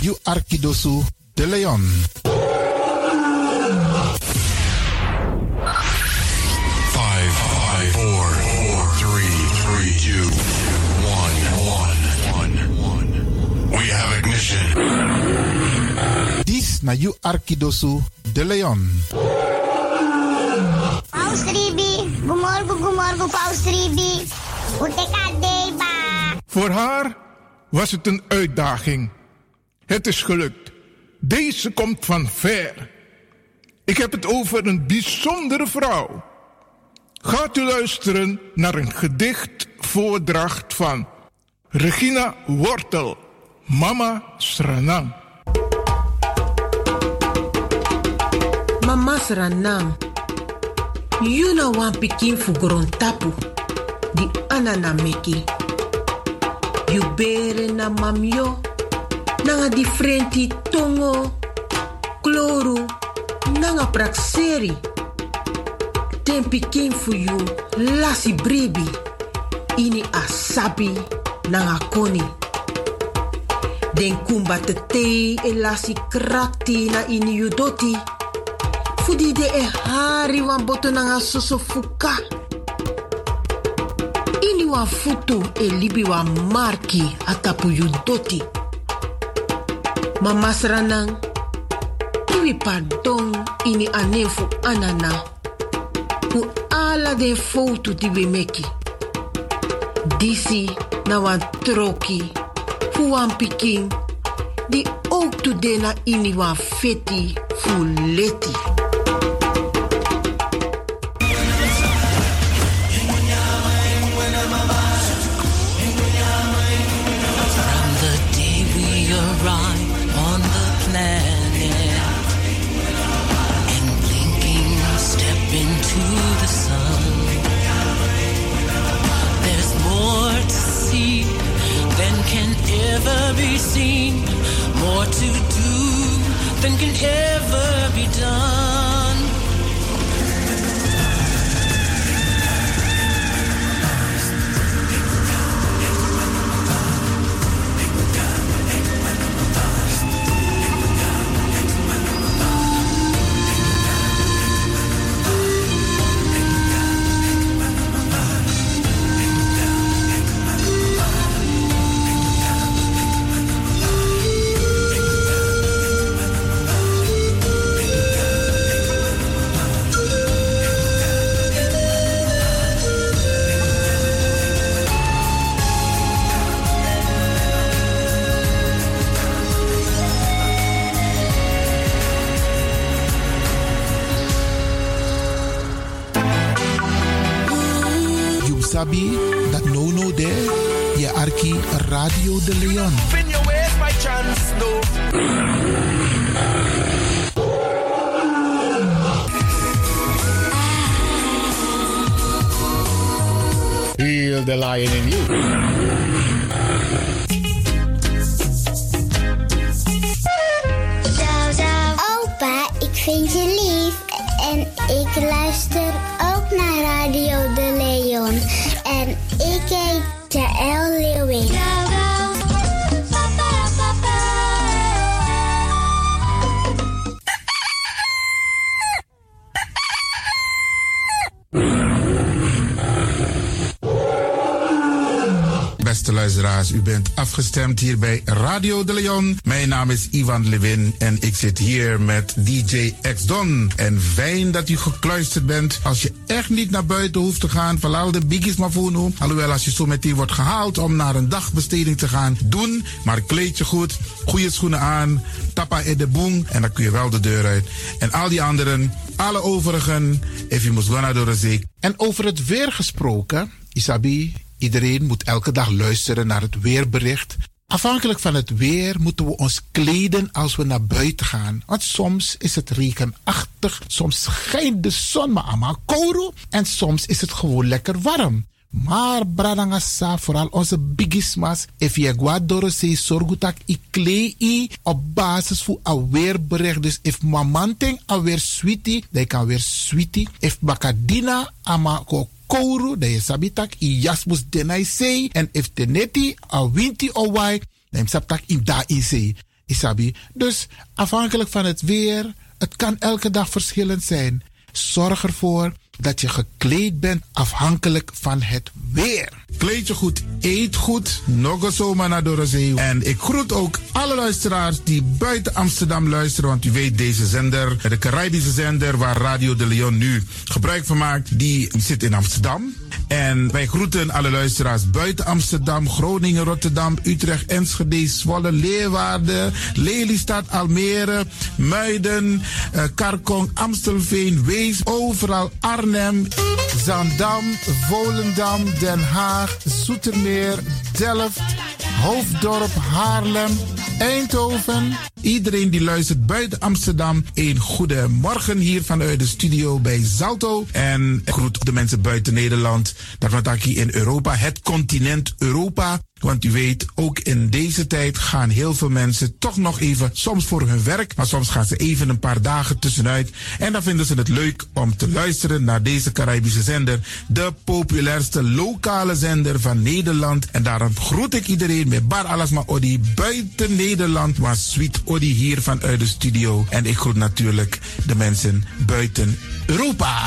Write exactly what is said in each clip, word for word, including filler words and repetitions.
you Arkidosu de Leon. Five, five, four, four, three, three, two, one, one, one. We have ignition. This na you Arkidosu de Leon. Paus Ribi, gumorgo, gumorgo, Paus Ribi. Utekadeba. Voor haar was het een uitdaging. Het is gelukt. Deze komt van ver. Ik heb het over een bijzondere vrouw. Gaat u luisteren naar een gedichtvoordracht van Regina Wortel, Mama Sranang. Mama Sranang, you na wan pikin fugoron tapu, di anana meki. You bere na mamyo, nanga differenti tongo, kloru, nanga prakseri. Den pikin fu you lasi bribi, ini asabi nanga koni. Den kumba te te e lasi krakti na ini you doti. Fudi de e hari wan boto nanga soso fuka. Ini wan futu e libi wan marki atapu you doti. Mama Sranang, iwi pardon ini anefu anana. Fu ala de foto di we meki. Disi na wan troki. Fu wan pikin. Di ook tu de na ini wan feti fu leti. Ever be seen, more to do than can ever be done. Sabi dat no no de je Arki Radio de Leon. Spin your ways by chance, no. Feel the lion in you. Zo, zo. Opa, ik vind je lief. En ik luister ook naar Radio de Leon. En ik heet Jaël Leeuwin. Beste luisteraars, u bent afgestemd hier bij Radio de Leon. Mijn naam is Ivan Levin en ik zit hier met D J X-Don. En fijn dat u gekluisterd bent. Als je echt niet naar buiten hoeft te gaan, verlaal de biggies maar voor nu. Alhoewel, als je zo meteen wordt gehaald om naar een dagbesteding te gaan, doen. Maar kleed je goed, goede schoenen aan, tappa in de boom en dan kun je wel de deur uit. En al die anderen, alle overigen, if you must go naar de zee. En over het weer gesproken, Isabi, iedereen moet elke dag luisteren naar het weerbericht. Afhankelijk van het weer moeten we ons kleden als we naar buiten gaan. Want soms is het regenachtig, soms schijnt de zon maar allemaal kouro en soms is het gewoon lekker warm. Maar bradangasa, vooral onze bigismas, if je guadoro se sorgutak i klei op basis van een weerbericht. Dus if mamanting a weer sweetie, dan kan weer sweetie. If bakadina ama ko kouru, dan je sabitak i jasmus denai sei. En if teneti a winti o wai, dan sabtak in da in sei. Isabi. Dus afhankelijk van het weer, het kan elke dag verschillend zijn. Zorg ervoor dat je gekleed bent afhankelijk van het weer. Kleed je goed, eet goed. Nog zomaar naar Dorozee. En ik groet ook alle luisteraars die buiten Amsterdam luisteren. Want u weet, deze zender, de Caribische zender waar Radio de Leon nu gebruik van maakt, die zit in Amsterdam. En wij groeten alle luisteraars buiten Amsterdam, Groningen, Rotterdam, Utrecht, Enschede, Zwolle, Leeuwarden, Lelystad, Almere, Muiden, uh, Karkong, Amstelveen, Wees, overal Arnhem, Zaandam, Volendam, Den Haag, Zoetermeer, Delft, Hoofddorp, Haarlem, Eindhoven. Iedereen die luistert buiten Amsterdam, een goede morgen hier vanuit de studio bij Zalto. En ik groet de mensen buiten Nederland, dat wat ik hier in Europa, het continent Europa. Want u weet, ook in deze tijd gaan heel veel mensen toch nog even, soms voor hun werk, maar soms gaan ze even een paar dagen tussenuit. En dan vinden ze het leuk om te luisteren naar deze Caribische zender, de populairste lokale zender van Nederland. En daarom groet ik iedereen met Bar Alasma Odi buiten Nederland, maar Sweet Odi hier vanuit de studio. En ik groet natuurlijk de mensen buiten Europa.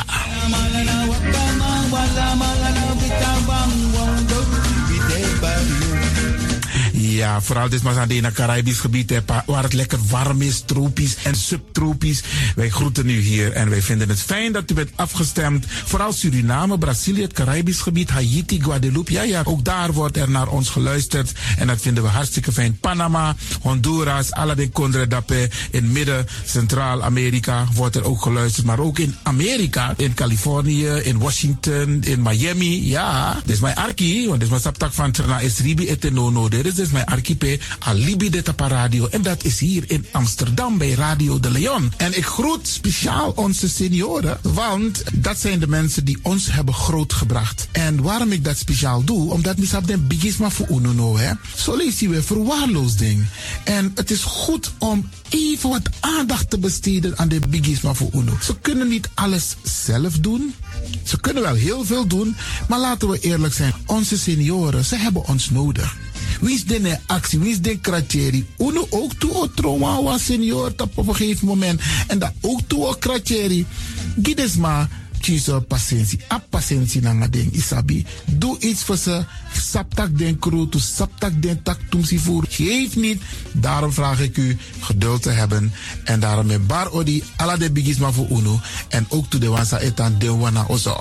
Ja, vooral dit maar aan het Caribisch gebied, hè, waar het lekker warm is, tropisch en subtropisch. Wij groeten u hier en wij vinden het fijn dat u bent afgestemd. Vooral Suriname, Brazilië, het Caribisch gebied, Haiti, Guadeloupe. Ja, ja, ook daar wordt er naar ons geluisterd. En dat vinden we hartstikke fijn. Panama, Honduras, Aladdin Condre Dapé. In midden, Centraal-Amerika wordt er ook geluisterd. Maar ook in Amerika, in Californië, in Washington, in Miami. Ja, dit is mijn arki, want dit is mijn saptak van Trana Esribi etenono. Dit is dus mijn archipel Alibi de Tapa Radio. En dat is hier in Amsterdam bij Radio de Leon. En ik groet speciaal onze senioren, want dat zijn de mensen die ons hebben grootgebracht. En waarom ik dat speciaal doe, omdat misap den bigisma voor uno, hè. Zo lezen we verwaarloosding. En het is goed om even wat aandacht te besteden aan de bigisma voor uno. Ze kunnen niet alles zelf doen. Ze kunnen wel heel veel doen, maar laten we eerlijk zijn. Onze senioren, ze hebben ons nodig. Wie is de actie? Wie is de kratjeri? Uno ook toe o trauma was senior op een gegeven moment. En dat ook toe o kratjeri. Gides maar kiezen patiëntie. A patiëntie na ding isabi. Doe iets voor ze. Saptak den kroot, saptak den tak tumsi voer. Geef niet. Daarom vraag ik u geduld te hebben. En daarom met bar odi ala de bigisma voor uno. En ook toe de wansa etan de wana ozo.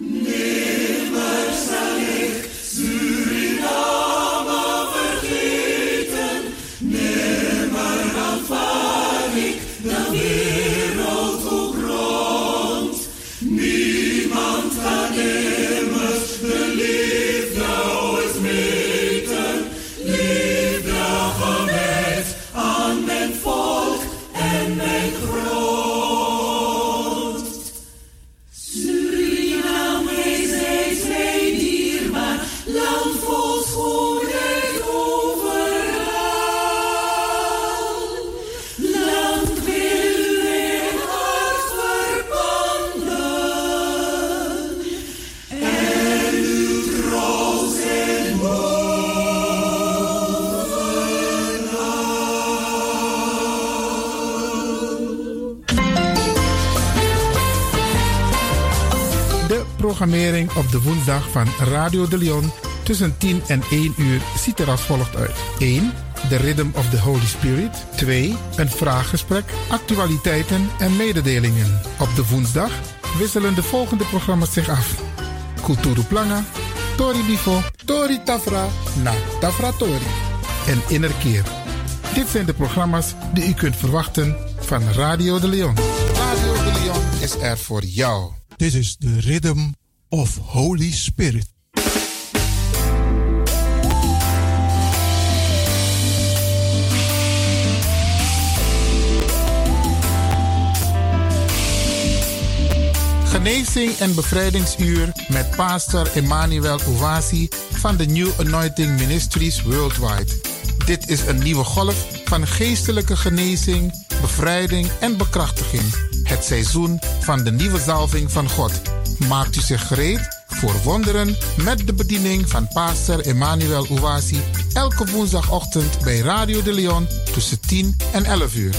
Programmering op de woensdag van Radio de Leon tussen tien en één uur ziet er als volgt uit. één. The Rhythm of the Holy Spirit. twee. Een vraaggesprek, actualiteiten en mededelingen. Op de woensdag wisselen de volgende programma's zich af. Kulturu Planga, Tori Bifo, Tori Tafra, na Tafra Tori en Innerkeer. Dit zijn de programma's die u kunt verwachten van Radio de Leon. Radio de Leon is er voor jou. This is the Rhythm of Holy Spirit. Genezing en bevrijdingsuur met pastor Emmanuel Owasi van de New Anointing Ministries Worldwide. Dit is een nieuwe golf van geestelijke genezing, bevrijding en bekrachtiging. Het seizoen van de nieuwe zalving van God. Maakt u zich gereed voor voor wonderen met de bediening van pastor Emmanuel Ouasi elke woensdagochtend bij Radio de Leon tussen tien en elf uur.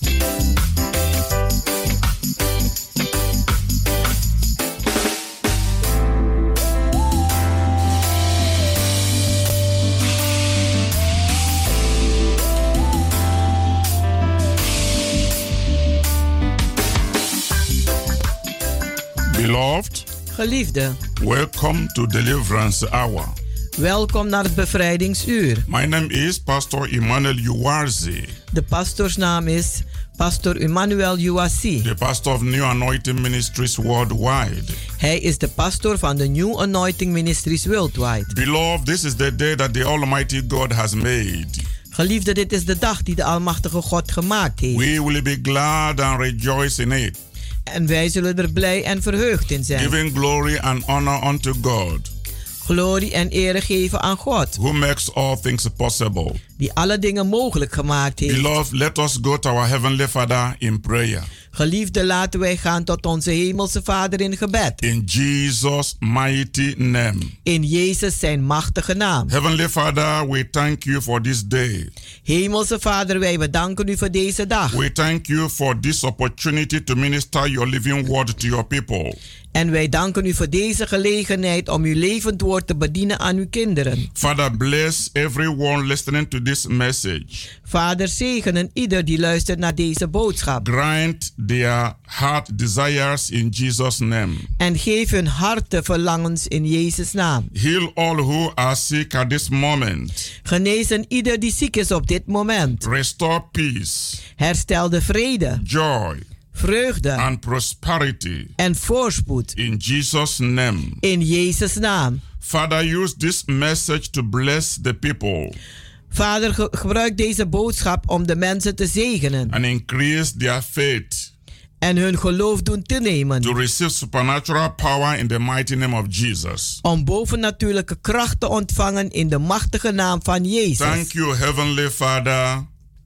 Beloved, geliefde, welcome to Deliverance Hour. Welkom naar het bevrijdingsuur. My name is Pastor Emmanuel Uwazi. De pastoorsnaam is Pastor Emmanuel Uwazi. The pastor of New Anointing Ministries worldwide. Hij is de pastor van de New Anointing Ministries worldwide. Beloved, this is the day that the Almighty God has made. Geliefde, dit is de dag die de Almachtige God gemaakt heeft. We will be glad and rejoice in it. En wij zullen er blij en verheugd in zijn. Giving glory and honor unto God. Glorie en ere geven aan God. Who makes all things possible. Die alle dingen mogelijk gemaakt heeft. Beloved, let us go to our Heavenly Father in prayer. Geliefde, laten wij gaan tot onze hemelse Vader in gebed. In Jesus' mighty name. In Jezus zijn machtige naam. Heavenly Father, we thank you for this day. Hemelse Vader, wij bedanken u voor deze dag. We thank you for this opportunity to minister your living word to your people. En wij danken u voor deze gelegenheid om uw levend woord te bedienen aan uw kinderen. Father, bless everyone listening to this message. Vader, zegenen ieder die luistert naar deze boodschap. Grant their heart desires in Jesus' name. En geef hun harten verlangens in Jezus' naam. Heal all who are sick at this moment. Genezen ieder die ziek is op dit moment. Restore peace. Herstel de vrede. Joy. Vreugde and prosperity. En voorspoed. In Jesus' name. In Jezus' naam. Father, use this message to bless the people. Vader, ge- gebruik deze boodschap om de mensen te zegenen. And increase their faith. En hun geloof doen toenemen. To receive supernatural power in the mighty name of Jesus. Om bovennatuurlijke kracht te ontvangen in de machtige naam van Jezus. Thank you, Heavenly Father.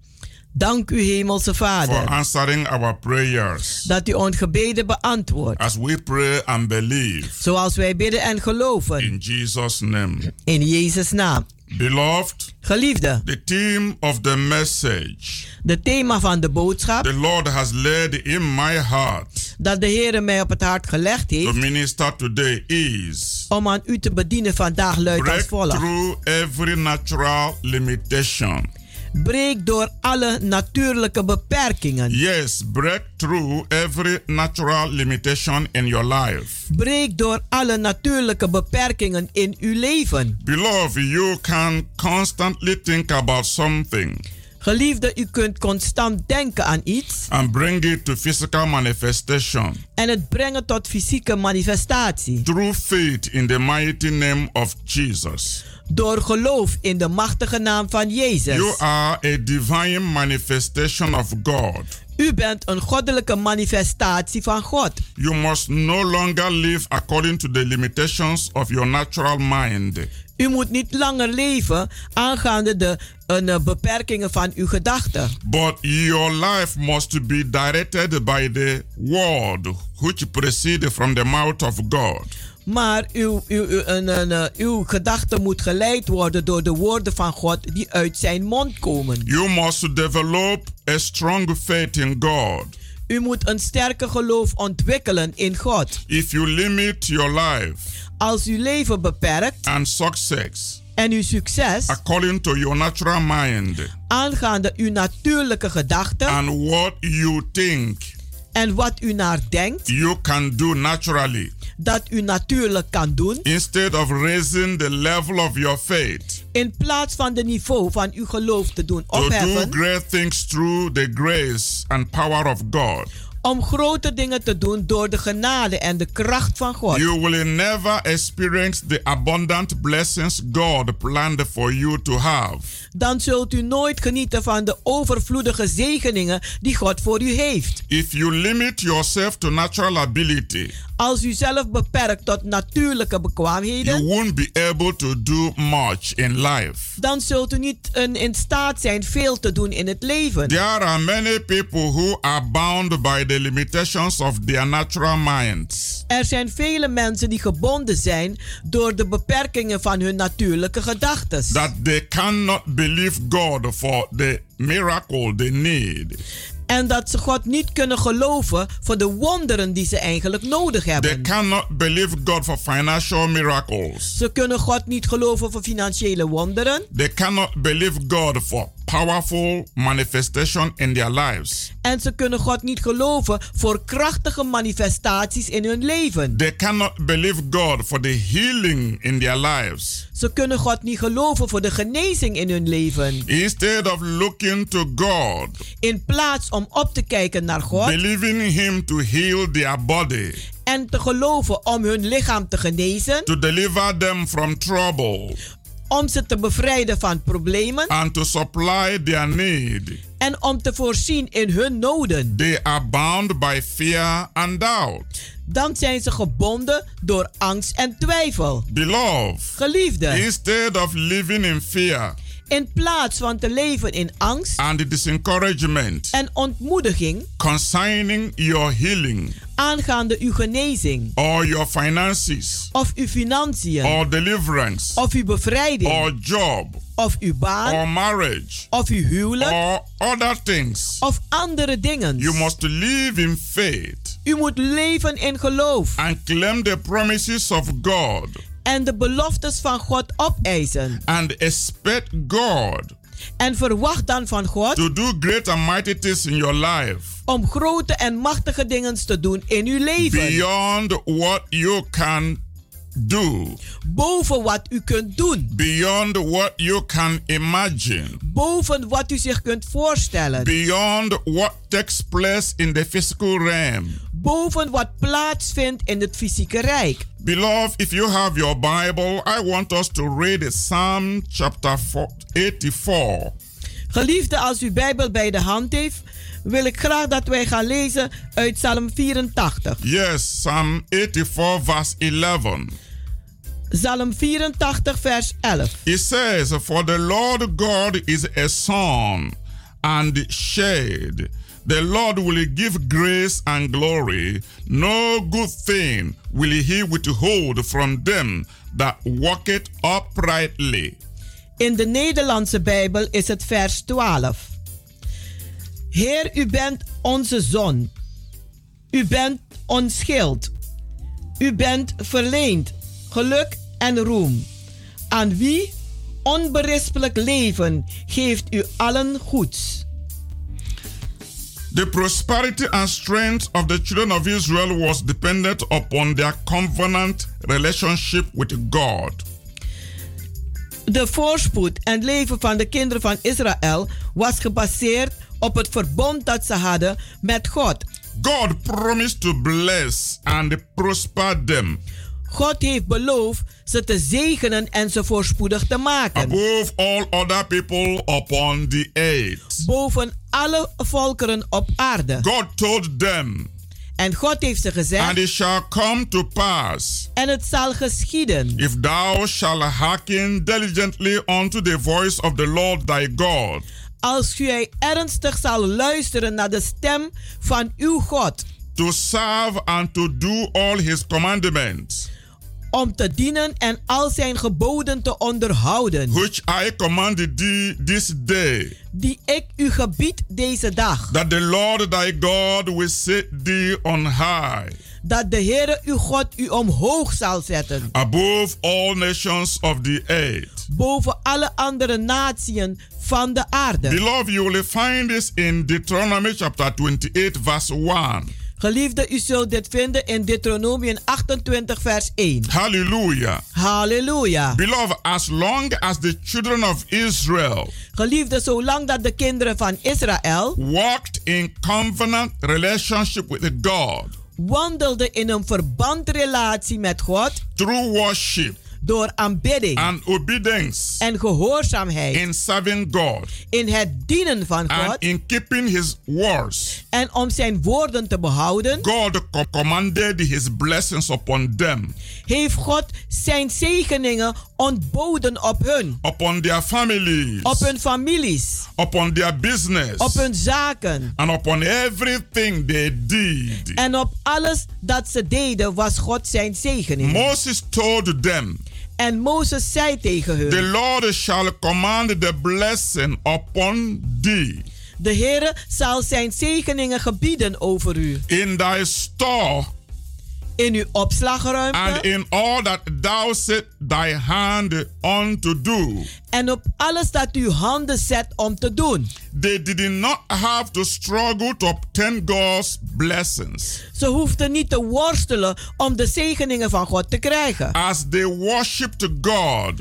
Dank u, Hemelse Vader. For answering our prayers. Dat u ons gebeden beantwoordt. As we pray and believe. Zoals wij bidden en geloven. In Jesus' name. In Jezus' naam. Beloved, geliefde, the theme of the message. De thema van de boodschap. The Lord has laid in my heart. Dat de Heer mij op het hart gelegd heeft. To minister today is. Om aan u te bedienen vandaag luidt als volgt. Break through every natural limitation. Breek door alle natuurlijke beperkingen. Yes, break through every natural limitation in your life. Breek door alle natuurlijke beperkingen in uw leven. Beloved, you can constantly think about something. Geliefde, u kunt constant denken aan iets. And bring it to physical manifestation. En het brengen tot fysieke manifestatie. Through faith in the mighty name of Jesus. Door geloof in de machtige naam van Jezus. You are a divine manifestation of God. U bent een goddelijke manifestatie van God. You must no longer live according to the limitations of your natural mind. U moet niet langer leven aangaande de uh, beperkingen van uw gedachten. But your life must be directed by the word which proceeds from the mouth of God. Maar uw, uw, uw, uh, uh, uw gedachten moet geleid worden door de woorden van God die uit zijn mond komen. You must develop a strong faith in God. U moet een sterke geloof ontwikkelen in God. If you limit your life. Als uw leven beperkt. And success. En uw succes. According to your natural mind. Aangaande uw natuurlijke gedachten. And what you think. En wat u naar denkt. You can do naturally. Dat u natuurlijk kan doen. Instead of raising the level of your faith. In plaats van de niveau van uw geloof te doen opheffen. To do great things through the grace and power of God. Om grote dingen te doen door de genade en de kracht van God. You will never experience the abundant blessings God planned for you to have. Dan zult u nooit genieten van de overvloedige zegeningen die God voor u heeft. If you limit yourself to natural ability. Als u zelf beperkt tot natuurlijke bekwaamheden, you won't be able to do much in life. Dan zult u niet uh, in staat zijn veel te doen in het leven. There are many people who are bound by the limitations of their natural minds. Er zijn vele mensen die gebonden zijn door de beperkingen van hun natuurlijke gedachten. That they cannot believe God for the miracle they need. En dat ze God niet kunnen geloven voor de wonderen die ze eigenlijk nodig hebben. They cannot believe God for financial miracles. Ze kunnen God niet geloven voor financiële wonderen. They cannot believe God for powerful manifestation in their lives. En ze kunnen God niet geloven voor krachtige manifestaties in hun leven. They cannot believe God for the healing in their lives. Ze kunnen God niet geloven voor de genezing in hun leven. Instead of looking to God, in plaats om op te kijken naar God, believing Him to heal their body, en te geloven om hun lichaam te genezen, to deliver them from trouble, om ze te bevrijden van problemen, and to supply their need, en om te voorzien in hun noden. They are bound by fear and doubt. Dan zijn ze gebonden door angst en twijfel. Beloved, geliefde, instead of living in fear, in plaats van te leven in angst and discouragement, en ontmoediging concerning your healing, aangaande uw genezing, or your finances, of uw financiën, or deliverance, of uw bevrijding, or job, of uw baan, or marriage, of uw huwelijk, or other things, of andere dingen. You must live in faith. U moet leven in geloof. And claim the promises of God. En de beloftes van God opeisen. And expect God. En verwacht dan van God. To do great and mighty things in your life. Om grote en machtige dingen te doen in uw leven. Beyond what you can do. Boven wat u kunt doen. Beyond what you can imagine. Boven wat u zich kunt voorstellen. Beyond what takes place in the physical realm. Boven wat plaatsvindt in het fysieke rijk. Beloved, if you have your Bible, I want us to read Psalm chapter eighty-four. Geliefde, als u Bijbel bij de hand heeft, wil ik graag dat wij gaan lezen uit Psalm vierentachtig. Yes, Psalm eighty-four verse eleven. Psalm vierentachtig vers elf. It says, "For the Lord God is a sun and shade. The Lord will give grace and glory. No good thing will he withhold from them that walk it uprightly." In de Nederlandse Bijbel is het vers twaalf. Heer, u bent onze zon. U bent ons schild. U bent verleend geluk en roem. Aan wie onberispelijk leven geeft u allen goeds. The prosperity and strength of the children of Israel was dependent upon their covenant relationship with God. De voorspoed en leven van de kinderen van Israël was gebaseerd op het verbond dat ze hadden met God. God promised to bless and prosper them. God heeft beloofd ze te zegenen en ze voorspoedig te maken. Above all other people upon the earth. Boven alle volkeren op aarde. God told them. En God heeft ze gezegd. And it shall come to pass. En het zal geschieden. If thou shalt hearken diligently unto the voice of the Lord thy God. Als gij ernstig zal luisteren naar de stem van uw God. To serve and to do all his commandments. Om te dienen en al zijn geboden te onderhouden. Which I command thee this day. Die ik u gebied deze dag. That the Lord thy God will set thee on high. Dat de Heere uw God u omhoog zal zetten. Above all nations of the earth. Boven alle andere naties van de aarde. Beloved, you will find this in Deuteronomy chapter twenty-eight verse one. Geliefde, u zult dit vinden in Deuteronomium achtentwintig vers één. Hallelujah. Hallelujah. Beloved, as long as the children of Israel. Geliefde, zolang dat de kinderen van Israël. Walked in covenant relationship with God. Wandelden in een verbandrelatie met God. Through worship. door aanbidding and obedience en gehoorzaamheid in serving God in het dienen van God and in keeping his words. En om zijn woorden te behouden, God commanded his blessings upon them. Heeft God zijn zegeningen ontboden op hun. Upon their families. Op hun families. Upon their business. Op hun zaken. And upon everything they did. En op alles dat ze deden was God zijn zegeningen. Moses told them. En Mozes zei tegen hun: The Lord shall command the blessing upon thee. De Heere zal zijn zegeningen gebieden over u. In thy store. In uw opslagruimte. And in all that thou set thy hand on to do. En op alles dat uw handen zet om te doen. They did not have to struggle to obtain God's blessings. Ze hoefden niet te worstelen om de zegeningen van God te krijgen. As they worshiped God.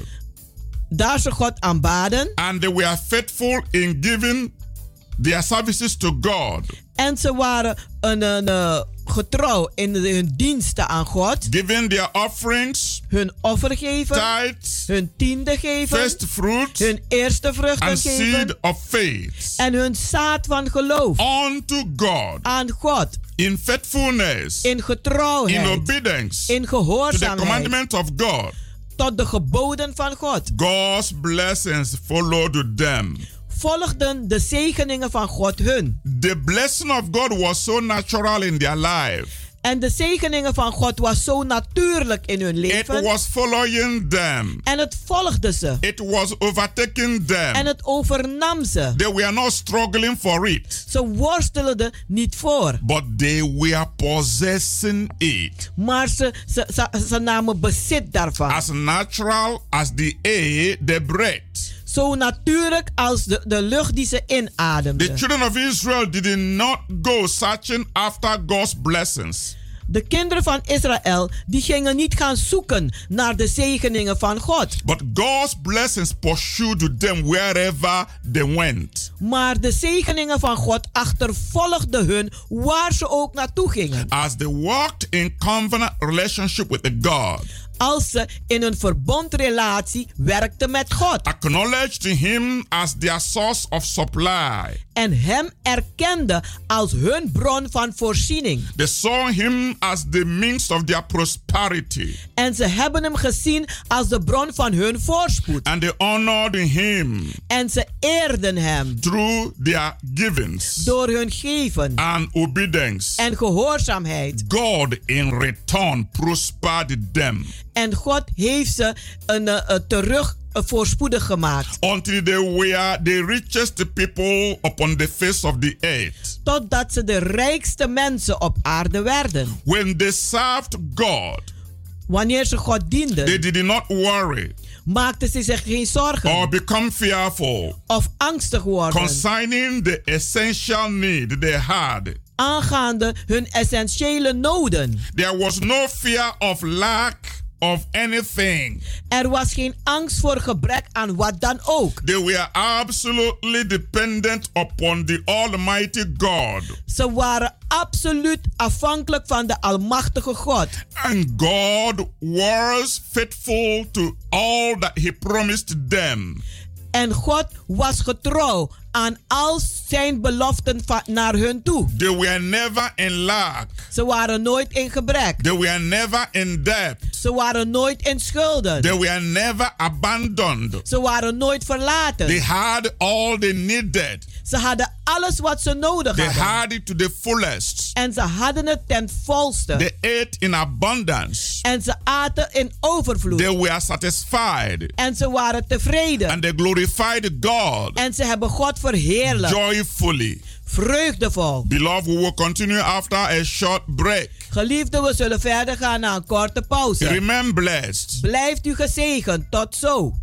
Daar ze God aanbaden. And they were faithful in giving their services to God. En ze waren een, een, een getrouw in hun diensten aan God. Giving their offerings. Hun offer geven. Tithes. Hun tiende geven. First fruit. Hun eerste vruchten and geven. Seed of faith. En hun zaad van geloof. Unto God. Aan God. In faithfulness. In getrouwheid. In obedience. In gehoorzaamheid. To the commandment of God. Tot de geboden van God. God's blessings followed them. Volgden de zegeningen van God hun. The blessing of God was so natural in their life. En de zegeningen van God was zo natuurlijk in hun leven. It was following them. En het volgde ze. It was overtaking them. En het overnam ze. They were not struggling for it. Ze worstelden niet voor. But they were possessing it. Maar ze, ze, ze, ze namen bezit daarvan. As natural as the air they breathed. Zo natuurlijk als de, de lucht die ze inademden. The children of Israel did not go searching after God's blessings. De kinderen van Israël die gingen niet gaan zoeken naar de zegeningen van God. But God's blessings pursued them wherever they went. Maar de zegeningen van God achtervolgden hun waar ze ook naartoe gingen. As they walked in covenant relationship with the God. Als ze in een verbondrelatie werkten met God. Acknowledged him as their source of supply. En hem erkenden als hun bron van voorziening. They saw him as the means of their prosperity. En ze hebben hem gezien als de bron van hun voorspoed. And they honored him. En ze eerden hem. Through their givings. Door hun geven. And obedience. En gehoorzaamheid. God in return prospered them. En God heeft ze een, uh, uh, terug uh, voorspoedig gemaakt. Until they were the richest people upon the face of the earth. Totdat ze de rijkste mensen op aarde werden. When they served God. Wanneer ze God dienden. They did not worry. Maakten ze zich geen zorgen. Or become fearful. Of angstig worden. Concerning the essential need they had. Aangaande hun essentiële noden. There was no fear of lack of anything. Er was geen angst voor gebrek aan wat dan ook. They were absolutely dependent upon the Almighty God. Ze waren absoluut afhankelijk van de almachtige God. And God was faithful to all that he promised them. En God was getrouw aan al zijn beloften naar hun toe. They were never in lack. Ze waren nooit in gebrek. They were never in debt. Ze waren nooit in schulden. They were never abandoned. Ze waren nooit verlaten. They had all they needed. Ze hadden alles wat ze nodig They hadden. had it to the fullest. En ze hadden het ten volste. They ate in abundance. En ze aten in overvloed. They were satisfied. En ze waren tevreden. And they glorified God. En ze hebben God verheerlijkt. Joyfully. Vreugdevol. Beloved, we will continue after a short break. Geliefden, we zullen verder gaan na een korte pauze. Remain blessed. Blijft u gezegend. Tot zo.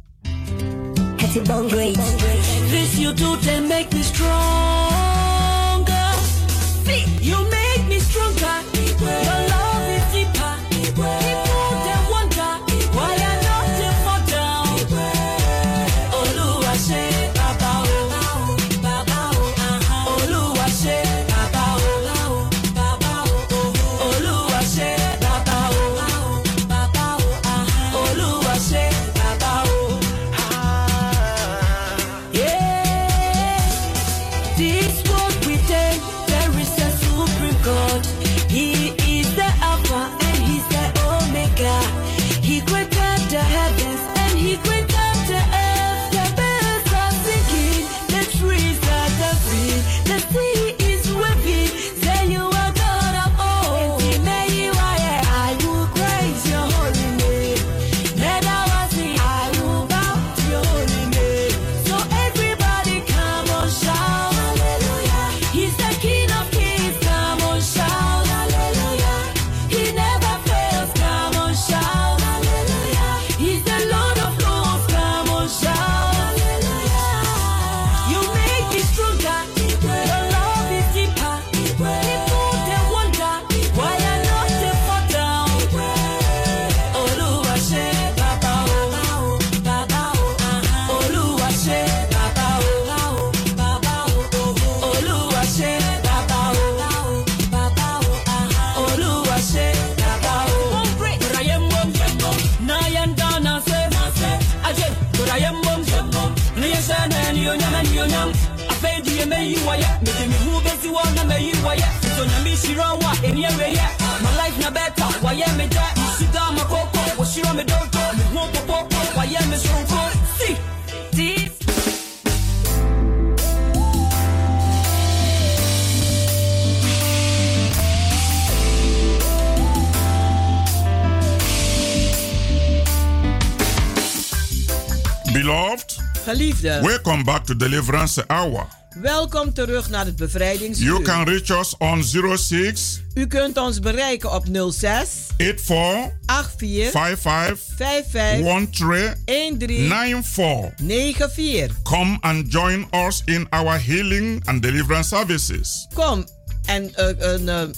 This you do to make me stronger. You make me stronger. Your love is deeper. People they wonder why I not to fall down. Oluwa ṣe baba o, baba o, Oluwa ṣe baba o, baba o, Oluwa ṣe baba o, baba o, Oluwa ṣe. you why me de me who be you wanna me you why so na me shiro wa any way yeah my life na better why me that sugar my coco what shiro me don't me who popo why me strong see this Beloved, Geliefde, welcome back to Deliverance Hour. welkom terug naar het bevrijdingsuur. You can reach us on zero six U kunt ons bereiken op nul zes eight four acht vier five five vijf vijf one three een drie nine four. negen vier. Come and join us in our healing and deliverance services. Kom en uh, uh, uh,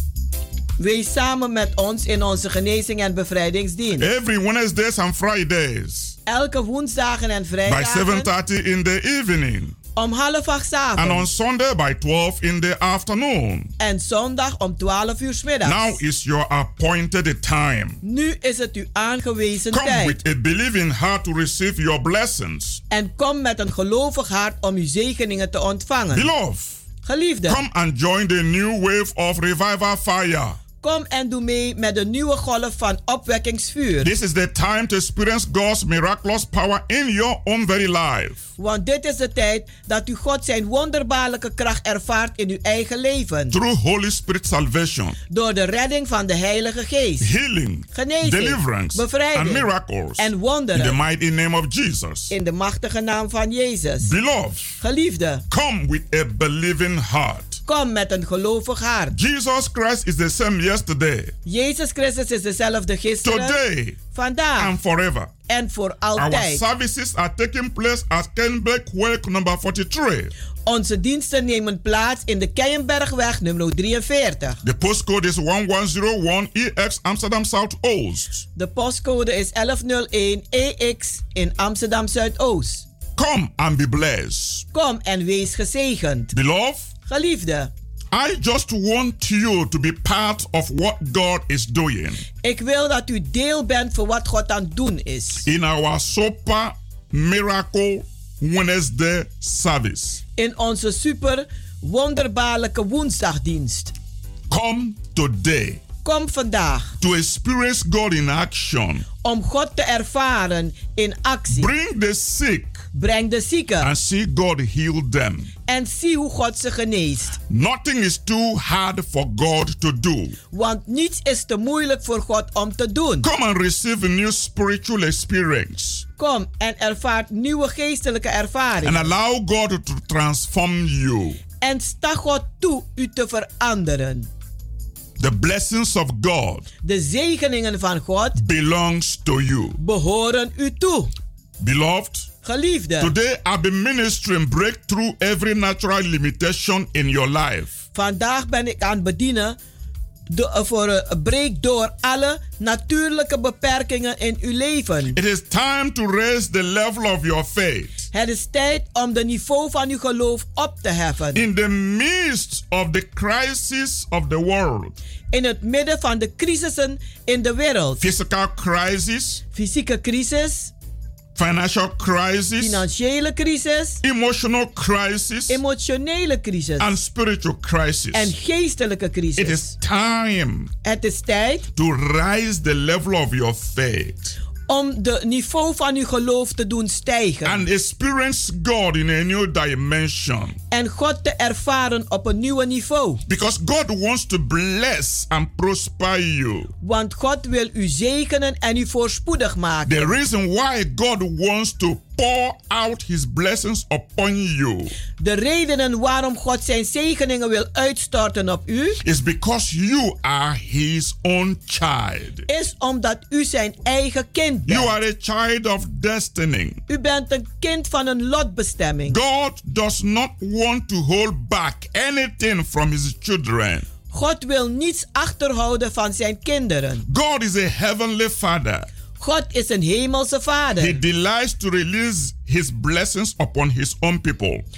wees samen met ons in onze genezing en bevrijdingsdienst. Every Wednesdays and Fridays Elke woensdagen en by vrijdagen seven thirty in the evening. om half acht And on avonds. Sunday by twelve in the afternoon. En zondag om twaalf uur 's middags. Now is your appointed time. Nu is het uw aangewezen Come tijd. with a believing heart to receive your blessings. En kom met een gelovig hart om uw zegeningen te ontvangen. Beloved, Geliefde, come and join the new wave of revival fire. kom en doe mee met de nieuwe golf van opwekkingsvuur. This is the time to experience God's miraculous power in your own very life. Want dit is de tijd dat u God zijn wonderbaarlijke kracht ervaart in uw eigen leven. Through Holy Spirit salvation, Door de redding van de Heilige Geest. healing, Genezing, deliverance, bevrijding and miracles. en In the wonderen. mighty name of Jesus. In de machtige naam van Jezus. Beloved, Geliefde, come with a believing heart. kom met een gelovig hart. Jesus Christ is the same yesterday, Jezus Christus is dezelfde gisteren, today, vandaag and forever. en voor Our altijd. services are taking place at Kenbeck Work number forty-three. Onze diensten nemen plaats in de Keienbergweg nummer drieënveertig. The postcode is one one zero one E X Amsterdam Zuidoost. De postcode is elf nul één E X in Amsterdam Zuidoost. Come and be blessed. Kom en wees gezegend. Beloved, Geliefde, I just want you to be part of what God is doing ik wil dat u deel bent van wat God aan het doen is. in our Super Miracle Wednesday service. In onze super wonderbaarlijke woensdagdienst. Come today Kom vandaag to experience God in action. om God te ervaren in actie. Bring the sick Breng de zieken and see God heal them. en zie hoe God ze geneest. Nothing is too hard for God to do. Want niets is te moeilijk voor God om te doen. Come and receive a new spiritual experience Kom en ervaart nieuwe geestelijke and ervaringen. allow God to transform you. En sta God toe u te veranderen. The blessings of God De zegeningen van God belongs to you. behoren u toe. Beloved, Geliefde, today I've been ministering breakthrough every natural limitation in your life. vandaag ben ik aan het bedienen de, uh, voor een breek door alle natuurlijke beperkingen in uw leven. It is time to raise the level of your faith. Het is tijd om de niveau van uw geloof op te heffen. In the midst of the crisis of the world, In het midden van de crisissen in de wereld. physical crisis, Fysieke crisis, financial crisis, financiële crisis, emotional crisis, emotionele crisis and spiritual crisis. en geestelijke It crisis. is time Het is tijd to raise the level of your faith om de niveau van uw geloof te doen stijgen. and experience God in a new dimension. En God te ervaren op een nieuwe niveau. Because God wants to bless and prosper you. Want God wil u zegenen en u voorspoedig maken. The reason why God wants to pour out his blessings upon you De redenen waarom God zijn zegeningen wil uitstorten op u, is because you are his own child. is omdat u zijn eigen kind bent. You are a child of destiny. U bent een kind van een lotbestemming. God does not want to hold back anything from his children. God wil niets achterhouden van zijn kinderen. God is a heavenly father. God is een hemelse vader. He delights to release his blessings upon his own people.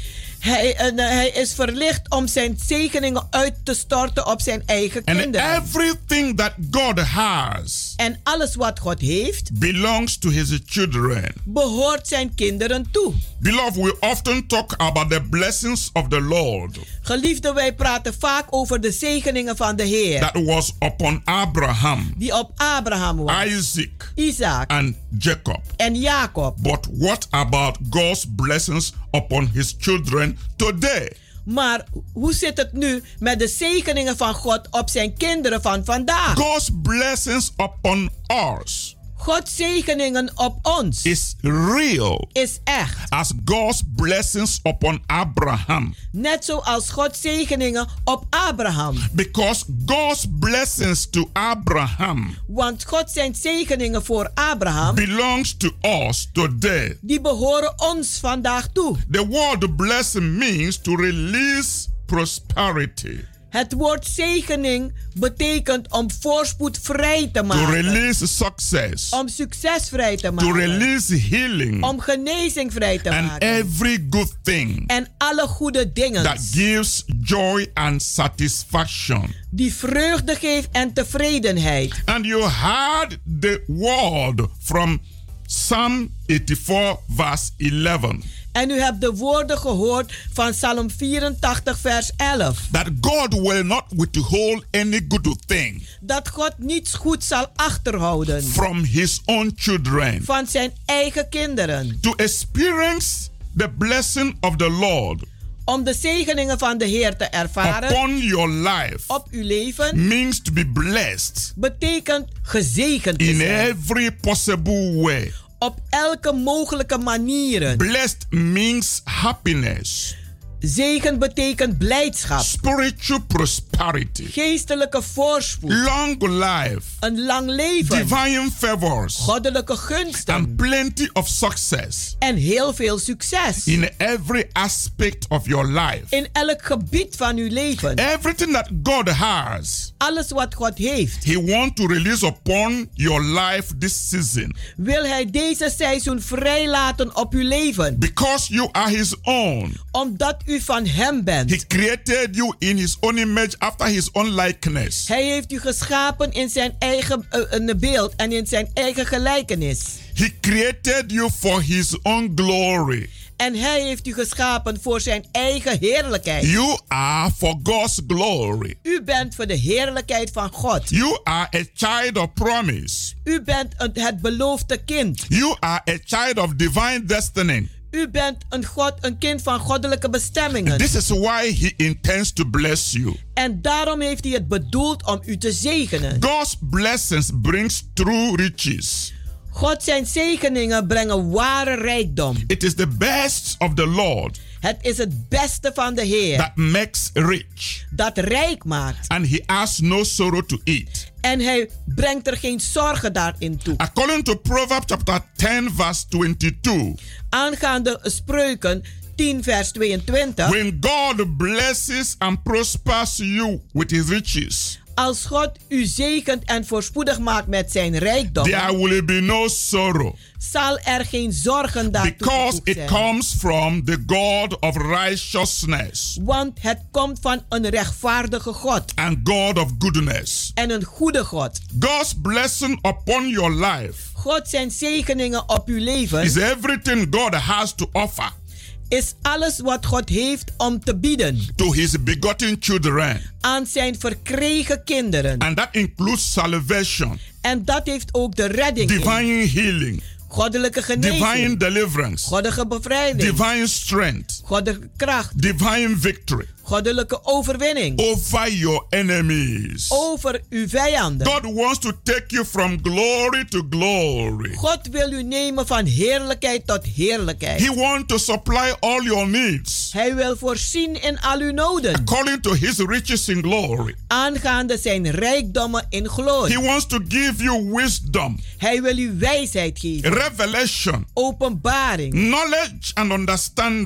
Hij, en, uh, hij is verlicht om zijn zegeningen uit te storten op zijn eigen And kinderen. everything that God has En alles wat God heeft, belongs to his children. behoort zijn kinderen toe. Beloved, we often talk about the blessings of the Lord Geliefden, wij praten vaak over de zegeningen van de Heer. that was upon Abraham, Die op Abraham was, Isaac, Isaac and Jacob. en Jacob. But what about God's blessings upon his children today? Maar hoe zit het nu met de zegeningen van God op zijn kinderen van vandaag? God's blessings upon us Gods zegeningen op ons is real is echt. as God's blessings upon Abraham. Net zoals Gods zegeningen op Abraham. Because God's blessings to Abraham Want God zijn zegeningen voor Abraham belongs to us today. die behoren ons vandaag toe. The word blessing means to release prosperity, Het woord zegening betekent om voorspoed vrij te to maken. release success, Om succes vrij te to maken. release healing, Om genezing vrij te and maken. every good thing En alle goede dingen that gives joy and satisfaction. die vreugde geeft en tevredenheid. And you heard the word from Psalm eighty-four, verse eleven. En u hebt de woorden gehoord van Psalm vierentachtig, vers elf. That God will not withhold any good thing Dat God niets goed zal achterhouden from his own children. van zijn eigen kinderen. To experience the blessing of the Lord Om de zegeningen van de Heer te ervaren upon your life op uw leven means to be blessed betekent gezegend te in zijn. every possible way. Op elke mogelijke manieren. Blessed means happiness, Zegen betekent blijdschap. spiritual prosperity, Geestelijke voorspoed. long life, Een lang leven. divine favors, Goddelijke gunsten. and plenty of success En heel veel succes. in every aspect of your life. In elk gebied van uw leven. Everything that God has, Alles wat God heeft. He wants to release upon your life this season. Wil Hij deze seizoen vrijlaten op uw leven. Because you are His own. Omdat u van Hem bent. He created you in His own image after His own likeness. Hij heeft u geschapen in zijn eigen uh, beeld en in zijn eigen gelijkenis. He created you for His own glory. En Hij heeft u geschapen voor zijn eigen heerlijkheid. You are for God's glory. U bent voor de heerlijkheid van God. You are a child of promise. U bent een, het beloofde kind. You are a child of divine destiny. U bent een, God, een kind van goddelijke bestemmingen. This is why He intends to bless you. En daarom heeft hij het bedoeld om u te zegenen. God's blessings brings true riches. God zijn zegeningen brengen ware rijkdom. It is the best of the Lord. Het is het beste van de Heer. That makes rich. Dat rijk maakt. And He has no sorrow to eat. En hij brengt er geen zorgen daarin toe. According to Proverbs chapter ten verse twenty-two. Aangaande Spreuken tien vers tweeëntwintig. When God blesses and prospers you with His riches. Als God u zegent en voorspoedig maakt met zijn rijkdom. There will be no sorrow. Zal er geen zorgen daartoe Because it zijn. comes from the God of righteousness. Want het komt van een rechtvaardige God. And God of goodness. En een goede God. God's blessing upon your life. God zijn zegeningen op uw leven. Is everything God has to offer. Is alles wat God heeft om te bieden. To His begotten children. Aan zijn verkregen kinderen. And that includes salvation. En dat heeft ook de redding Divine in. healing. Goddelijke genezing. Divine deliverance. Goddelijke bevrijding. Divine strength. Goddelijke kracht. Divine victory. Goddelijke overwinning. Over your enemies. Over uw vijanden. God wants to take you from glory to glory. God wil u nemen van heerlijkheid tot heerlijkheid. He wants to supply all your needs. Hij wil voorzien in al uw noden. According to His riches in glory. Aangaande zijn rijkdommen in glorie. He wants to give you wisdom. Hij wil u wijsheid geven. Revelation. Openbaring. Knowledge and understanding.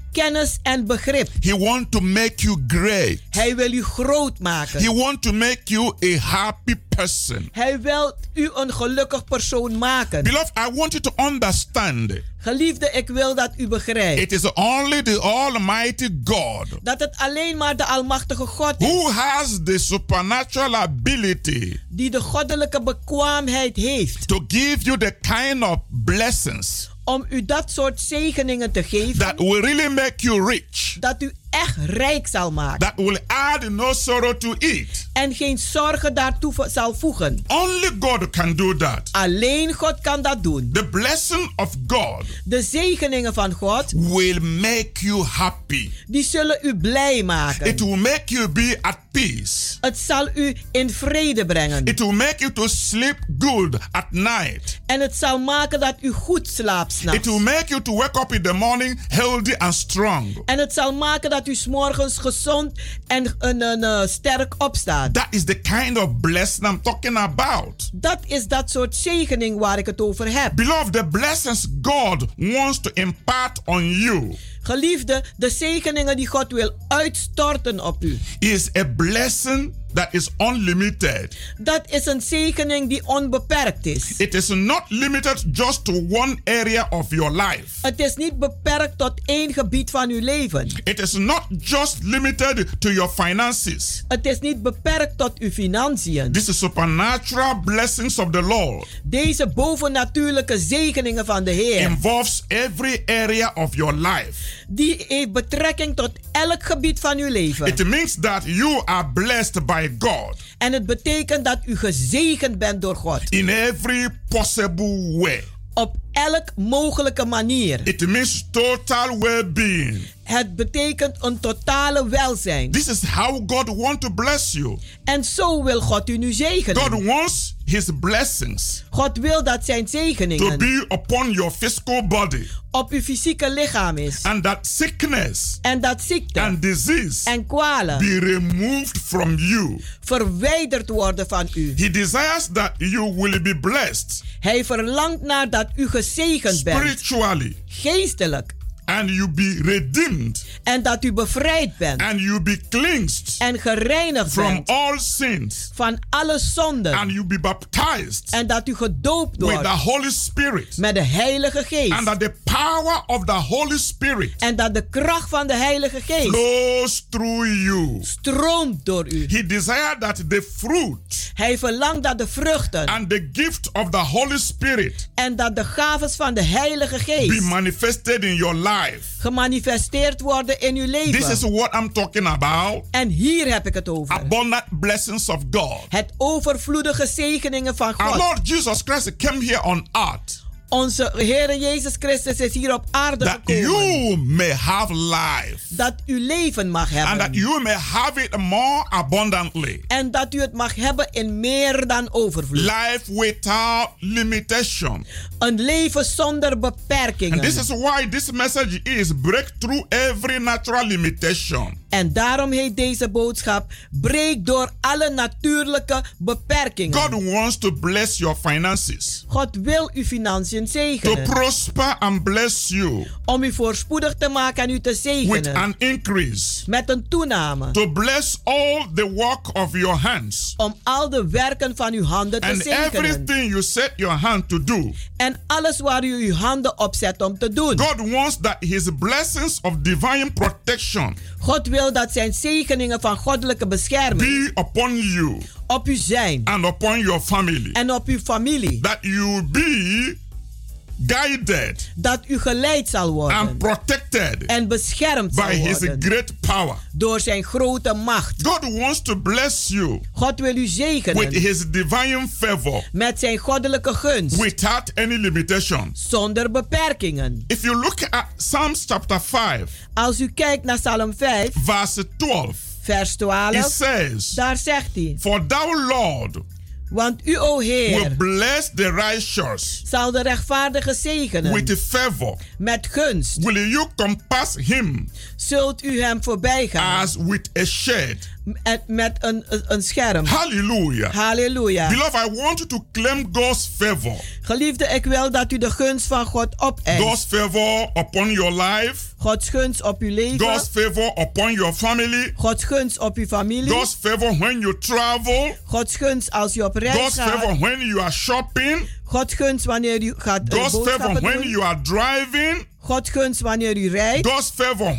kennis en begrip. He wants to make you great. Hij wil u groot maken. He wants to make you a happy person. Hij wil u een gelukkig persoon maken. Beloved, I want you to understand. Geliefde, ik wil dat u begrijpt. It is only the Almighty God. Dat het alleen maar de almachtige God is. Who has the supernatural ability. Die de goddelijke bekwaamheid heeft. To give you the kind of blessings. Om u dat soort zegeningen te geven. That will really make you rich. Dat u echt rijk zal maken. That will add no sorrow to it. En geen zorgen daartoe zal voegen. Only God can do that. Alleen God kan dat doen. The blessing of God. De zegeningen van God. Will make you happy. Die zullen u blij maken. It will make you be at peace. Het zal u in vrede brengen. It will make you to sleep good at night. En het zal maken dat u goed slaapt 's nachts. It will make you to wake up in the morning healthy and strong. En het zal maken dat u 's morgens gezond en een, een, een, sterk opstaat. That is the kind of blessing I'm talking about. Dat is dat soort zegening waar ik het over heb. Beloved, the blessings God wants to impart on you. Geliefde, de zegeningen die God wil uitstorten op u. Is a blessing that is unlimited. Dat is een zegening die onbeperkt is. It is not limited just to one area of your life. Het is niet beperkt tot één gebied van uw leven. It is not just limited to your finances. Het is niet beperkt tot uw financiën. This is supernatural blessings of the Lord. Deze bovennatuurlijke zegeningen van de Heer involves every area of your life. Die heeft betrekking tot elk gebied van uw leven. It means that you are blessed by God. En het betekent dat u gezegend bent door God. In every possible way. Op elk mogelijke manier. It means total well-being. Het betekent een totale welzijn. This is how God wants to bless you. En zo wil God u nu zegenen. God wants his blessings. God wil dat zijn zegeningen to be upon your physical body. Op uw fysieke lichaam is. And that sickness. En dat ziekte. And disease. En kwalen. Be removed from you. Verwijderd worden van u. He desires that you will be blessed. Hij verlangt naar dat u gezegend bent. Spiritually. Geestelijk. And you be redeemed. En dat u bevrijd bent. And you be cleansed. En gereinigd from bent. all sins. Van alle zonden. And you be baptized. En dat u gedoopt wordt. With the Holy Spirit. Met de Heilige Geest. And that the power of the Holy Spirit. En dat de kracht van de Heilige Geest. Flows through you. Stroomt door u. He desired that the fruit. Hij verlangt dat de vruchten. And the gift of the Holy Spirit. En dat de gaves van de Heilige Geest. Be manifested in your life. Gemanifesteerd worden in uw leven. This is what I'm talking about. En hier heb ik het over. Abundant blessings of God. Het overvloedige zegeningen van God. Our Lord Jesus Christ came here on earth. Onze Heer Jezus Christus is hier op aarde that gekomen. You may have life. Dat u leven mag hebben. And that you may have it more abundantly. En dat u het mag hebben in meer dan overvloed. Life without limitation. Een leven zonder beperkingen. And this is why this message is break through every natural limitation. En daarom heet deze boodschap: breek door alle natuurlijke beperkingen. God wants to bless your finances. God wil uw financiën zegenen. To prosper and bless you. Om u voorspoedig te maken en u te zegenen. With an increase. Met een toename. To bless all the work of your hands. Om al de werken van uw handen te and zegenen. And everything you set your hand to do. En alles waar u uw handen op zet om te doen. God wants that his blessings of divine protection. God wil dat zijn zegeningen van goddelijke bescherming be upon you. Op u zijn. And upon your family. En op uw familie. That you be guided. Dat u geleid zal worden. And protected. En beschermd by zal worden. His great power. Door zijn grote macht. God wants to bless you. God wil u zegenen. With His divine favor. Met zijn goddelijke gunst. Without any limitation. Zonder beperkingen. If you look at Psalms chapter five. Als u kijkt naar Psalm vijf. Verse twaalf. Vers twaalf. It says. Daar zegt hij. For thou Lord. Want u, o Heer, will bless the righteous zal de rechtvaardige zegenen. with favor. Met gunst. Will you compass him Zult u hem voorbijgaan. as with a shade? Met, met een, een, een scherm. Hallelujah. Halleluja. Beloved, I want you to claim God's favor. Geliefde, ik wil dat u de gunst van God opeist. God's favor upon your life. Gods gunst op uw leven. God's favor upon your family. Gods gunst op uw familie. God's favor when you travel. Gods gunst als u op reis God's gaat. favor when you are shopping. Gods gunst wanneer u gaat uh, God's favor boodschappen when doen. you are driving. Gods gunst wanneer u rijdt. God's favor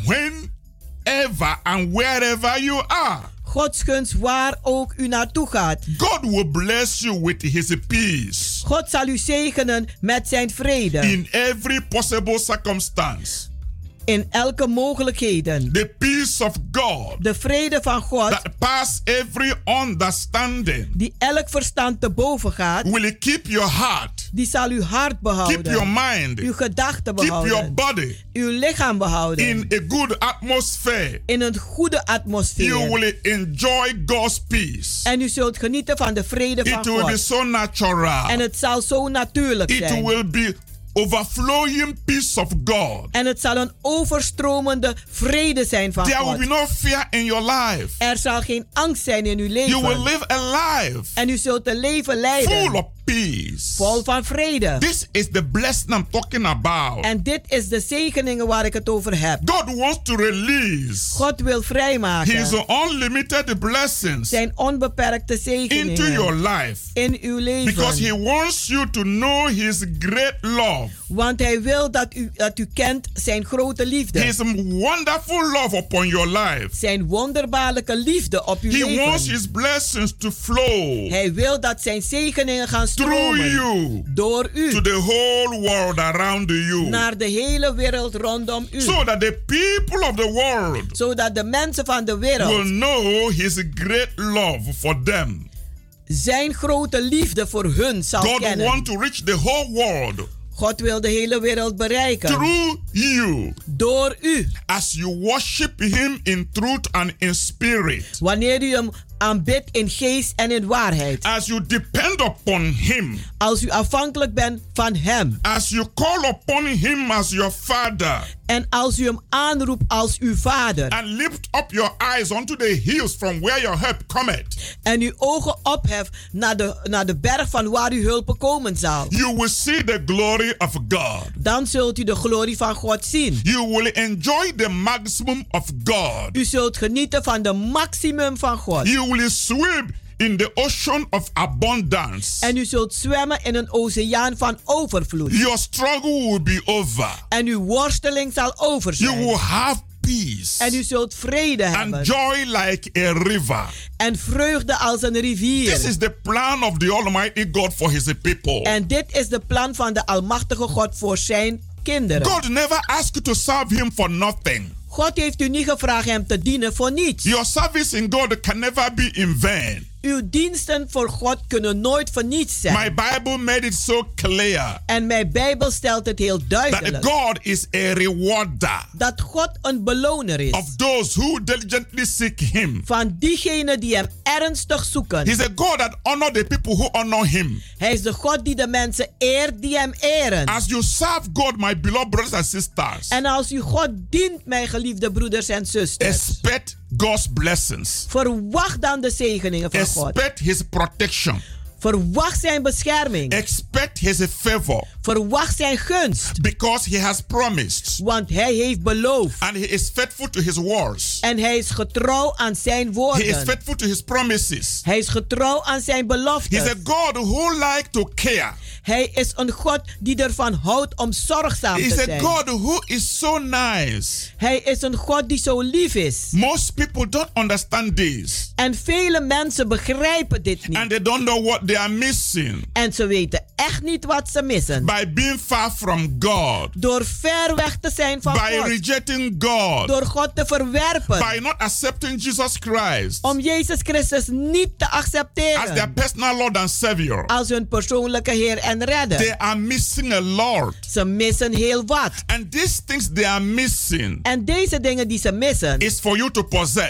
whenever and wherever you are. Gods gunst waar ook u naartoe gaat. God will bless you with his peace. God zal u zegenen met zijn vrede. In every possible circumstance. In elke mogelijkheden. The peace of God. De vrede van God. That pass every understanding. Die elk verstand te boven gaat. Will keep your heart. Die zal uw hart behouden. Keep your mind. Uw gedachten behouden. Keep your body. Uw lichaam behouden. In a good atmosphere. In een goede atmosfeer. You will enjoy God's peace. En u zult genieten van de vrede van It God. will be so natural. En het zal zo natuurlijk It zijn. It will be overflowing peace of God. En het zal een overstromende vrede zijn van There God. will be no fear in your life. Er zal geen angst zijn in uw leven. You will live a life. En u zult een leven leiden. Full of peace. Vol van vrede. This is the blessing I'm talking about. En dit is de zegeningen waar ik het over heb. God wants to release. God wil vrijmaken. His unlimited blessings. Zijn onbeperkte zegeningen. Into your life. In uw leven. Because he wants you to know his great love. Want hij wil dat u, dat u kent zijn grote liefde. His wonderful love upon your life. Zijn wonderbaarlijke liefde op uw he leven. He wants his blessings to flow. Hij wil dat zijn zegeningen gaan stromen. Through you. Door u. To the whole world around you. Naar de hele wereld rondom u. So that the people of the world. Zodat de mensen van de wereld. Will know his great love for them. Zijn grote liefde voor hun zal God kennen. God wants to reach the whole world. God wil de hele wereld bereiken. Through you. Door u. As you worship him in truth and in spirit. Wanneer u hem aanbidt in geest en in waarheid. As you depend upon him. Als u afhankelijk bent van hem. As you call upon him as your father. En als u hem aanroept als uw vader. And lift up your eyes unto the hills from where your help cometh. En uw ogen opheft naar de, naar de berg van waar uw hulp komen zal. You will see the glory of God. Dan zult u de glorie van God zien. You will enjoy the maximum of God. U zult genieten van de maximum van God. You will swim in the ocean of abundance. En u zult zwemmen in een oceaan van overvloed. Your struggle will be over. En uw worsteling zal over zijn. You will have peace. En u zult vrede hebben. And joy like a river. En vreugde als een rivier. This is the plan of the Almighty God for his people. En dit is de plan van de Almachtige God voor zijn kinderen. God never asked you to serve him for nothing. God heeft u niet gevraagd hem te dienen voor niets. Your service in God can never be in vain. Uw diensten voor God kunnen nooit voor niets zijn. My Bible made it so clear. En mijn Bijbel stelt het heel duidelijk. That God is a rewarder. Dat God een beloner is. Of those who diligently seek him. Van diegenen die hem ernstig zoeken. He's a God that honor the people who honor him. Hij is de God die de mensen eert die hem eren. As you serve God, my beloved brothers and sisters. En als u God dient, mijn geliefde broeders en zusters. Expect God's blessings. Verwacht dan de zegeningen van God. Expect his protection. Verwacht zijn bescherming. Expect his favor. Verwacht zijn gunst. Because he has promised. Want hij heeft beloofd. And he is faithful to his words. En hij is getrouw aan zijn woorden. He is faithful to his promises. Hij is getrouw aan zijn beloftes. He's a God who like to care. Hij is een God die ervan houdt om zorgzaam He's te zijn. He's a God who is so nice. Hij is een God die zo lief is. Most people don't understand this. En vele mensen begrijpen dit niet. And they don't know what they are missing. En ze weten echt niet wat ze missen. By being far from God. Door ver weg te zijn van By God. By rejecting God. Door God te verwerpen. By not accepting Jesus Christ. Om Jezus Christus niet te accepteren. As their personal Lord and Savior. Als hun persoonlijke Heer en Redder. They are missing a lot. Ze missen heel wat. And these things they are missing. En deze dingen die ze missen. Is for you to possess.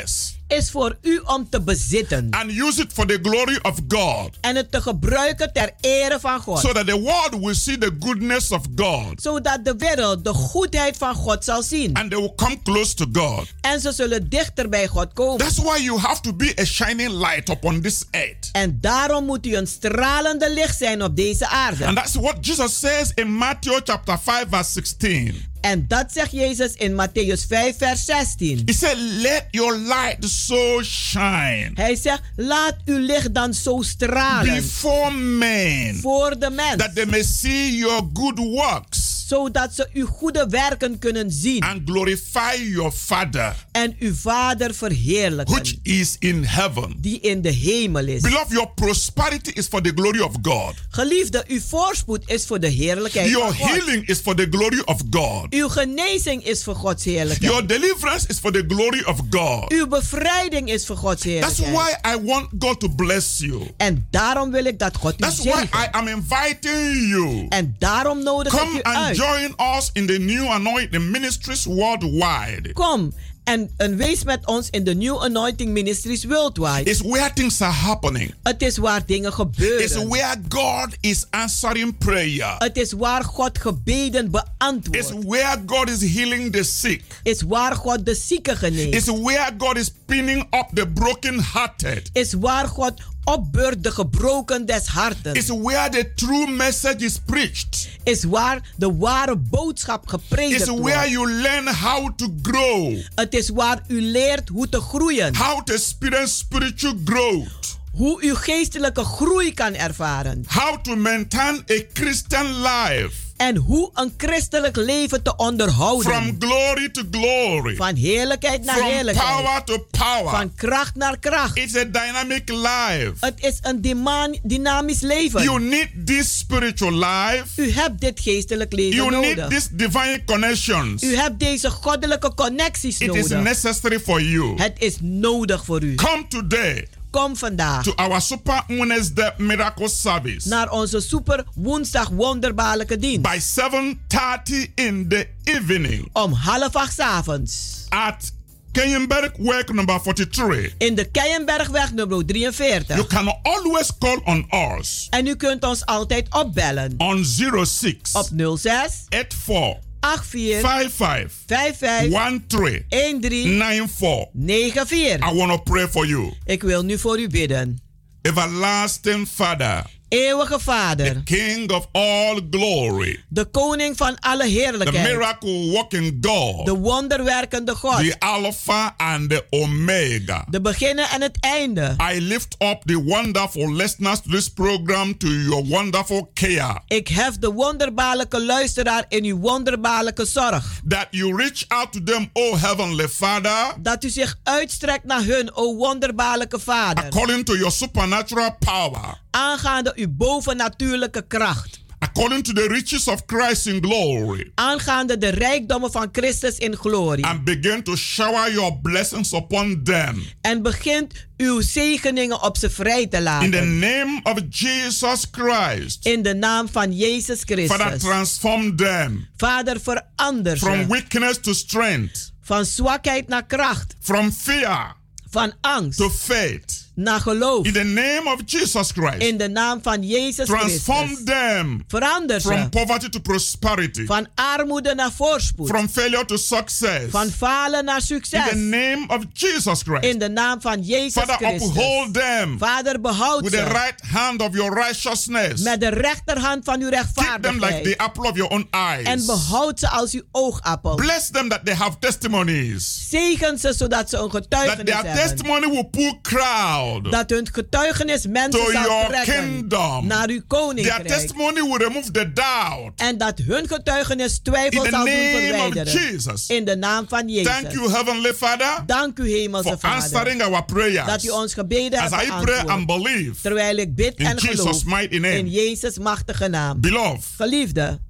is voor u om te bezitten. And use it for the glory of God. En het te gebruiken ter ere van God. So that the world will see the goodness of God. Zodat de wereld de goedheid van God zal zien. And they will come close to God. En ze zullen dichter bij God komen. That's why you have to be a shining light upon this earth. En daarom moet u een stralende licht zijn op deze aarde. And that's what Jesus says in Matthew chapter five verse sixteen. En dat zegt Jezus in Matthäus vijf vers zestien. He said, let your light so shine. Hij zegt, laat uw licht dan zo stralen. Before men. Voor de mens. That they may see your good works. Zodat ze uw goede werken kunnen zien. And glorify your Father. En uw Vader verheerlijken. Which is in heaven. Die in de hemel is. Beloved, your prosperity is for the glory of God. Geliefde, uw voorspoed is voor de heerlijkheid your van God. Your healing is for the glory of God. Uw genezing is voor Gods heerlijkheid. Your deliverance is for the glory of God. Uw bevrijding is voor Gods heerlijkheid. That's why I want God to bless you. En daarom wil ik dat God u That's zegent. why I am inviting you. En daarom nodig Come ik u and uit. Join us in the new anointing ministries worldwide. Kom en, en wees met ons in de New Anointing Ministries worldwide. It's where things are happening. Het is waar dingen gebeuren. It's where God is answering prayer. Het is waar God gebeden beantwoordt. It's where God is healing the sick. Is waar God de zieken geneest. It's where God is pinning up the broken-hearted. Is waar God opbeurt de gebroken des harten. It's where the true message is preached. Is waar de ware boodschap gepredikt wordt. It's where you learn how to grow. Het is waar u leert hoe te groeien. How to experience spiritual growth. Hoe u geestelijke groei kan ervaren. How to maintain a Christian life. En hoe een christelijk leven te onderhouden. From glory to glory. Van heerlijkheid naar From heerlijkheid. Power to power. Van kracht naar kracht. It's a dynamic life. Het is een dynamisch leven. You need this spiritual life. U hebt dit geestelijk leven you nodig. You need these divine connections. U hebt deze goddelijke connecties It nodig. It is necessary for you. Het is nodig voor u. Come today. Kom vandaag to our Super Wednesday Miracle Service. Naar onze super woensdag wonderbaarlijke dienst. By seven thirty in the evening. Om half acht 's avonds. At Keienbergweg number forty-three. In de Keienbergweg nummer drieënveertig. You can always call on us. En u kunt ons altijd opbellen. On zero six. Op nul zes. eight four. acht vier. vijf vijf. vijf vijf. one three. een drie. nine four. negen vier. I want to pray for you. Ik wil nu voor u bidden. Everlasting Father. Eeuwige Vader. The King of all glory. De koning van alle heerlijkheid. The miracle working God. De wonderwerkende God. The Alpha and the Omega. De beginnen en het einde. I lift up the wonderful listeners to this program to your wonderful care. Ik hef de wonderbaarlijke luisteraar in uw wonderbaarlijke zorg. That you reach out to them, O Heavenly Father. Dat u zich uitstrekt naar hun, o wonderbaarlijke Vader. According to your supernatural power. Aangaande uw bovennatuurlijke kracht. According to the riches of Christ in glory. Aangaande de rijkdommen van Christus in glorie. And begin to shower your blessings upon them. En begint uw zegeningen op ze vrij te laten. In the name of Jesus Christ. In de naam van Jezus Christus. Father, transform them. Vader, verander ze. From weakness to strength. Van zwakheid naar kracht. From fear. Van angst. To faith. Naar geloof. In the name of Jesus Christ. In de naam van Jezus Transform Christus. them. Verander ze. From poverty to prosperity. Van armoede naar voorspoed. From failure to success. Van falen naar succes. In the name of Jesus Christ. In de naam van Jezus Father, Christus. uphold them. Vader, behoud with ze. the right hand of your righteousness. Met de rechterhand van uw rechtvaardigheid. Keep them like the apple of your own eyes. En behoud ze als uw oogappel. Bless them that they have testimonies. Zegen ze zodat ze een getuigenis that their hebben. testimony will pull crowd. Dat hun getuigenis mensen to zal your trekken kingdom. naar uw koninkrijk. Their testimony will remove the doubt. En dat hun getuigenis twijfel In the zal doen name verwijderen. of Jesus. In de naam van Jezus. Thank you, Heavenly Father. Dank u, Hemelse for Vader. answering our prayers. Dat u ons gebeden As hebt I pray beantwoord. and believe. Terwijl ik bid in en Jesus' geloof. mighty name. In Jezus machtige naam. Beloved. Geliefde.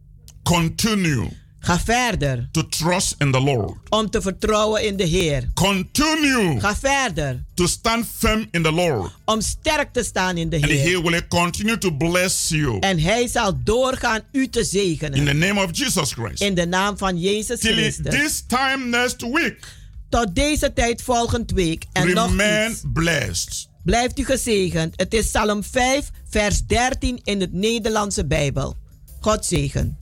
Continue. Ga verder. To trust in the Lord. Om te vertrouwen in de Heer. Continue. Ga verder. To stand firm in the Lord. Om sterk te staan in de Heer. And He will continue to bless you. En Hij zal doorgaan u te zegenen. In the name of Jesus Christ. In de naam van Jezus Till Christus. this time next week. Tot deze tijd volgende week. En nog iets. Blessed. Blijft u gezegend. Het is Psalm vijf, vers dertien in het Nederlandse Bijbel. God zegen.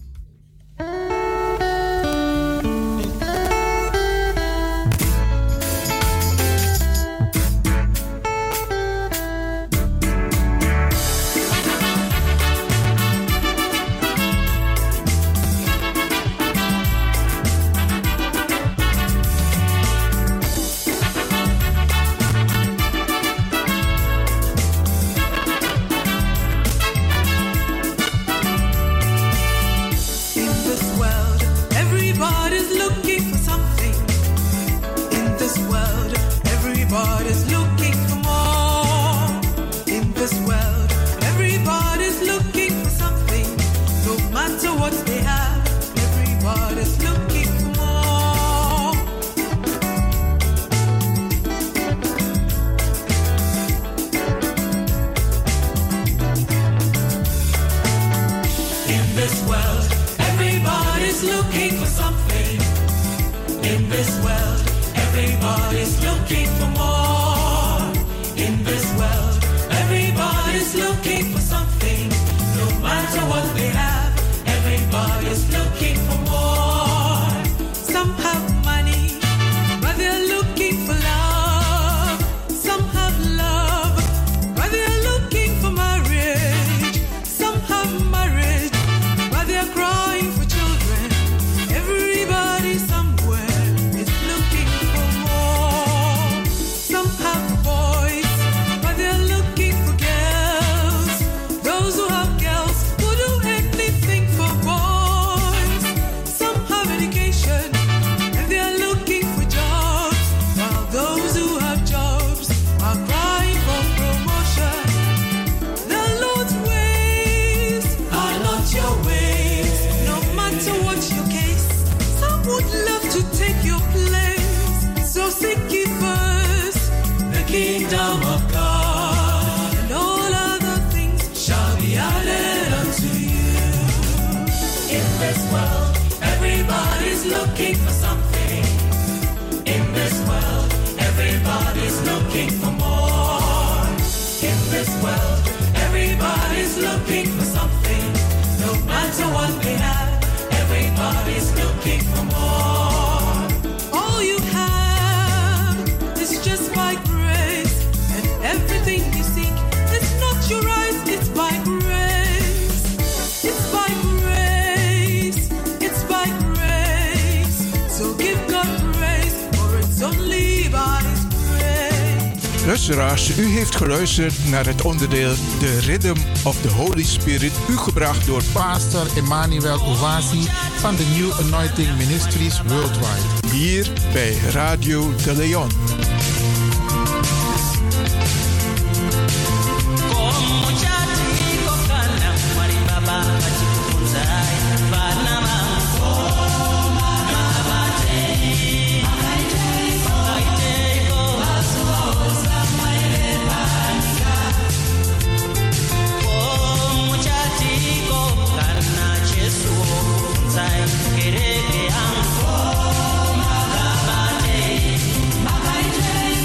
Luisteraars, u heeft geluisterd naar het onderdeel The Rhythm of the Holy Spirit, u gebracht door Pastor Emmanuel Owasi van de New Anointing Ministries Worldwide. Hier bij Radio de Leon. Kereke ang oh, magabate, magabate.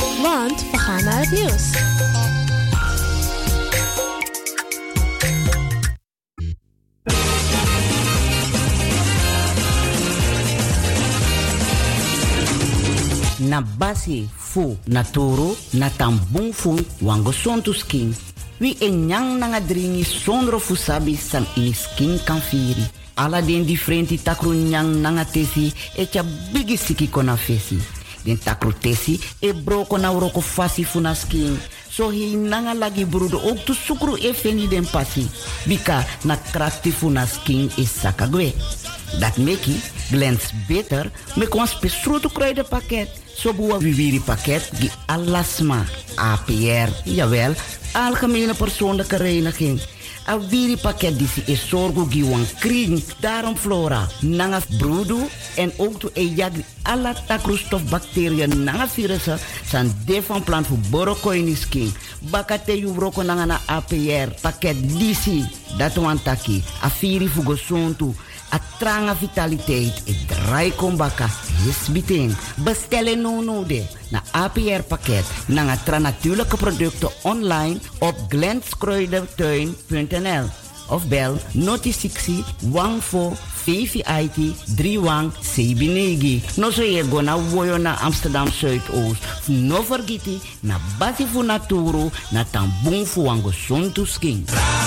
Want we gaan naar het nieuws. Na basi fu naturo na tambung fu wango sontu skin. Wi enyang nanga dringi sondro fu sabi san ini skin kan firi. Ala den differenti takru nyang nanga tesi e cha bigi siki kona fesi. Den takru tesi e broko na uroko fasi fu na skin. So hi nanga lagi brudo ook tu sukru e feni den pasi. Bika na krakti fu na skin is sakagwe. Dat meki glans beter me kon spesruto kruiden pakket. So buwa viviri pakket die alasma A P R, jawel, algemene persoonlijke reiniging. A viri pakket die si is zorgo giwan kring, daarom flora, nanga brudu en ook to e jagri alla takroestof bacteriën nanga virussen san de van plant voor borokoini skin. Bakate yu broko nanga na A P R pakket die si, dat wan taki, a viri fugo sontu. A tranga vitaliteit, e draai kombaka, is biting. Bestellen no no de, na A P R pakket, na nga tra natuurlijke producten online op glenskruidentuin punt n l. Of bel noti sixty one four V V I T three one Sebinegi. No so je go na woyo na Amsterdam Zuidoost. No vergiti na basi fu naturo na tambung fu wango sontu skin.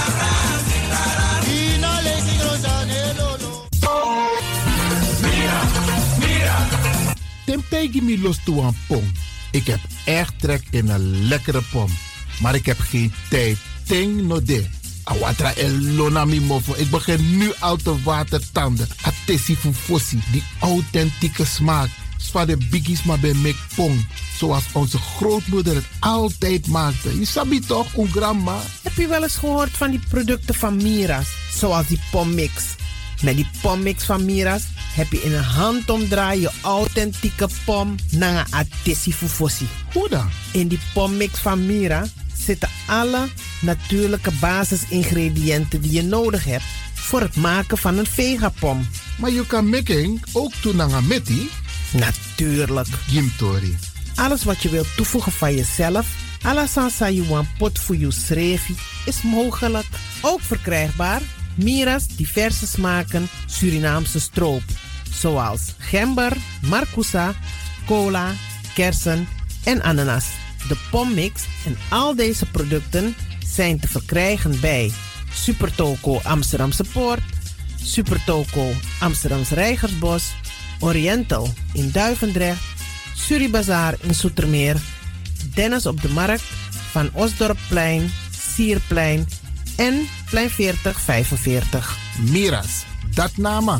Temptegi mi los toe aan pom. Ik heb echt trek in een lekkere pom. Maar ik heb geen tijd. Ting no de. Awatra elona mi mofo. Ik begin nu al te watertanden. Atesi fufosi. Die authentieke smaak. Zwa de biggies maar bij mek pom. Zoals onze grootmoeder het altijd maakte. Je sabi toch, een grandma? Heb je wel eens gehoord van die producten van Mira's? Zoals die pommix. Met die pommix van Mira's heb je in een handomdraai je authentieke pom naar een atesi fufosi. Hoe dan? In die pommix van Mira zitten alle natuurlijke basisingrediënten die je nodig hebt voor het maken van een vegapom. Maar je kan making ook doen naar een meti? Natuurlijk. Gimtori. Alles wat je wilt toevoegen van jezelf, alla sansa you want pot voor je schreefie, is mogelijk. Ook verkrijgbaar Mira's diverse smaken Surinaamse stroop. Zoals gember, marcousa, cola, kersen en ananas. De pommix en al deze producten zijn te verkrijgen bij Supertoco Amsterdamse Poort, Supertoco Amsterdamse Reigersbos, Oriental in Duivendrecht, Suribazaar in Zoetermeer, Dennis op de Markt, Van Osdorpplein, Sierplein en Plein veertig vijfenveertig. Mira's, dat naam.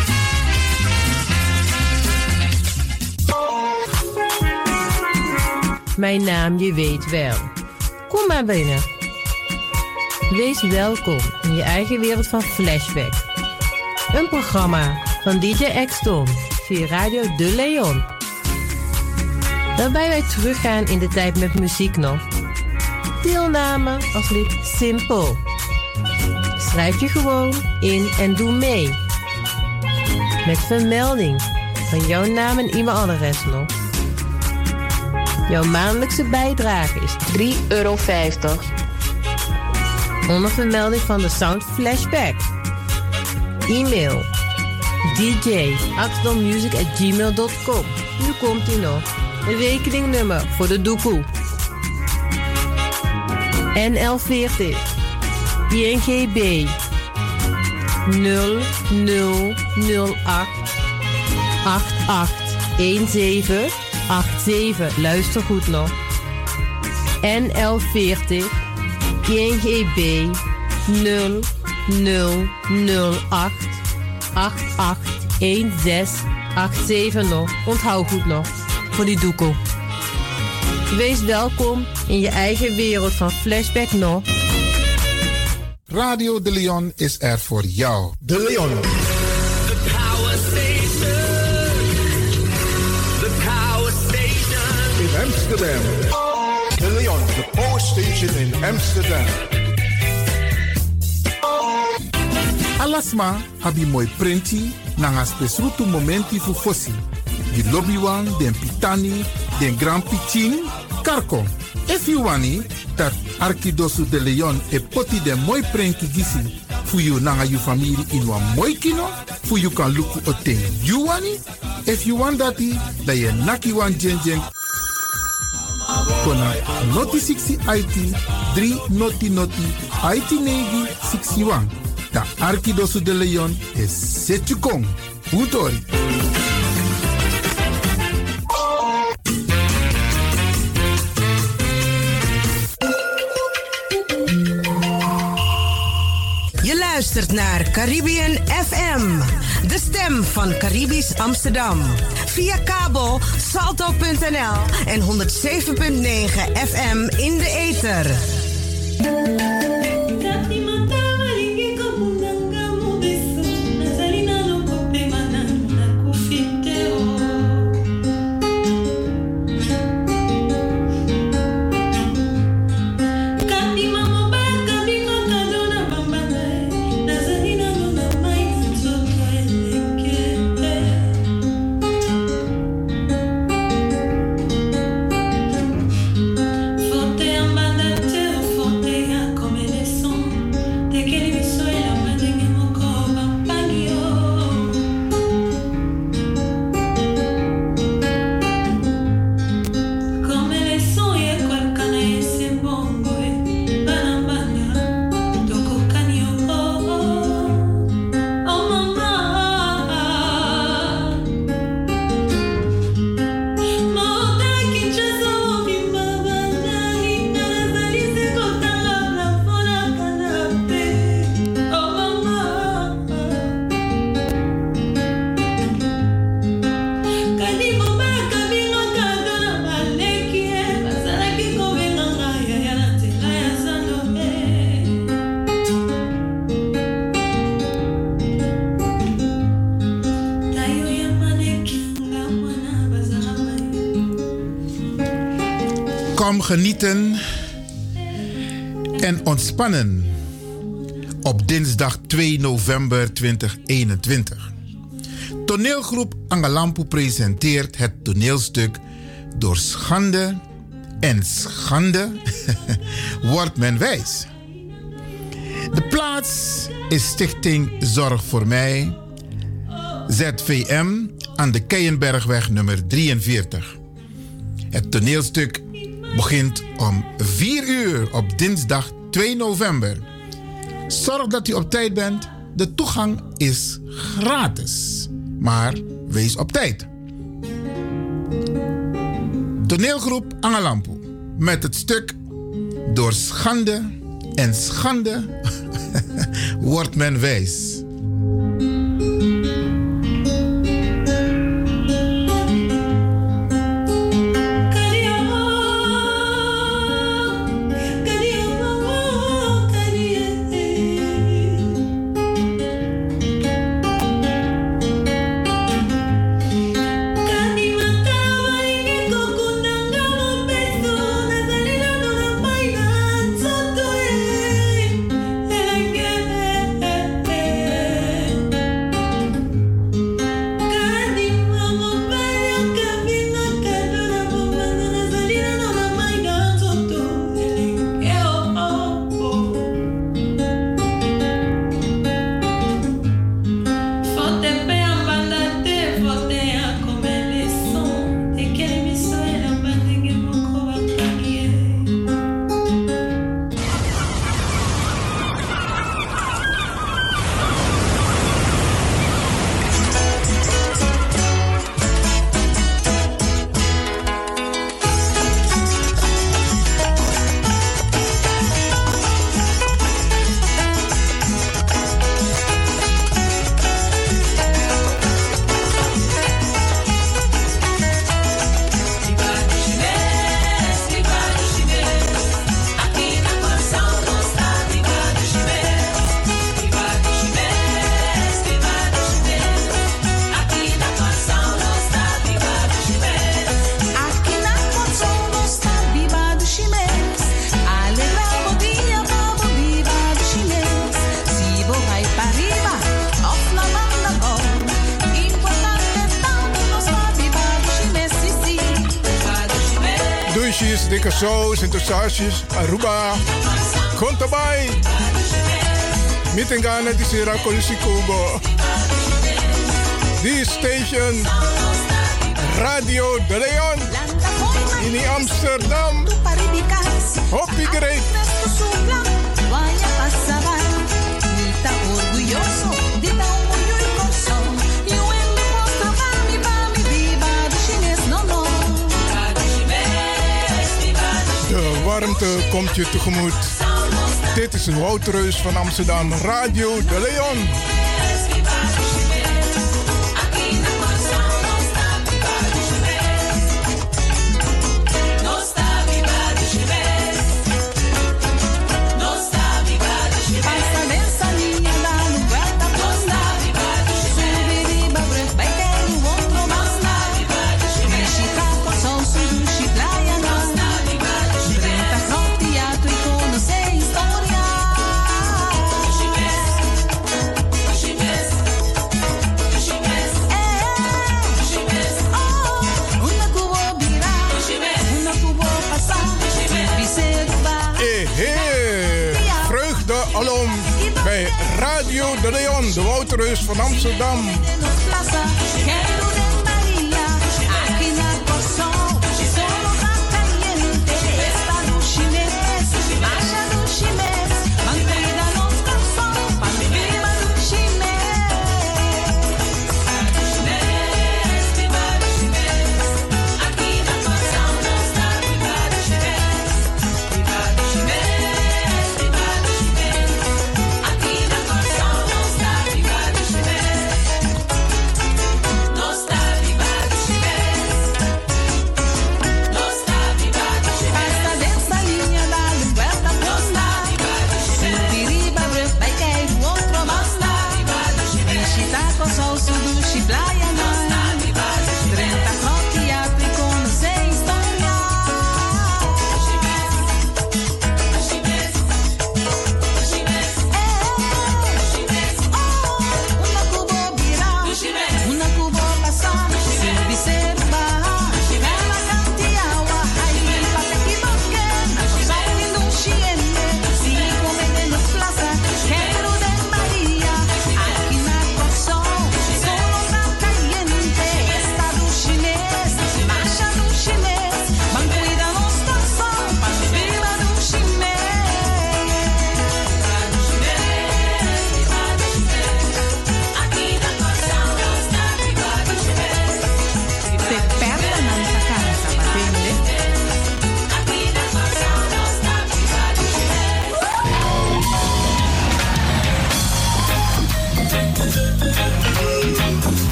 Mijn naam, je weet wel. Kom maar binnen. Wees welkom in je eigen wereld van Flashback. Een programma van D J X-Don via Radio De Leon. Waarbij wij teruggaan in de tijd met muziek nog. Deelname als lid simpel. Schrijf je gewoon in en doe mee. Met vermelding van jouw naam en e-mailadres nog. Jouw maandelijkse bijdrage is drie euro vijftig. Onder vermelding van de Sound Flashback. E-mail d j axdonmusic at gmail dot com. Nu komt ie nog. Een rekeningnummer voor de doekoe. N L veertig I N G B nul nul nul acht acht acht een zeven acht zeven. Luister goed nog. N L veertig I N G B nul nul nul acht acht acht een zes acht zeven nog. Onthoud goed nog. Voor die doekoe. Wees welkom in je eigen wereld van Flashback nog. Radio De Leon is er voor jou. De Leon. The Power Station. The Power Station. In Amsterdam. De Leon, the Power Station in Amsterdam. Alasma habi mooi printi nanga spesrutu momenti fu fossi. Di lobby wan, den pitani, den grand pitin Karko, if you wani dat Arkidosu de Leon e poti de moi prenki gisi fu you nanga you family in wa moi kino, fu you kan luku oten you wani. If you want dati, da ye naki wan jen jen kona noti sixty I T three noti noti I T negi sixty-one. Da Arkidosu de Leon is setjukong. Utori. Je luistert naar Caribbean F M, de stem van Caribisch Amsterdam. Via kabel salto punt n l en honderd zeven punt negen F M in de ether. Kom genieten en ontspannen op dinsdag twee november tweeduizend eenentwintig. Toneelgroep Angalampu presenteert het toneelstuk Door schande en schande wordt men wijs. De plaats is Stichting Zorg voor Mij, Z V M, aan de Keienbergweg nummer drieënveertig. Het toneelstuk begint om vier uur op dinsdag twee november. Zorg dat u op tijd bent. De toegang is gratis. Maar wees op tijd. Toneelgroep Angalampu met het stuk Door schande en schande wordt men wijs. Yeah. dikke saus, en sausjes, Aruba, Kontabai. Mitengana di Sira Kolusikobo. This station, Radio De Leon, in Amsterdam. Hoppie great. De warmte komt je tegemoet. Dit is een Woutreus van Amsterdam, Radio De Leon. Alom bij Radio De Leon, de Woutreus van Amsterdam.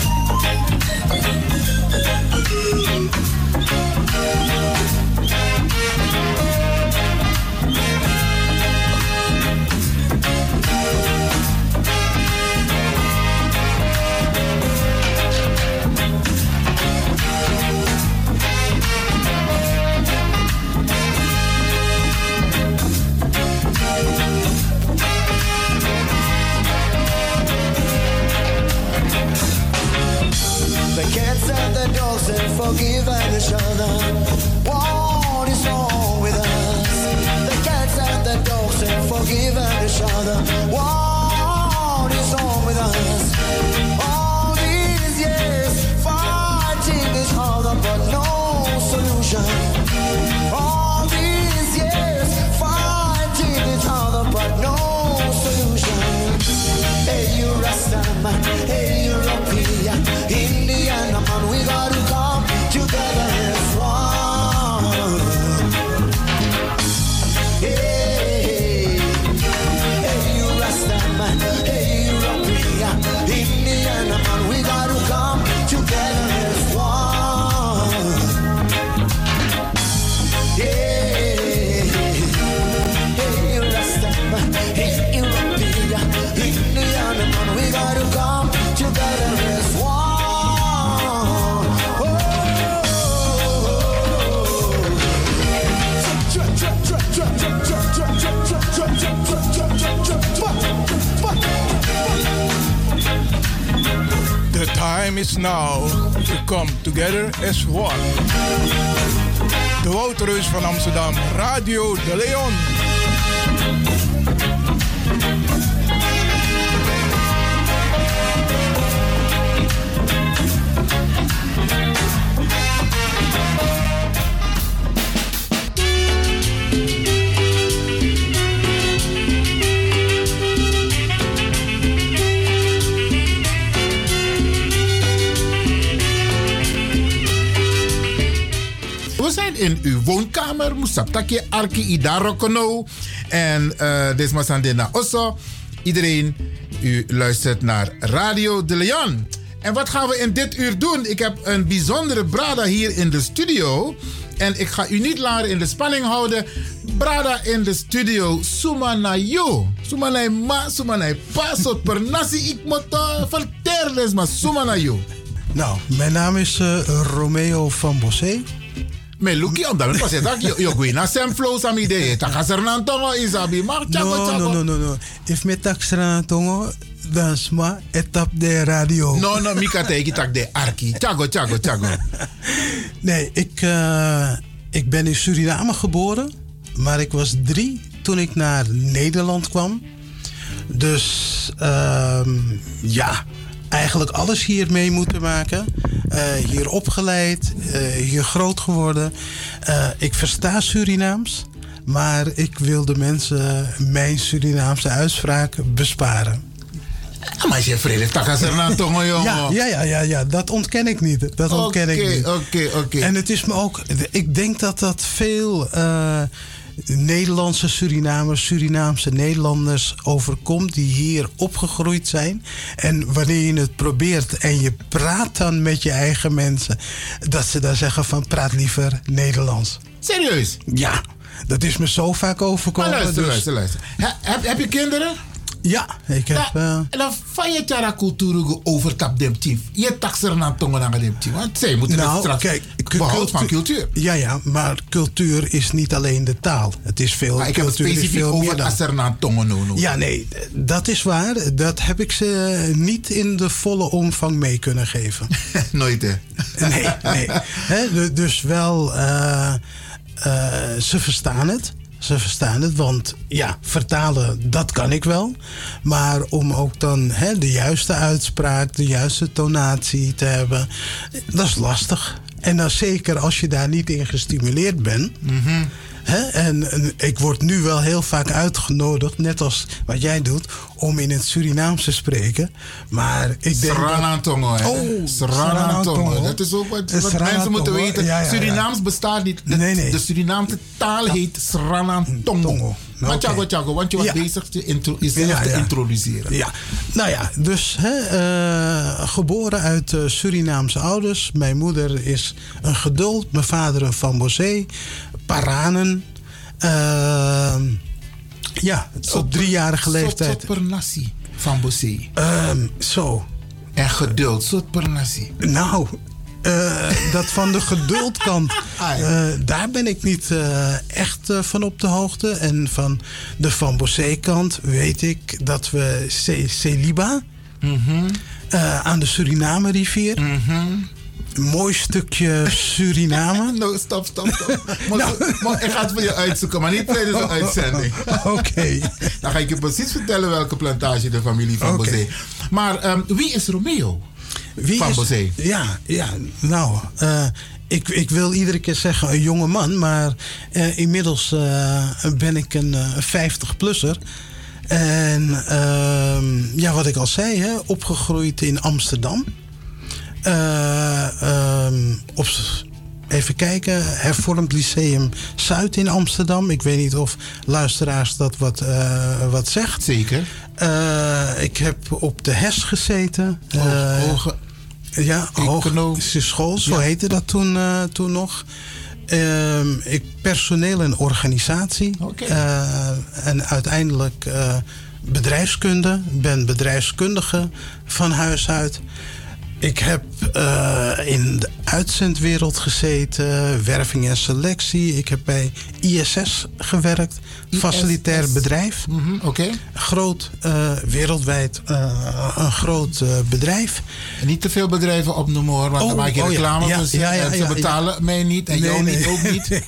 Japanese. forgiven each other. What is wrong with us? The cats and the dogs have forgiven each other. What is wrong with us? All these years fighting each other, but no solution. All these years fighting each other, but no solution. Hey, you Rastaman, hey, European, Indian man, we gotta come together as one. Hey, hey, you Rastaman, hey, European, Indian man, we gotta come together as one. Yeah, hey, you Rastaman, hey, European, Indian man, we gotta come together as one. The time is now to come together as one. De Woudreus van Amsterdam, Radio de Leon. We zijn in uw woonkamer. Musaptaki Arki Idarokono. En uh, Desmasandena Osso. Iedereen, u luistert naar Radio de Leon. En wat gaan we in dit uur doen? Ik heb een bijzondere brada hier in de studio. En ik ga u niet langer in de spanning houden. Brada in de studio. Sumanayo. Sumanay ma, sumanay pa. Sot per nasi ik moet vertellen. Desma Sumanayo. Nou, mijn naam is uh, Romeo van Bossé. Me luki omdat ik pas zeg yo yo gui na sem flow sam idee. Ta kasern tongo isabi maar chago No, chago. no, no, no, no. If me taksran tongo, dan sma etap de radio. No, no, mika teki tak de arki. Chago chago chago. Nee, ik, uh, ik ben in Suriname geboren, maar ik was drie toen ik naar Nederland kwam. Dus uh, ja, eigenlijk alles hier mee moeten maken. Uh, hier opgeleid, uh, hier groot geworden. Uh, ik versta Surinaams, maar ik wil de mensen mijn Surinaamse uitspraak besparen. Maar je vrede takas er na tongo jongen. Ja, ja, ja, ja, ja, dat ontken ik niet. Dat ontken Oké, ik niet. oké, oké. En het is me ook, ik denk dat dat veel uh, Nederlandse Surinamers, Surinaamse Nederlanders overkomt die hier opgegroeid zijn. En wanneer je het probeert en je praat dan met je eigen mensen, dat ze dan zeggen van praat liever Nederlands. Serieus? Ja, dat is me zo vaak overkomen. Maar luister, dus- luister, luister. He, heb, heb je kinderen? Ja, ik heb... Uh, En dan van je tjara cultuur overtap dem tief. Je taxer na tongen aan dem tief. Want zij moeten nou, het straks kijk, behoud van cultuur. Ja, ja, maar cultuur is niet alleen de taal. Het is veel, Maar ik heb het cultuur is specifiek veel meer over dan. als er na tongen no, no. Ja, nee, dat is waar. Dat heb ik ze niet in de volle omvang mee kunnen geven. Nooit, hè? Nee, nee. He, du- dus wel, uh, uh, ze verstaan het. Ze verstaan het, want ja, vertalen, dat kan ik wel. Maar om ook dan hè, de juiste uitspraak, de juiste tonatie te hebben, dat is lastig. En dan zeker als je daar niet in gestimuleerd bent. Mm-hmm. Hè? En, en ik word nu wel heel vaak uitgenodigd, net als wat jij doet, om in het Surinaams te spreken. Maar ik denk. Sranantongo, hè? Oh, Sranantongo. Dat is ook wat, wat mensen moeten weten. Ja, ja, ja. Surinaams bestaat niet. De, Nee, nee. de Surinaamse taal heet Sranantongo. Maar Oké. Tjago, Tjago, want je was Ja. bezig te intro- jezelf Ja, te ja. introduceren. Ja, nou ja, dus hè, eh, geboren uit uh, Surinaamse ouders. Mijn moeder is een geduld, mijn vader een Van Bossé, Paranen. Uh, ja, op driejarige leeftijd. Sot per nasi van Bossé. Um, zo. En geduld, sot per nasi. Nou, uh, dat van de geduldkant, uh, daar ben ik niet uh, echt uh, van op de hoogte. En van de Van Bossé-kant weet ik dat we Ce- Celiba, Mm-hmm. uh, aan de Suriname-rivier. Mm-hmm. Een mooi stukje Suriname. No, stop, stop, stop. nou. Maar, ik ga het voor je uitzoeken, maar niet tijdens de uitzending. Oké. Okay. Dan ga ik je precies vertellen welke plantage de familie Van okay. Bosé. Maar um, wie is Romeo wie Van is, Bosé? Ja, ja, nou... Uh, Ik, ik wil iedere keer zeggen een jonge man, maar uh, inmiddels uh, ben ik een vijftig-plusser. En uh, ja, wat ik al zei, hè, opgegroeid in Amsterdam. Uh, uh, op, even kijken, Hervormd Lyceum Zuid in Amsterdam. Ik weet niet of luisteraars dat wat, uh, wat zegt. Zeker. Uh, ik heb op de H E S gezeten. Uh, Hoge... Ja, Hogeschool, school, zo ja. heette dat toen, uh, toen nog. Uh, ik personeel en organisatie. Okay. Uh, en uiteindelijk uh, bedrijfskunde. Ik ben bedrijfskundige van huis uit. Ik heb uh, in de uitzendwereld gezeten, werving en selectie. Ik heb bij I S S gewerkt, I S S facilitair bedrijf. Mm-hmm, Oké. Okay. Groot, uh, wereldwijd uh, een groot uh, bedrijf. En niet te veel bedrijven opnoemen hoor, want oh, dan maak je reclame oh, ja. voor ja, ja, ja, en ze ja, betalen ja. mij niet en nee, jou nee. niet, ook niet.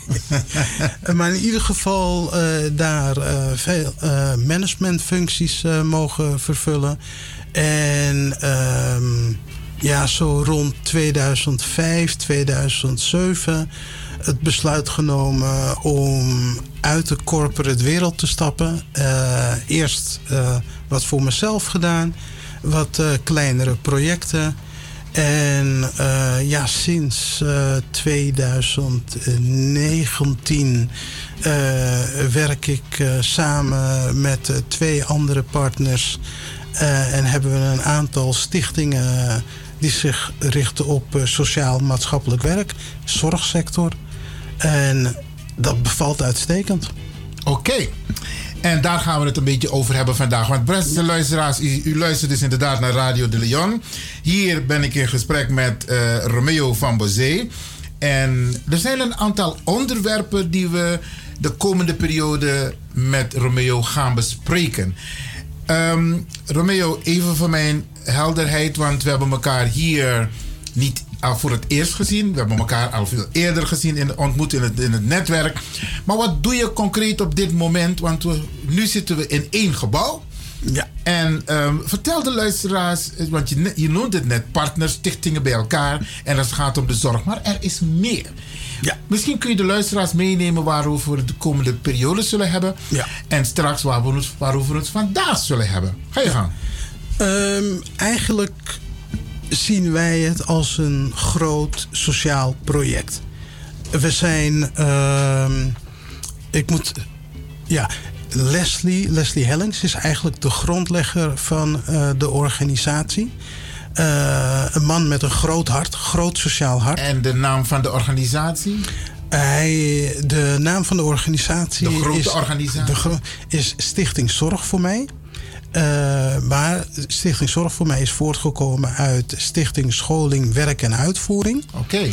Maar in ieder geval uh, daar uh, veel uh, managementfuncties uh, mogen vervullen. En... Uh, Ja, zo rond tweeduizend vijf, tweeduizend zeven het besluit genomen om uit de corporate wereld te stappen. Uh, eerst uh, wat voor mezelf gedaan, wat uh, kleinere projecten. En uh, ja, sinds uh, tweeduizend negentien uh, werk ik uh, samen met uh, twee andere partners. Uh, en hebben we een aantal stichtingen uh, die zich richten op uh, sociaal-maatschappelijk werk, zorgsector. En dat bevalt uitstekend. Oké. Okay. En daar gaan we het een beetje over hebben vandaag. Want beste luisteraars, u, u luistert dus inderdaad naar Radio de Leon. Hier ben ik in gesprek met uh, Romeo Van Bosé. En er zijn een aantal onderwerpen die we de komende periode met Romeo gaan bespreken. Um, Romeo, even voor mijn helderheid, want we hebben elkaar hier niet al voor het eerst gezien. We hebben elkaar al veel eerder gezien, in, ontmoet in het, in het netwerk. Maar wat doe je concreet op dit moment? Want we, nu zitten we in één gebouw. Ja. En um, vertel de luisteraars, want je, je noemt het net, partners, stichtingen bij elkaar. En dat gaat om de zorg. Maar er is meer. Ja. Misschien kun je de luisteraars meenemen waarover we de komende periode zullen hebben. Ja. En straks waarover we het, waarover we het vandaag zullen hebben. Ga je gang. Um, eigenlijk zien wij het als een groot sociaal project. We zijn... Um, ik moet... Ja... Leslie, Leslie Hellings is eigenlijk de grondlegger van uh, de organisatie. Uh, een man met een groot hart, groot sociaal hart. En de naam van de organisatie? Hij, de naam van de organisatie, de grote is, organisatie. De gro- is Stichting Zorg voor Mij. Uh, maar Stichting Zorg voor Mij is voortgekomen uit Stichting Scholing, Werk en Uitvoering. Oké. Okay.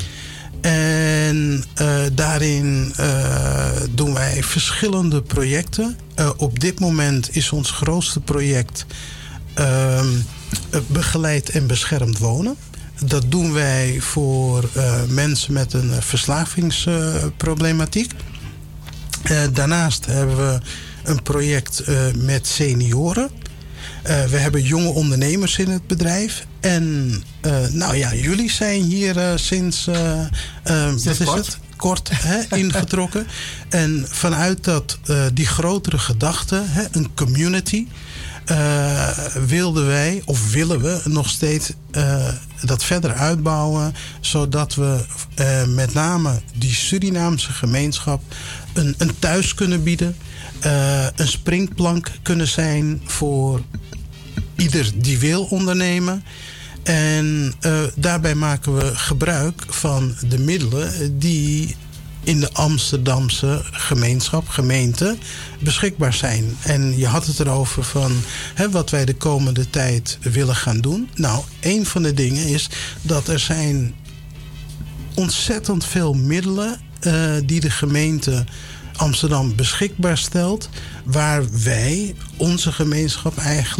En uh, daarin uh, doen wij verschillende projecten. Uh, op dit moment is ons grootste project uh, begeleid en beschermd wonen. Dat doen wij voor uh, mensen met een verslavingsproblematiek. Uh, uh, daarnaast hebben we een project uh, met senioren. Uh, we hebben jonge ondernemers in het bedrijf. En uh, nou ja, jullie zijn hier uh, sinds, uh, uh, sinds wat is kort, het? kort hè, ingetrokken. En vanuit dat, uh, die grotere gedachte, hè, een community, uh, wilden wij, of willen we nog steeds uh, dat verder uitbouwen, zodat we uh, met name die Surinaamse gemeenschap een, een thuis kunnen bieden. Uh, een springplank kunnen zijn voor ieder die wil ondernemen. En uh, daarbij maken we gebruik van de middelen die in de Amsterdamse gemeenschap, gemeente, beschikbaar zijn. En je had het erover van hè, wat wij de komende tijd willen gaan doen. Nou, een van de dingen is dat er zijn ontzettend veel middelen uh, die de gemeente Amsterdam beschikbaar stelt, waar wij, onze gemeenschap, eigenlijk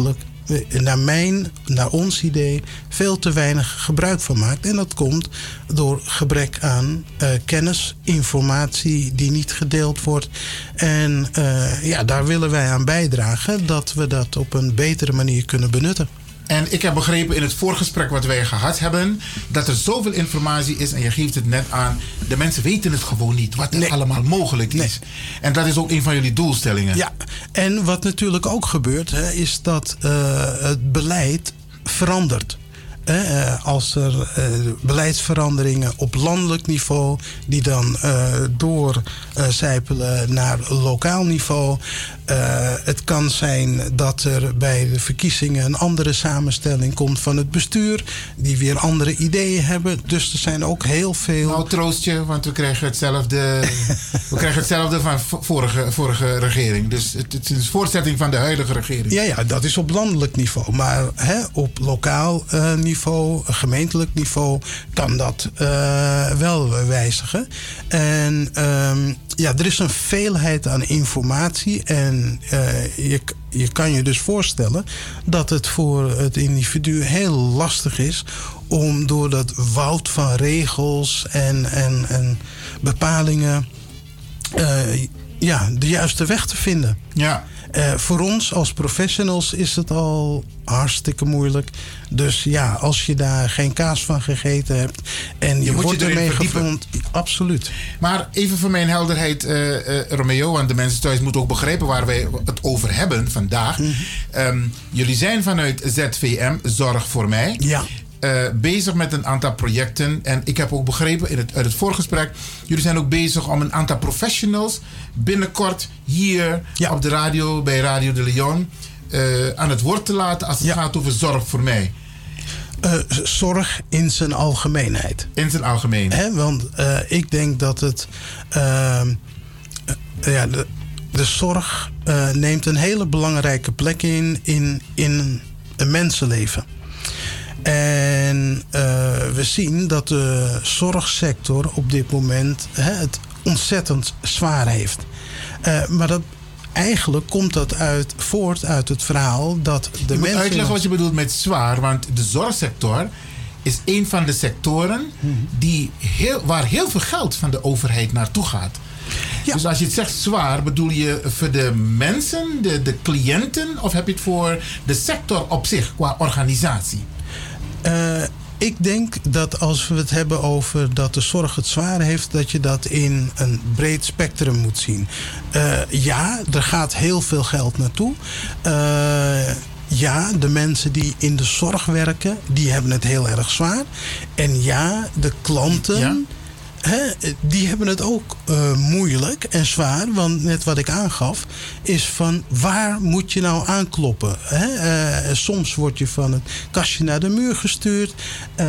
naar mijn, naar ons idee, veel te weinig gebruik van maakt. En dat komt door gebrek aan uh, kennis, informatie die niet gedeeld wordt. En uh, ja, daar willen wij aan bijdragen dat we dat op een betere manier kunnen benutten. En ik heb begrepen in het voorgesprek wat wij gehad hebben, dat er zoveel informatie is, en je geeft het net aan, de mensen weten het gewoon niet, wat er nee. allemaal mogelijk is. Nee. En dat is ook een van jullie doelstellingen. Ja, en wat natuurlijk ook gebeurt, hè, is dat uh, het beleid verandert. Uh, als er uh, beleidsveranderingen op landelijk niveau die dan uh, doorcijpelen uh, naar lokaal niveau. Uh, het kan zijn dat er bij de verkiezingen een andere samenstelling komt van het bestuur, die weer andere ideeën hebben. Dus er zijn ook heel veel. Nou, troost je, want we krijgen hetzelfde, we krijgen hetzelfde van vorige, vorige regering. Dus het, het is een voortzetting van de huidige regering. Ja, ja, dat is op landelijk niveau. Maar hè, op lokaal uh, niveau, gemeentelijk niveau, kan dat uh, wel wijzigen. En um, ja, er is een veelheid aan informatie. En uh, je, je kan je dus voorstellen dat het voor het individu heel lastig is om door dat woud van regels en, en, en bepalingen uh, ja, de juiste weg te vinden. Ja. Uh, voor ons als professionals is het al hartstikke moeilijk. Dus ja, als je daar geen kaas van gegeten hebt en je, je moet wordt je ermee verdiepen. gevoeld, absoluut. Maar even voor mijn helderheid, uh, uh, Romeo, want de mensen thuis moeten ook begrijpen waar wij het over hebben vandaag. Mm-hmm. Um, jullie zijn vanuit Z V M, Zorg voor Mij. Ja. Uh, bezig met een aantal projecten. En ik heb ook begrepen in het, uit het voorgesprek, jullie zijn ook bezig om een aantal professionals binnenkort hier ja. op de radio, bij Radio de Leon, uh, aan het woord te laten als het ja. gaat over Zorg voor Mij. Uh, zorg in zijn algemeenheid. In zijn algemeenheid. He, want uh, ik denk dat het uh, uh, ja, de, de zorg uh, neemt een hele belangrijke plek in, in, in een mensenleven. En uh, we zien dat de zorgsector op dit moment hè, het ontzettend zwaar heeft. Uh, maar dat, eigenlijk komt dat uit, voort uit het verhaal dat de je mensen... moet uitleggen wat je bedoelt met zwaar, want de zorgsector is een van de sectoren die heel, waar heel veel geld van de overheid naartoe gaat. Ja. Dus als je het zegt zwaar, bedoel je voor de mensen, de, de cliënten, of heb je het voor de sector op zich qua organisatie? Uh, ik denk dat als we het hebben over dat de zorg het zwaar heeft, dat je dat in een breed spectrum moet zien. Uh, ja, er gaat heel veel geld naartoe. Uh, ja, de mensen die in de zorg werken, die hebben het heel erg zwaar. En ja, de klanten... Ja? He, die hebben het ook uh, moeilijk en zwaar. Want net wat ik aangaf, is van waar moet je nou aankloppen? He, uh, soms word je van het kastje naar de muur gestuurd. Uh,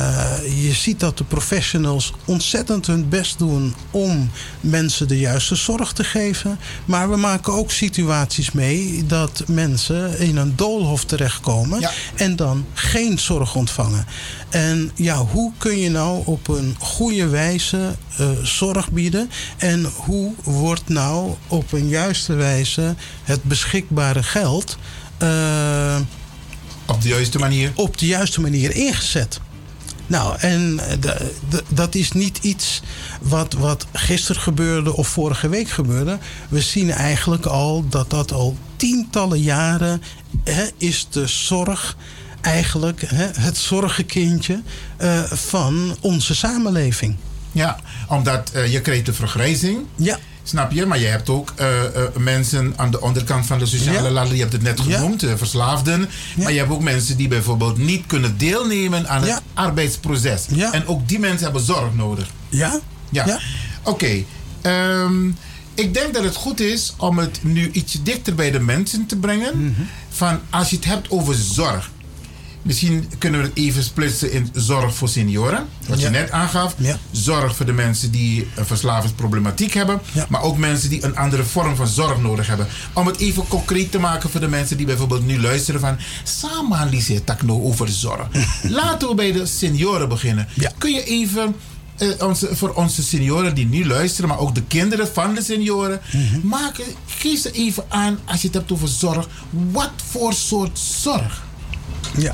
je ziet dat de professionals ontzettend hun best doen om mensen de juiste zorg te geven. Maar we maken ook situaties mee dat mensen in een doolhof terechtkomen. Ja. En dan geen zorg ontvangen. En ja, hoe kun je nou op een goede wijze uh, zorg bieden? En hoe wordt nou op een juiste wijze het beschikbare geld Uh, op de juiste manier? Op de juiste manier ingezet. Nou, en de, de, dat is niet iets wat, wat gisteren gebeurde of vorige week gebeurde. We zien eigenlijk al dat dat al tientallen jaren hè, is de zorg eigenlijk hè, het zorgenkindje uh, van onze samenleving. Ja, omdat uh, je kreeg de vergrijzing. Ja. Snap je? Maar je hebt ook uh, uh, mensen aan de onderkant van de sociale ja. ladder. Je hebt het net genoemd, ja. uh, verslaafden. Ja. Maar je hebt ook mensen die bijvoorbeeld niet kunnen deelnemen aan ja. het arbeidsproces. Ja. En ook die mensen hebben zorg nodig. Ja. Ja. ja. Oké. Okay. Um, ik denk dat het goed is om het nu iets dichter bij de mensen te brengen. Mm-hmm. Van als je het hebt over zorg. Misschien kunnen we het even splitsen in zorg voor senioren. Wat ja. je net aangaf. Ja. Zorg voor de mensen die een verslavingsproblematiek hebben. Ja. Maar ook mensen die een andere vorm van zorg nodig hebben. Om het even concreet te maken voor de mensen die bijvoorbeeld nu luisteren van... Samen liet tak nou over zorg. Laten we bij de senioren beginnen. Ja. Kun je even eh, onze, voor onze senioren die nu luisteren, maar ook de kinderen van de senioren. Mm-hmm. Maak, geef ze even aan, als je het hebt over zorg. Wat voor soort zorg? Ja.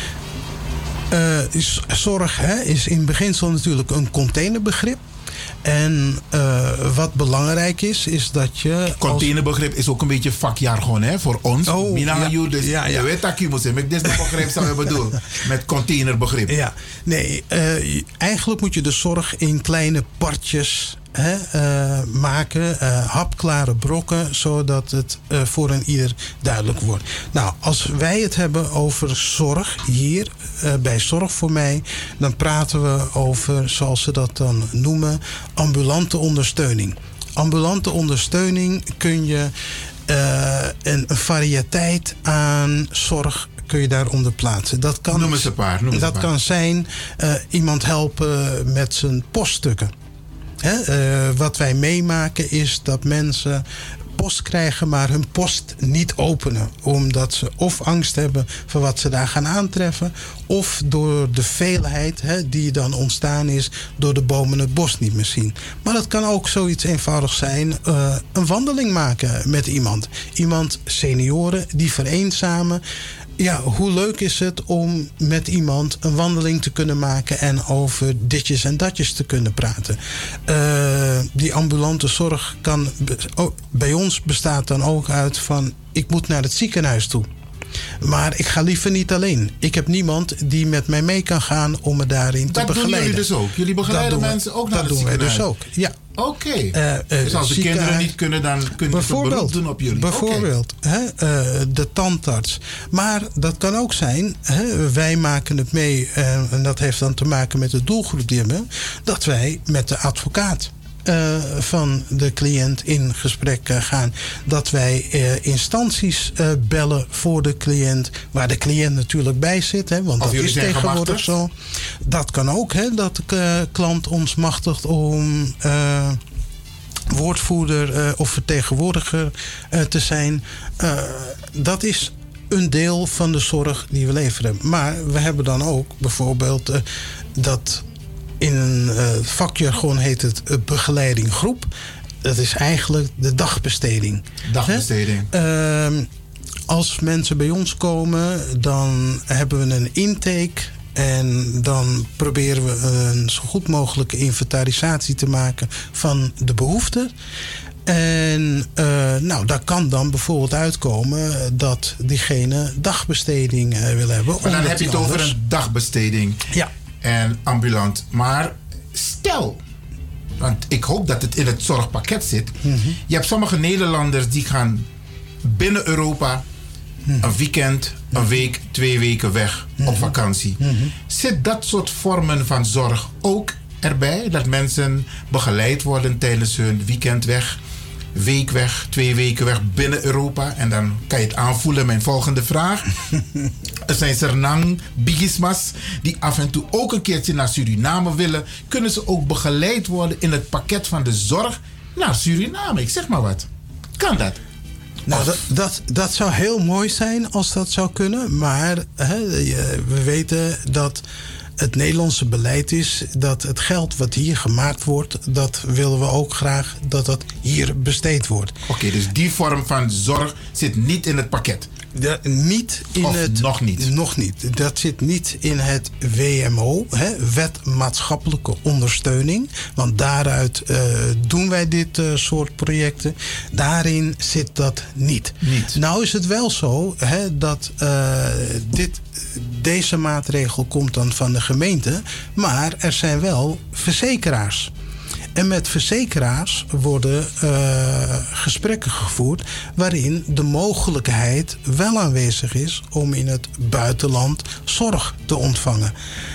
Uh, zorg hè, is in beginsel natuurlijk een containerbegrip. En uh, wat belangrijk is, is dat je... Containerbegrip is ook een beetje vakjargon hè, voor ons. Oh, Mina, ja, dus ja, ja. Je weet dat je moet zeggen. Ik dit begrip zou je bedoelen. Met containerbegrip. Ja, nee. Uh, eigenlijk moet je de zorg in kleine partjes... He, uh, maken, uh, hapklare brokken, zodat het uh, voor een ieder duidelijk wordt. Nou, als wij het hebben over zorg hier, uh, bij Zorg voor Mij, dan praten we over, zoals ze dat dan noemen, ambulante ondersteuning. Ambulante ondersteuning kun je uh, een, een variëteit aan zorg kun je daaronder plaatsen. Dat kan, noem eens een paar. Noem eens dat een paar. kan zijn uh, iemand helpen met zijn poststukken. He, uh, wat wij meemaken is dat mensen post krijgen, maar hun post niet openen. Omdat ze of angst hebben voor wat ze daar gaan aantreffen, of door de veelheid he, die dan ontstaan is door de bomen het bos niet meer zien. Maar het kan ook zoiets eenvoudig zijn, uh, een wandeling maken met iemand. Iemand, senioren, die vereenzamen. Ja, hoe leuk is het om met iemand een wandeling te kunnen maken en over ditjes en datjes te kunnen praten. Uh, die ambulante zorg kan, oh, bij ons bestaat dan ook uit van, ik moet naar het ziekenhuis toe. Maar ik ga liever niet alleen. Ik heb niemand die met mij mee kan gaan om me daarin dat te begeleiden. Dat doen jullie dus ook? Jullie begeleiden we, mensen ook naar het ziekenhuis? Dat doen wij dus ook, ja. Oké. Okay. Uh, uh, dus als de kinderen niet kunnen, dan kunnen ze beroep doen op jullie? Bijvoorbeeld. Okay. Hè, uh, de tandarts. Maar dat kan ook zijn, hè, wij maken het mee, uh, en dat heeft dan te maken met de doelgroep die we hebben, dat wij met de advocaat Uh, van de cliënt in gesprek uh, gaan. Dat wij uh, instanties uh, bellen voor de cliënt, waar de cliënt natuurlijk bij zit. Hè, want of dat is tegenwoordig zo. Dat kan ook, hè, dat de uh, klant ons machtigt om uh, woordvoerder uh, of vertegenwoordiger uh, te zijn. Uh, dat is een deel van de zorg die we leveren. Maar we hebben dan ook bijvoorbeeld uh, dat in een uh, vakjargon heet het uh, begeleiding groep. Dat is eigenlijk de dagbesteding. Dagbesteding. Uh, als mensen bij ons komen, dan hebben we een intake. En dan proberen we een zo goed mogelijke inventarisatie te maken van de behoeften. En uh, nou, daar kan dan bijvoorbeeld uitkomen dat diegene dagbesteding uh, wil hebben. Maar dan heb je het anders over een dagbesteding. Ja. En ambulant. Maar stel, want ik hoop dat het in het zorgpakket zit. Mm-hmm. Je hebt sommige Nederlanders die gaan binnen Europa mm-hmm. een weekend, een week, twee weken weg mm-hmm. op vakantie. Mm-hmm. Zit dat soort vormen van zorg ook erbij? Dat mensen begeleid worden tijdens hun weekend weg, week weg, twee weken weg binnen Europa? En dan kan je het aanvoelen, mijn volgende vraag. Er zijn Sernang, Bigismas, die af en toe ook een keertje naar Suriname willen. Kunnen ze ook begeleid worden in het pakket van de zorg naar Suriname? Ik zeg maar wat. Kan dat? Nou, dat, dat, dat zou heel mooi zijn als dat zou kunnen. Maar hè, we weten dat het Nederlandse beleid is dat het geld wat hier gemaakt wordt, dat willen we ook graag dat dat hier besteed wordt. Oké, okay, dus die vorm van zorg zit niet in het pakket? De, niet in of het, nog niet? Nog niet. Dat zit niet in het W M O, hè, Wet Maatschappelijke Ondersteuning. Want daaruit uh, doen wij dit uh, soort projecten. Daarin zit dat niet. niet. Nou is het wel zo hè, dat uh, dit, deze maatregel komt dan van de gemeente. Maar er zijn wel verzekeraars. En met verzekeraars worden uh, gesprekken gevoerd waarin de mogelijkheid wel aanwezig is om in het buitenland zorg te ontvangen.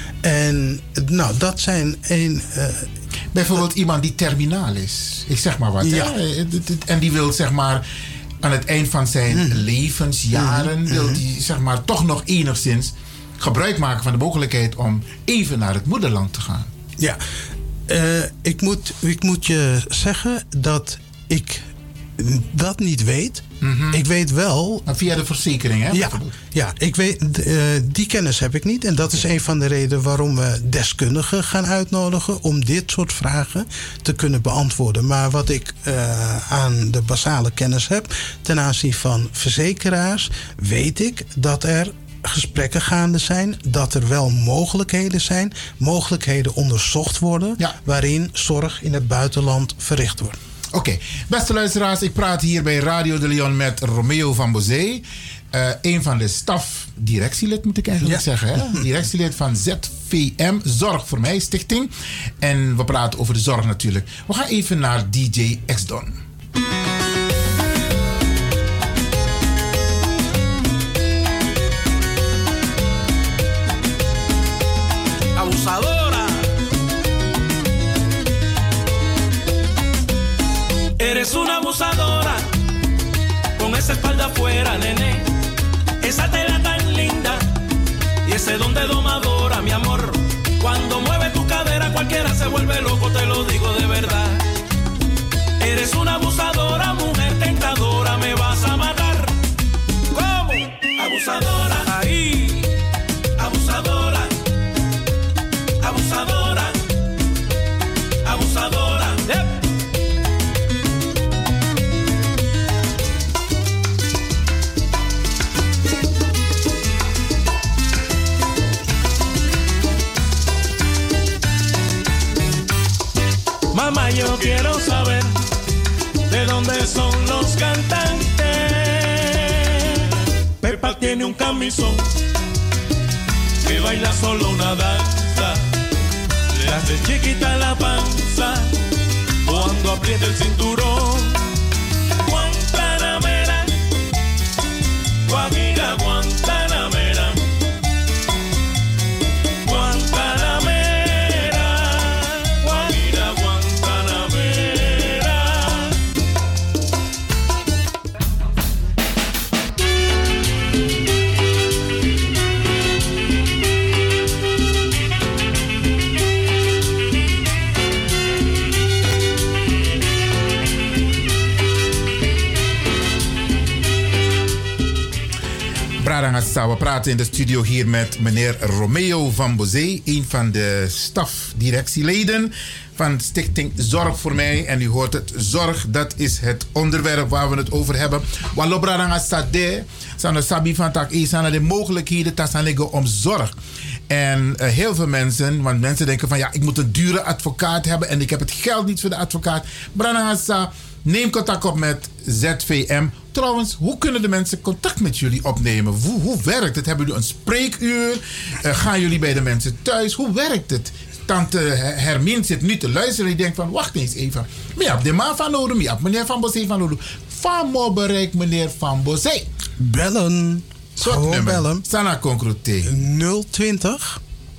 En nou, dat zijn een. Uh, Bijvoorbeeld uh, iemand die terminaal is. Ik zeg maar wat. Ja. Hè? En die wil zeg maar aan het eind van zijn mm. levensjaren mm. wil die zeg maar toch nog enigszins gebruik maken van de mogelijkheid om even naar het moederland te gaan. Ja. Uh, ik, moet, ik moet je zeggen dat ik dat niet weet. Mm-hmm. Ik weet wel... Maar via de verzekering, hè? Ja, ja ik weet, uh, die kennis heb ik niet. En dat is een van de redenen waarom we deskundigen gaan uitnodigen... om dit soort vragen te kunnen beantwoorden. Maar wat ik uh, aan de basale kennis heb... ten aanzien van verzekeraars... weet ik dat er gesprekken gaande zijn... dat er wel mogelijkheden zijn... mogelijkheden onderzocht worden... Ja. waarin zorg in het buitenland verricht wordt. Oké, okay. Beste luisteraars, ik praat hier bij Radio de Leon met Romeo van Bozee. Uh, een van de staf-directielid, moet ik eigenlijk ja. zeggen. Hè? Directielid van Z V M, Zorg voor Mij Stichting. En we praten over de zorg natuurlijk. We gaan even naar D J X-Don. Abusadora. Eres una abusadora, con esa espalda afuera, nene, esa tela tan linda y ese don de domadora, mi amor. Cuando mueve tu cadera cualquiera se vuelve loco, te lo digo de verdad. Eres una abusadora, mujer tentadora, me vas a matar. ¿Cómo? Abusadora, ahí, abusadora, abusadora, abusadora. Yep. Mamá, yo quiero saber de dónde son los cantantes. Pepa tiene un camisón que baila solo una danza. Le hace chiquita la panza cuando aprieta el cinturón. Guantanamera, Guajira, Guantanamera. We praten in de studio hier met meneer Romeo van Bozee, een van de stafdirectieleden van Stichting Zorg voor Mij. En u hoort het, zorg, dat is het onderwerp waar we het over hebben. Walobradanga Sade, Sana Sabi van Tak E, zijn de mogelijkheden liggen om zorg. En uh, heel veel mensen, want mensen denken van ja, ik moet een dure advocaat hebben en ik heb het geld niet voor de advocaat. Bradanga, neem contact op met Z V M. Trouwens, hoe kunnen de mensen contact met jullie opnemen? Hoe, hoe werkt het? Hebben jullie een spreekuur? Uh, gaan jullie bij de mensen thuis? Hoe werkt het? Tante Hermine zit nu te luisteren en die denkt van, wacht eens even. Maar je hebt de man van nodig, je hebt meneer Van Bozee van nodig. Van mo bereik meneer Van Bozee. Bellen. Gewoon bellen. Sana concrete. nul twintig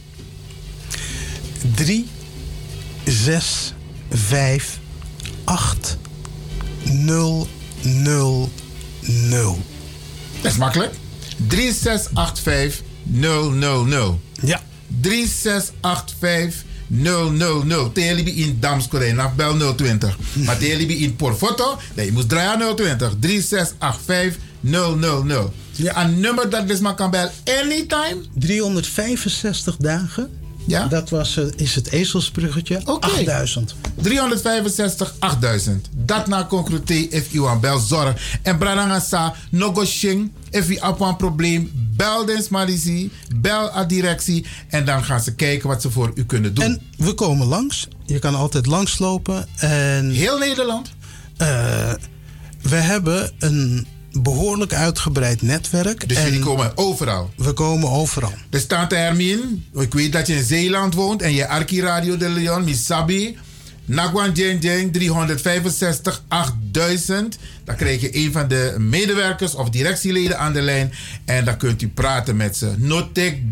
drie zes vijf acht nul nul nul. Dat is makkelijk. drie zes acht vijf nul nul nul. Ja. drie zes acht vijf nul nul nul. Telibi in Damskorijn, af bel nul twintig. Maar telibi in Porfoto, nee, je moet draaien nul twintig. drie zes acht vijf nul nul nul. Ja. Een nummer dat dus maar kan bellen anytime. driehonderdvijfenzestig dagen. Ja? Dat was, uh, is het ezelsbruggetje. Okay. achtduizend. driehonderdvijfenzestig achtduizend. Dat na concrete if u aan bel zorg. En Brananga sa nogoshing. If u op een probleem, bel de Smalisi. Bel aan directie. En dan gaan ze kijken wat ze voor u kunnen doen. En we komen langs. Je kan altijd langslopen. En, heel Nederland? Uh, we hebben een behoorlijk uitgebreid netwerk. Dus jullie komen overal? We komen overal. Dus tante Hermine, ik weet dat je in Zeeland woont en je Arki Radio de Leon, Misabi, Nagwan Jeng Jeng, driehonderdvijfenzestig achtduizend. Dan krijg je een van de medewerkers of directieleden aan de lijn en dan kunt u praten met ze. Notek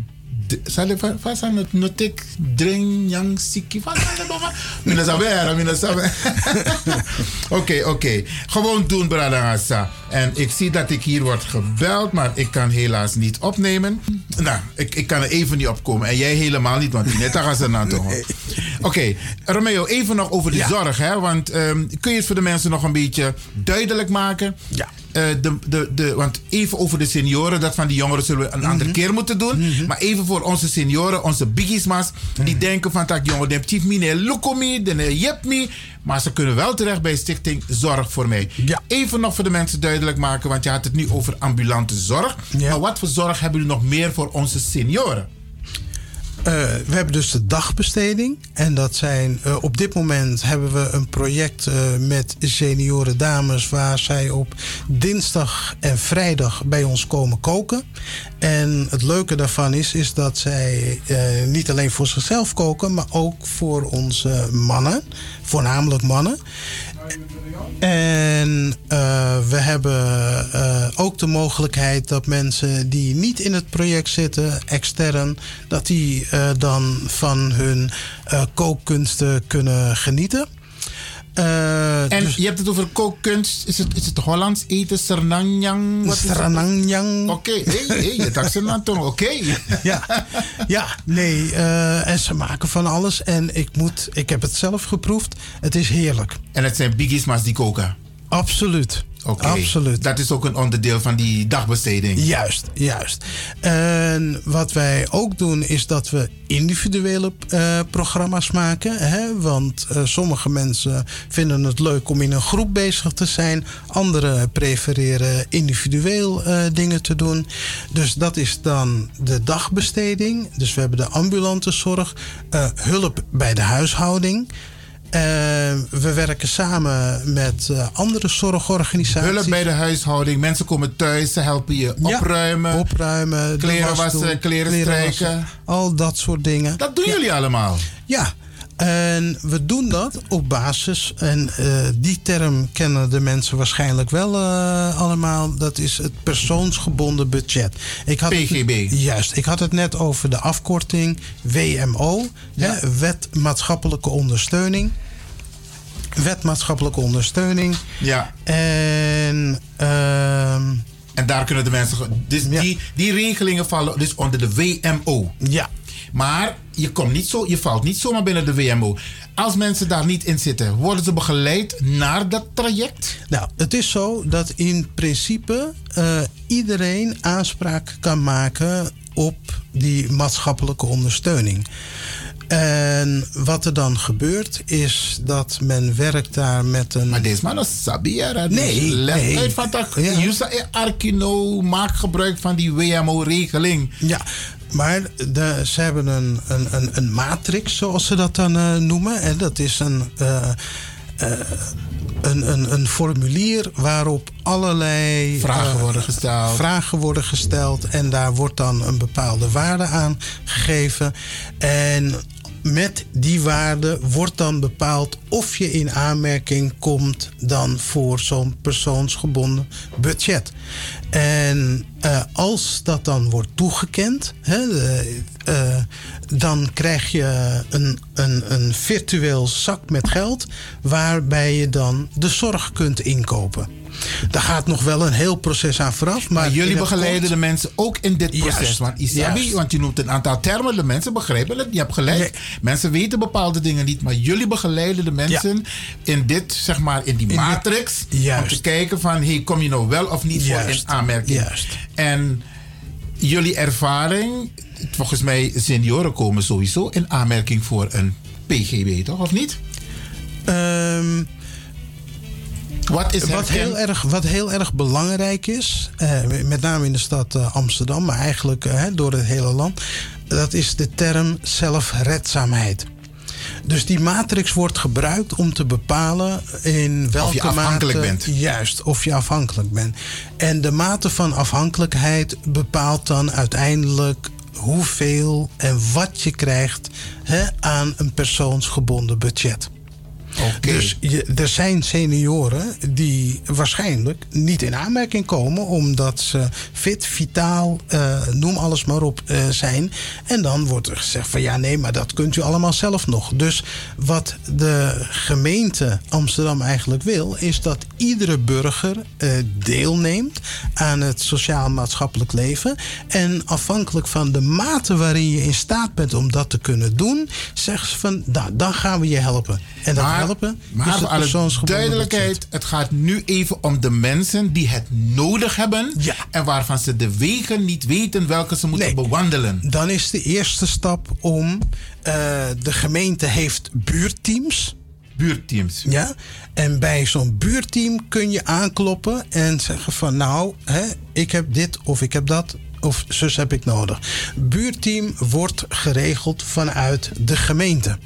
Fasa notek drink yang siki. Mina saber, mina saber. Oké, oké. Gewoon doen, Bradangasa. En ik zie dat ik hier word gebeld, maar ik kan helaas niet opnemen. Nou, ik, ik kan er even niet opkomen. En jij helemaal niet, want net gaat ze naar toe. Oké, okay. Romeo, even nog over de ja. zorg. Hè? Want um, kun je het voor de mensen nog een beetje duidelijk maken? Ja. Uh, de, de, de, want even over de senioren, dat van die jongeren zullen we een mm-hmm. andere keer moeten doen. Mm-hmm. Maar even voor onze senioren, onze biggiesmas, mm-hmm. die denken van dat jongen, de chief mine lukomi, de jepmi. Maar ze kunnen wel terecht bij Stichting Zorg voor Mij. Ja. Even nog voor de mensen duidelijk maken, want je had het nu over ambulante zorg. Ja. Maar wat voor zorg hebben jullie nog meer voor onze senioren? Uh, we hebben dus de dagbesteding. En dat zijn, uh, op dit moment hebben we een project uh, met senioren dames waar zij op dinsdag en vrijdag bij ons komen koken. En het leuke daarvan is, is dat zij uh, niet alleen voor zichzelf koken, maar ook voor onze mannen. Voornamelijk mannen. En uh, we hebben uh, ook de mogelijkheid dat mensen die niet in het project zitten, extern, dat die uh, dan van hun uh, kookkunsten kunnen genieten. Uh, en dus je hebt het over kookkunst. Is het, is het Hollands eten? Sernanjang? Sernanjang. Oké, okay. hey, hey, je dacht Sernanjang. Oké. Okay. Ja, ja, nee. Uh, en ze maken van alles. En ik moet, ik heb het zelf geproefd. Het is heerlijk. En het zijn biggiesmas die koken? Absoluut. Okay. Absoluut. Dat is ook een onderdeel van die dagbesteding. Juist, juist. En wat wij ook doen is dat we individuele uh, programma's maken. Hè? Want uh, sommige mensen vinden het leuk om in een groep bezig te zijn. Anderen prefereren individueel uh, dingen te doen. Dus dat is dan de dagbesteding. Dus we hebben de ambulante zorg. Uh, hulp bij de huishouding. Uh, we werken samen met uh, andere zorgorganisaties. Hulp bij de huishouding. Mensen komen thuis, ze helpen je opruimen. Ja, opruimen. Kleren wassen, kleren, kleren strijken. Wassen, al dat soort dingen. Dat doen ja. jullie allemaal? Ja. En we doen dat op basis, en uh, die term kennen de mensen waarschijnlijk wel uh, allemaal. Dat is het persoonsgebonden budget. Ik had P G B. Het, juist, ik had het net over de afkorting W M O. Ja. Hè, Wet Maatschappelijke Ondersteuning. Wet Maatschappelijke Ondersteuning. Ja. En... Uh, en daar kunnen de mensen... Dus ja. die, die regelingen vallen dus onder de W M O. Ja. Maar je, komt niet zo, je valt niet zomaar binnen de W M O. Als mensen daar niet in zitten, worden ze begeleid naar dat traject? Nou, het is zo dat in principe uh, iedereen aanspraak kan maken op die maatschappelijke ondersteuning. En wat er dan gebeurt is dat men werkt daar met een... Maar deze man is Sabia. Nee, nee. Uit van dat, ja. Jusa Arkino maakt gebruik van die W M O-regeling. Ja, maar de, ze hebben een, een, een, een matrix, zoals ze dat dan uh, noemen. En dat is een... Uh, uh, Een, een, een formulier waarop allerlei vragen, uh, worden gesteld. vragen worden gesteld. En daar wordt dan een bepaalde waarde aan gegeven. En met die waarde wordt dan bepaald of je in aanmerking komt dan voor zo'n persoonsgebonden budget. En uh, als dat dan wordt toegekend, hè, uh, uh, dan krijg je een, een, een virtueel zak met geld waarbij je dan de zorg kunt inkopen. Daar gaat nog wel een heel proces aan vooraf. Maar, maar jullie begeleiden kort... de mensen ook in dit proces. Juist, want, Isabi, want je noemt een aantal termen. De mensen begrijpen het. Je hebt gelijk. Ja. Mensen weten bepaalde dingen niet. Maar jullie begeleiden de mensen ja. in dit, zeg maar, in die in matrix. Dit, om te kijken van, hey, kom je nou wel of niet juist, voor in aanmerking. Juist. En jullie ervaring, volgens mij, senioren komen sowieso in aanmerking voor een P G B, toch? Of niet? Um, Wat, is wat, heel erg, wat heel erg belangrijk is, eh, met name in de stad uh, Amsterdam, maar eigenlijk uh, door het hele land, dat is de term zelfredzaamheid. Dus die matrix wordt gebruikt om te bepalen in welke of je afhankelijk mate, bent. Juist, of je afhankelijk bent. En de mate van afhankelijkheid bepaalt dan uiteindelijk hoeveel en wat je krijgt hè, aan een persoonsgebonden budget. Okay. Dus je, er zijn senioren die waarschijnlijk niet in aanmerking komen, omdat ze fit, vitaal, uh, noem alles maar op, uh, zijn. En dan wordt er gezegd van ja, nee, maar dat kunt u allemaal zelf nog. Dus wat de gemeente Amsterdam eigenlijk wil, is dat iedere burger uh, deelneemt aan het sociaal-maatschappelijk leven. En afhankelijk van de mate waarin je in staat bent om dat te kunnen doen, zeggen ze van, nou, dan gaan we je helpen. En dat maar, helpen maar is het voor alle persoonsgebonden duidelijkheid, budget. het gaat nu even om de mensen die het nodig hebben, ja. en waarvan ze de wegen niet weten welke ze moeten nee. bewandelen. Dan is de eerste stap om, uh, de gemeente heeft buurtteams. Buurtteams. Ja, en bij zo'n buurteam kun je aankloppen en zeggen van nou, hè, ik heb dit of ik heb dat of zus heb ik nodig. Buurteam wordt geregeld vanuit de gemeente.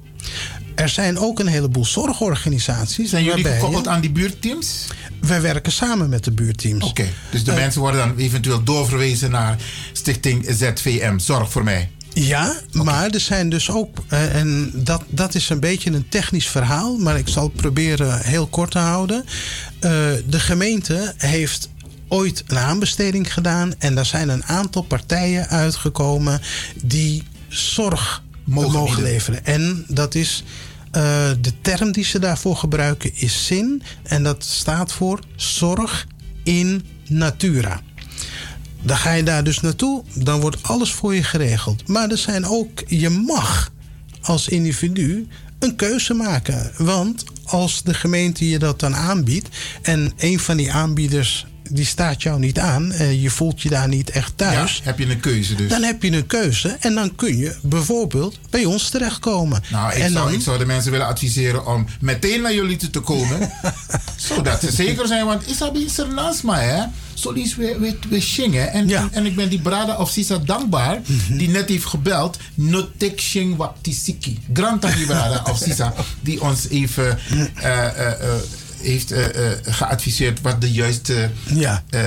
Er zijn ook een heleboel zorgorganisaties. Zijn jullie gekoppeld je, aan die buurtteams? Wij werken samen met de buurtteams. Oké, okay, dus de uh, mensen worden dan eventueel doorverwezen naar Stichting Z V M, Zorg voor mij. Ja, okay. Maar er zijn dus ook, uh, en dat, dat is een beetje een technisch verhaal, maar ik zal het proberen heel kort te houden. Uh, de gemeente heeft ooit een aanbesteding gedaan en daar zijn een aantal partijen uitgekomen die zorg mogen, mogen leveren. En dat is, uh, de term die ze daarvoor gebruiken is S I N en dat staat voor Zorg in Natura. Dan ga je daar dus naartoe, dan wordt alles voor je geregeld. Maar er zijn ook, je mag als individu een keuze maken. Want als de gemeente je dat dan aanbiedt en een van die aanbieders die staat jou niet aan, uh, je voelt je daar niet echt thuis. Ja, heb je een keuze dus. Dan heb je een keuze en dan kun je bijvoorbeeld bij ons terechtkomen. Nou, ik, en zou, dan, ik zou de mensen willen adviseren om meteen naar jullie toe te komen. Zodat ze zeker zijn, want Isabi is er naast mij, hè. Zo is we, we, we zingen. En, ja. en, en ik ben die brada of Sisa dankbaar, mm-hmm. die net heeft gebeld. Notek shing waptisiki. Granta die brada of Sisa, die ons even uh, uh, uh, heeft uh, uh, geadviseerd wat de juiste, ja. uh,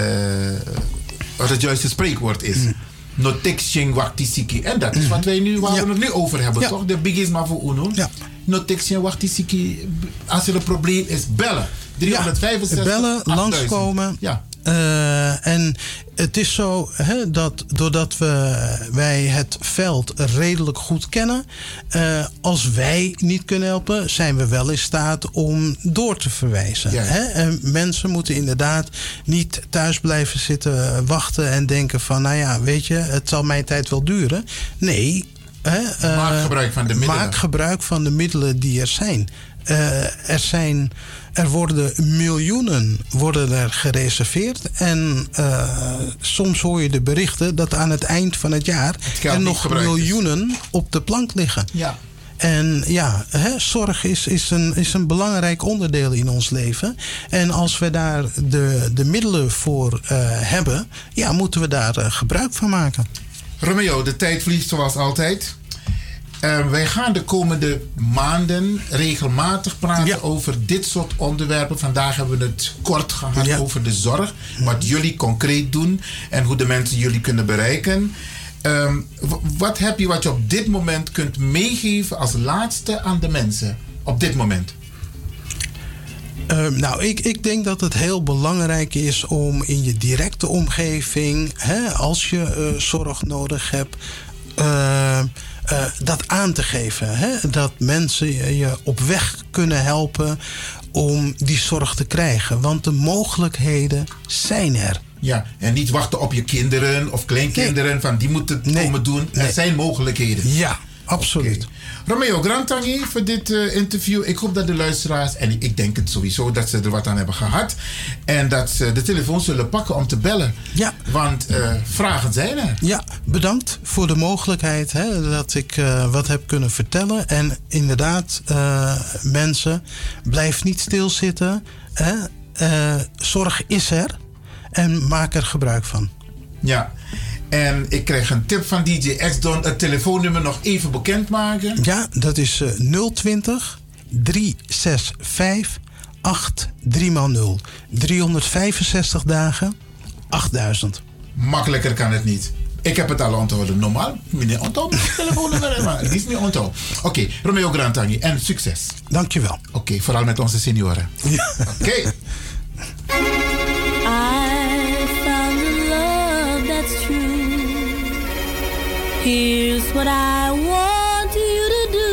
wat het juiste spreekwoord is. Mm. Notek shing waptisiki. En dat is wat wij nu, waar ja. we het nu over hebben, ja. toch? De big is maar voor uno. Ja. Notek shing waptisiki. Als er een probleem is, bellen. driehonderdvijfenzestig, ja. Bellen, langskomen. Ja. Uh, en het is zo, hè, dat doordat we, wij het veld redelijk goed kennen, uh, als wij niet kunnen helpen, zijn we wel in staat om door te verwijzen. Ja. Hè? En mensen moeten inderdaad niet thuis blijven zitten wachten en denken van, nou ja, weet je, het zal mijn tijd wel duren. Nee. Hè, uh, maak gebruik van de middelen. Maak gebruik van de middelen die er zijn. Uh, er zijn, er worden miljoenen worden er gereserveerd. En uh, soms hoor je de berichten dat aan het eind van het jaar er nog miljoenen is. op de plank liggen. Ja. En ja, hè, zorg is, is, een, is een belangrijk onderdeel in ons leven. En als we daar de, de middelen voor uh, hebben, ja, moeten we daar uh, gebruik van maken. Romeo, de tijd vliegt zoals altijd. Uh, wij gaan de komende maanden regelmatig praten ja. over dit soort onderwerpen. Vandaag hebben we het kort gehad ja. over de zorg. Wat jullie concreet doen en hoe de mensen jullie kunnen bereiken. Um, w- wat heb je wat je op dit moment kunt meegeven als laatste aan de mensen? Op dit moment. Uh, nou, ik, ik denk dat het heel belangrijk is om in je directe omgeving, hè, als je uh, zorg nodig hebt, Uh, Uh, dat aan te geven. Hè? Dat mensen je op weg kunnen helpen om die zorg te krijgen. Want de mogelijkheden zijn er. Ja, en niet wachten op je kinderen of kleinkinderen. Nee. Van die moeten het nee. komen doen. Nee. Er zijn mogelijkheden. Ja, absoluut. Okay. Romeo, Grantangi voor dit uh, interview. Ik hoop dat de luisteraars, en ik denk het sowieso, dat ze er wat aan hebben gehad. En dat ze de telefoon zullen pakken om te bellen. Ja. Want uh, vragen zijn er. Ja, bedankt voor de mogelijkheid hè, dat ik uh, wat heb kunnen vertellen. En inderdaad, uh, mensen, blijf niet stilzitten. Hè. Uh, zorg is er. En maak er gebruik van. Ja. En ik kreeg een tip van D J X-Don. Het telefoonnummer nog even bekendmaken. Ja, dat is uh, nul twintig, driehonderdvijfenzestig, achtentachtig nul. driehonderdvijfenzestig dagen, achtduizend. Makkelijker kan het niet. Ik heb het al onthouden. Normaal, meneer onthouden. Telefoonnummer, maar het is niet onthouden. Oké, okay, Romeo Grantani. En succes. Dankjewel. Oké, okay, vooral met onze senioren. Ja. Oké. Okay. I found a love that's true. Here's what I want you to do.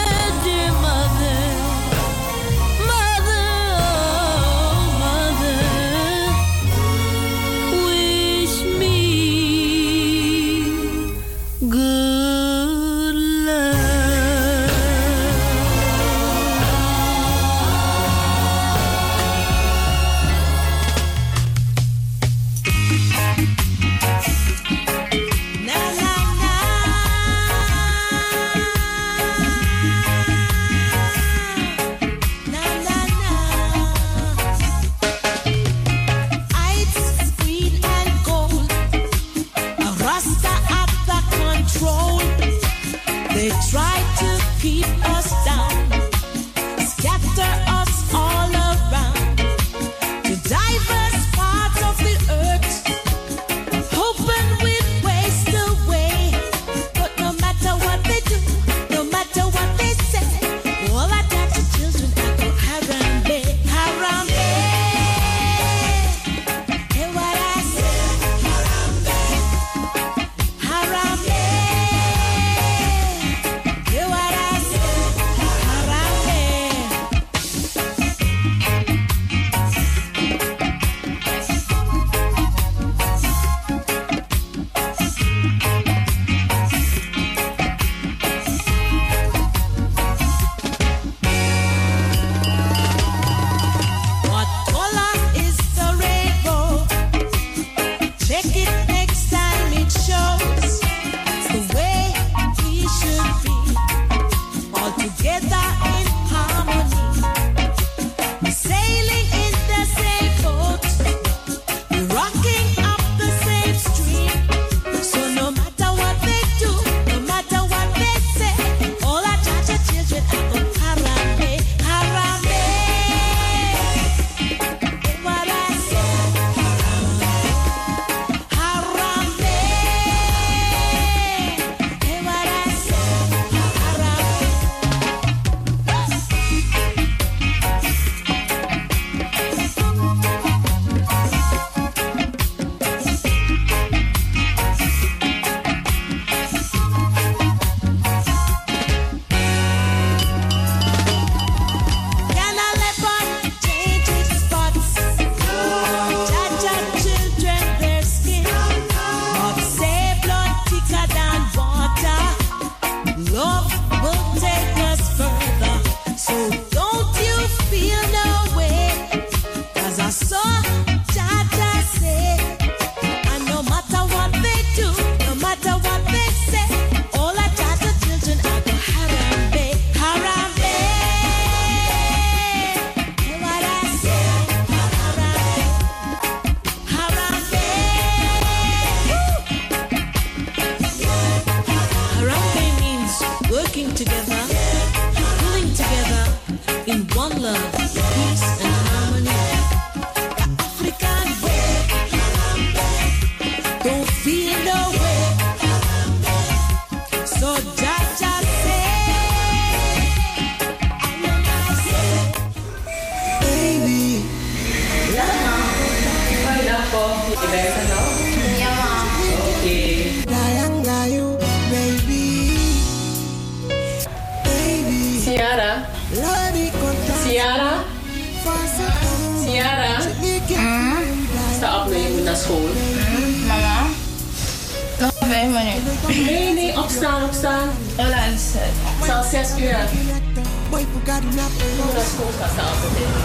Mother, beter nog? Ja. Oké. Ciara. Ciara. Ciara. Sta op, nee, je moet naar school. Mama. Nog vijf minuten. Nee, nee, opstaan, opstaan. Hoe laat is het? Het is al zes uur. Je moet naar school gaan staan.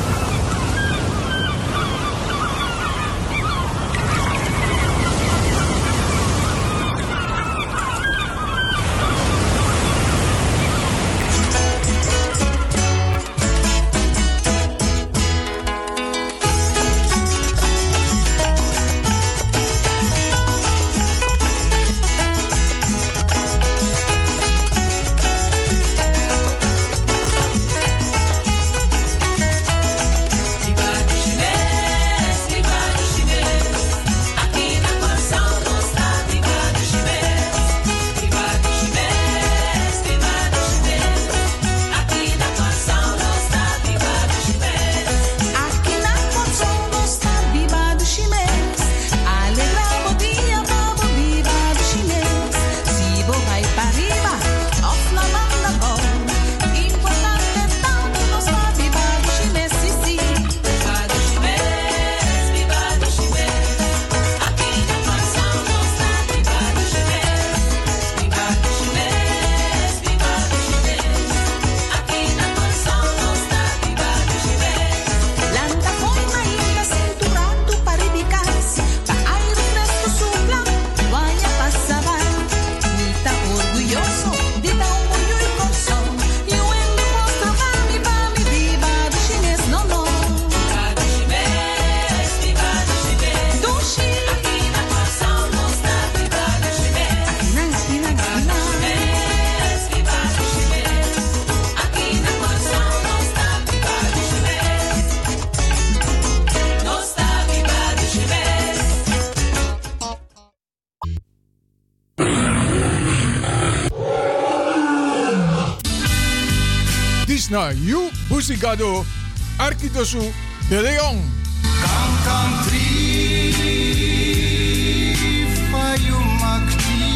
Na you Busigado Arkidosu de Leon. Kam kam tri fayu makti.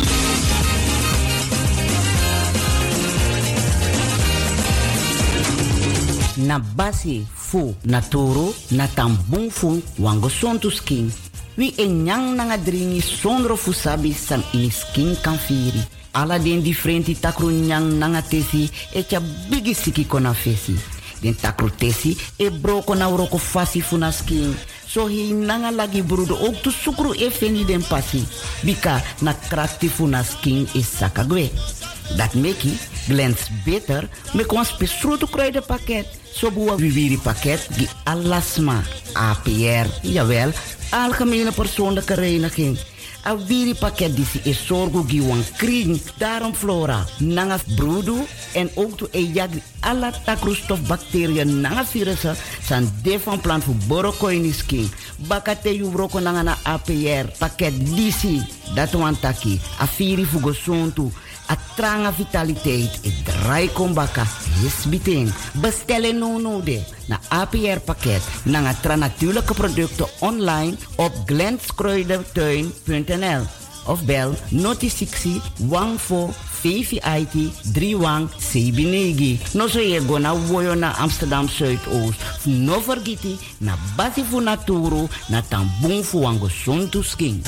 Na basi fu naturo na tambung fu wango sontu skin. Wi enyang nanga dringi sondro fu sabi san ini skin kan firi. Ala den differenti takru nyang nanga tesi e cha bigi siki kona fesi. Den takru tesi e broko na uroko fasi funa skin. So hi nanga lagi brudo ook tu sukru e feni den pasi. Bika na krakti funa skin is sakagwe. Dat meki glans beter me kon spesruto kruiden pakket. So buwa viviri pakket die alasma. A P R, jawel, algemene persoonlijke reiniging. A viri pakket disi is zorgo giwan kring. Daarom flora, nanga broedu en ook to e jagri alla takroestof bacteriën nanga virussen san de van plan voor borokoini skin. Bakate yu broko nanga na A P R pakket disi. Dat wantaki, a viri fugo sontu. A tranga vitaliteit, e draai kombaka, is biting. Bestellen no no de, na A P R pakket, na tra natuurlijke producten online op glenskruidertuin punt n l of bel noti sixty one four V V I T drie wang Sebinegi. No so je go na woyo na Amsterdam Zuidoost. No vergiti na basi fu naturo na tambung fu wango sontu skin.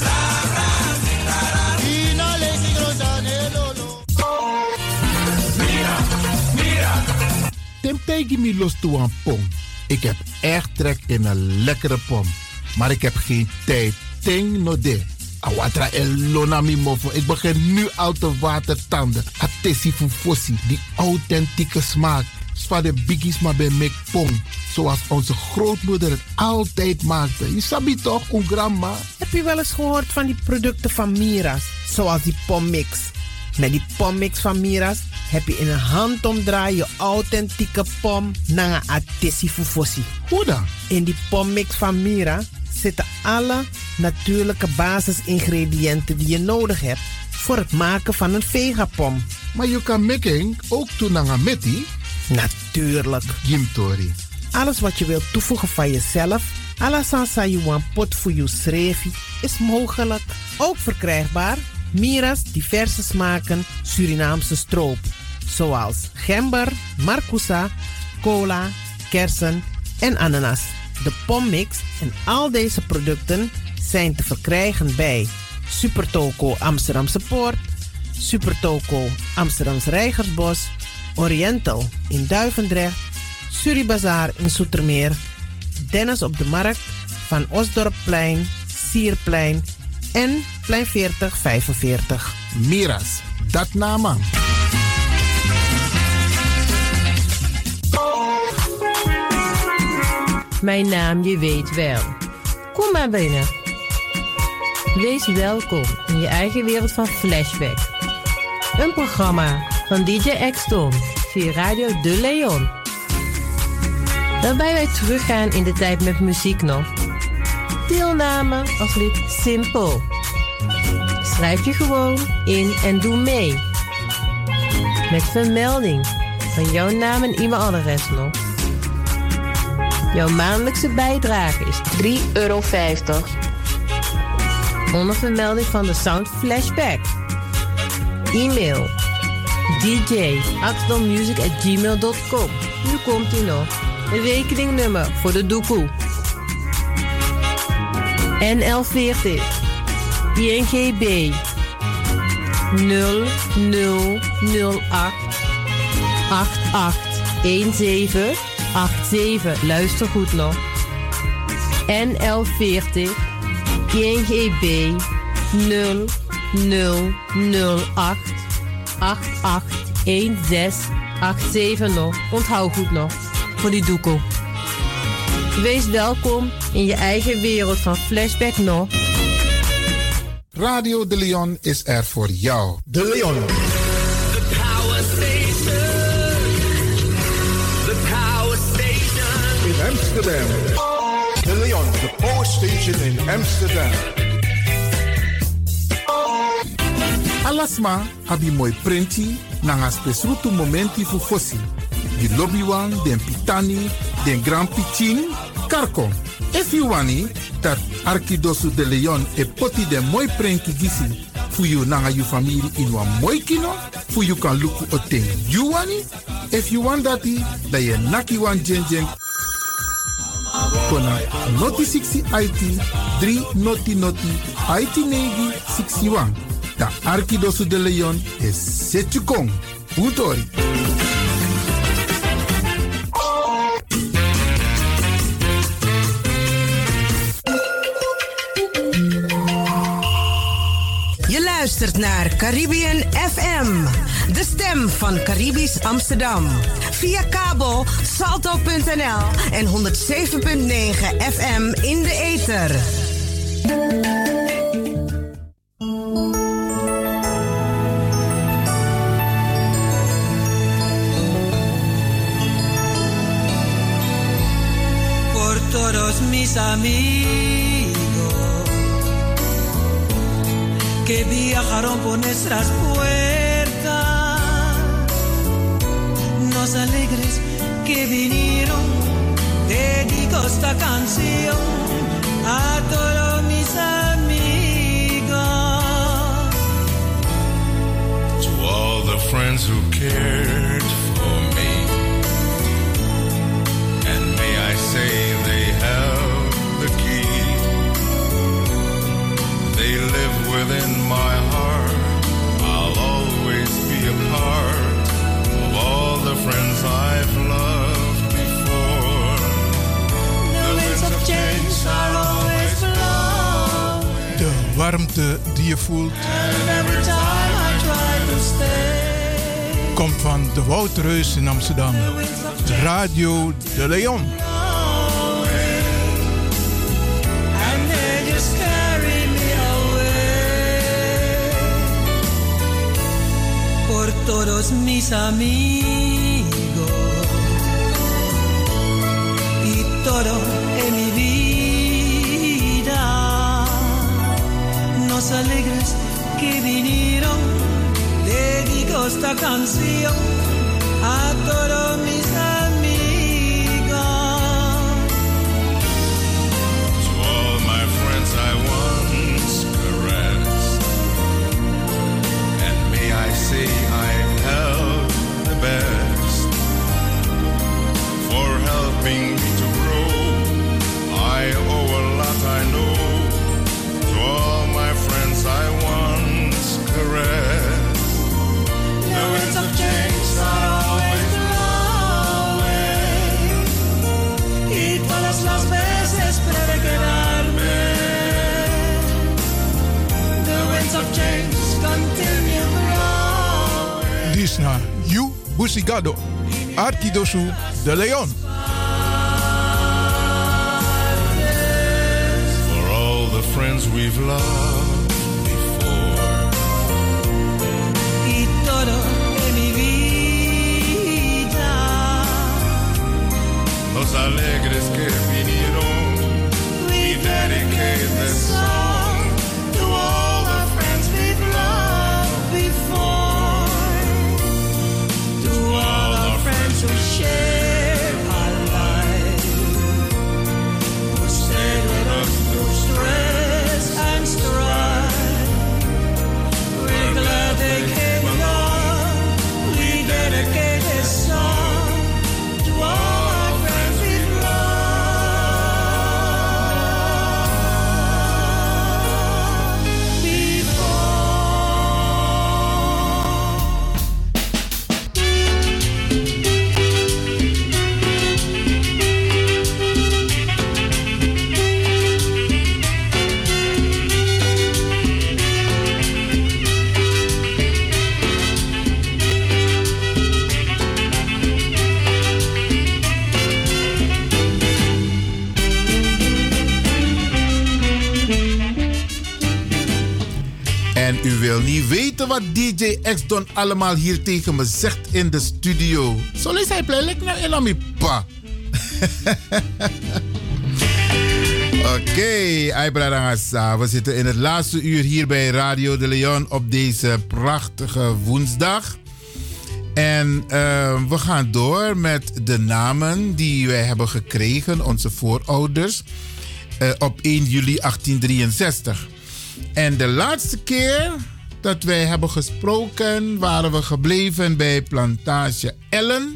Temptegi mi los toe aan pom. Ik heb echt trek in een lekkere pom. Maar ik heb geen tijd. Ting no de. Awatra elona mi mofo. Ik begin nu al te watertanden. Atesi fufosi. Die authentieke smaak. Zwa de biggies maar bij mek pom. Zoals onze grootmoeder het altijd maakte. Je sabi toch, een grandma? Heb je wel eens gehoord van die producten van Mira's? Zoals die pommix. Met die pommix van Mira's heb je in een handomdraai je authentieke pom naar een atesi fufosi. Hoe dan? In die pommix van Mira zitten alle natuurlijke basisingrediënten die je nodig hebt voor het maken van een vegapom. Maar je kan making ook toe naar meti? Natuurlijk. Gimtori. Alles wat je wilt toevoegen van jezelf, alla sansa you want pot voor je schreefie, is mogelijk. Ook verkrijgbaar Mira's diverse smaken Surinaamse stroop. Zoals gember, marcousa, cola, kersen en ananas. De pommix en al deze producten zijn te verkrijgen bij Supertoco Amsterdamse Poort, Supertoco Amsterdamse Reigersbos, Oriental in Duivendrecht, Suribazaar in Zoetermeer, Dennis op de Markt, Van Osdorpplein, Sierplein en Plein veertig vijfenveertig. Miras, dat nama. Mijn naam, je weet wel. Kom maar binnen. Wees welkom in je eigen wereld van Flashback. Een programma van D J X-Don via Radio De Leon. Waarbij wij teruggaan in de tijd met muziek nog. Deelname als lid simpel. Schrijf je gewoon in en doe mee. Met vermelding van jouw naam en e-mailadres nog. Jouw maandelijkse bijdrage is drie euro vijftig. Onder vermelding van de Sound Flashback. E-mail d j axdonmusic at gmail dot com. Nu komt ie nog. Een rekeningnummer voor de doekoe. N L veertig I N G B nul nul nul acht acht acht een zeven acht zeven. Luister goed nog. N L veertig I N G B nul nul nul acht acht acht een zes acht zeven nog. Onthoud goed nog. Voor die doekoe. Wees welkom in je eigen wereld van Flashback nog. Radio De Leon is er voor jou. De Leon. The Power Station. The Power Station. In Amsterdam. De Leon, the Power Station in Amsterdam. Alasma abi mooi printi nanga spesrutu momenti fu fossi. Di lobby wan, den pitani, den grand pitin, karko. If you wani, dat Arkidosu de Leon e poti den mooi printi gisi fu you nanga you family in wan mooi kino, fu you kan luku o ten you wani. If you want dati, da ye naki wan jen jen kona noti sixty I T, three noti noti I T negi sixty-one. Da Arkidosu de Leon is Setjukong. Utori. Je luistert naar Caribbean F M, de stem van Caribisch Amsterdam. Via kabel salto punt n l en honderd zeven punt negen F M in de ether. Por todos mis amigos que viajaron por nuestras puertas, los alegres que vinieron, dedico esta canción a todos mis amigos. To all the friends who cared for me, and may I say they have the key. They live within my heart. I'll always be a part of all the friends I've loved before. The winds of change are always blowing. De warmte die je voelt And every time I try to stay, komt van de Woudreus in Amsterdam. Radio De Leon. and they just carry me away. Por todos mis amigos y todo en mi vida, los alegres que vinieron, dedico esta canción a todos mis amigos. To all my friends I once is naar Yu Busigado, Arquidosu de Leon. For all the friends we've loved before. Y todo en mi vida. Los alegres que vinieron. We dedicate this song to all the friends we've loved before. To all our friends who share our life, who stayed with us through stress and strife. We're glad they came along. We dedicate this song to all our friends we've loved before. En u wil niet weten wat D J X-Don allemaal hier tegen me zegt in de studio. Zo lees hij plek naar Elami pa. Oké, Aibradangasa. We zitten in het laatste uur hier bij Radio de Leon op deze prachtige woensdag. En uh, we gaan door met de namen die wij hebben gekregen, onze voorouders, uh, op één juli achttien drieënzestig. En de laatste keer dat wij hebben gesproken, waren we gebleven bij Plantage Ellen.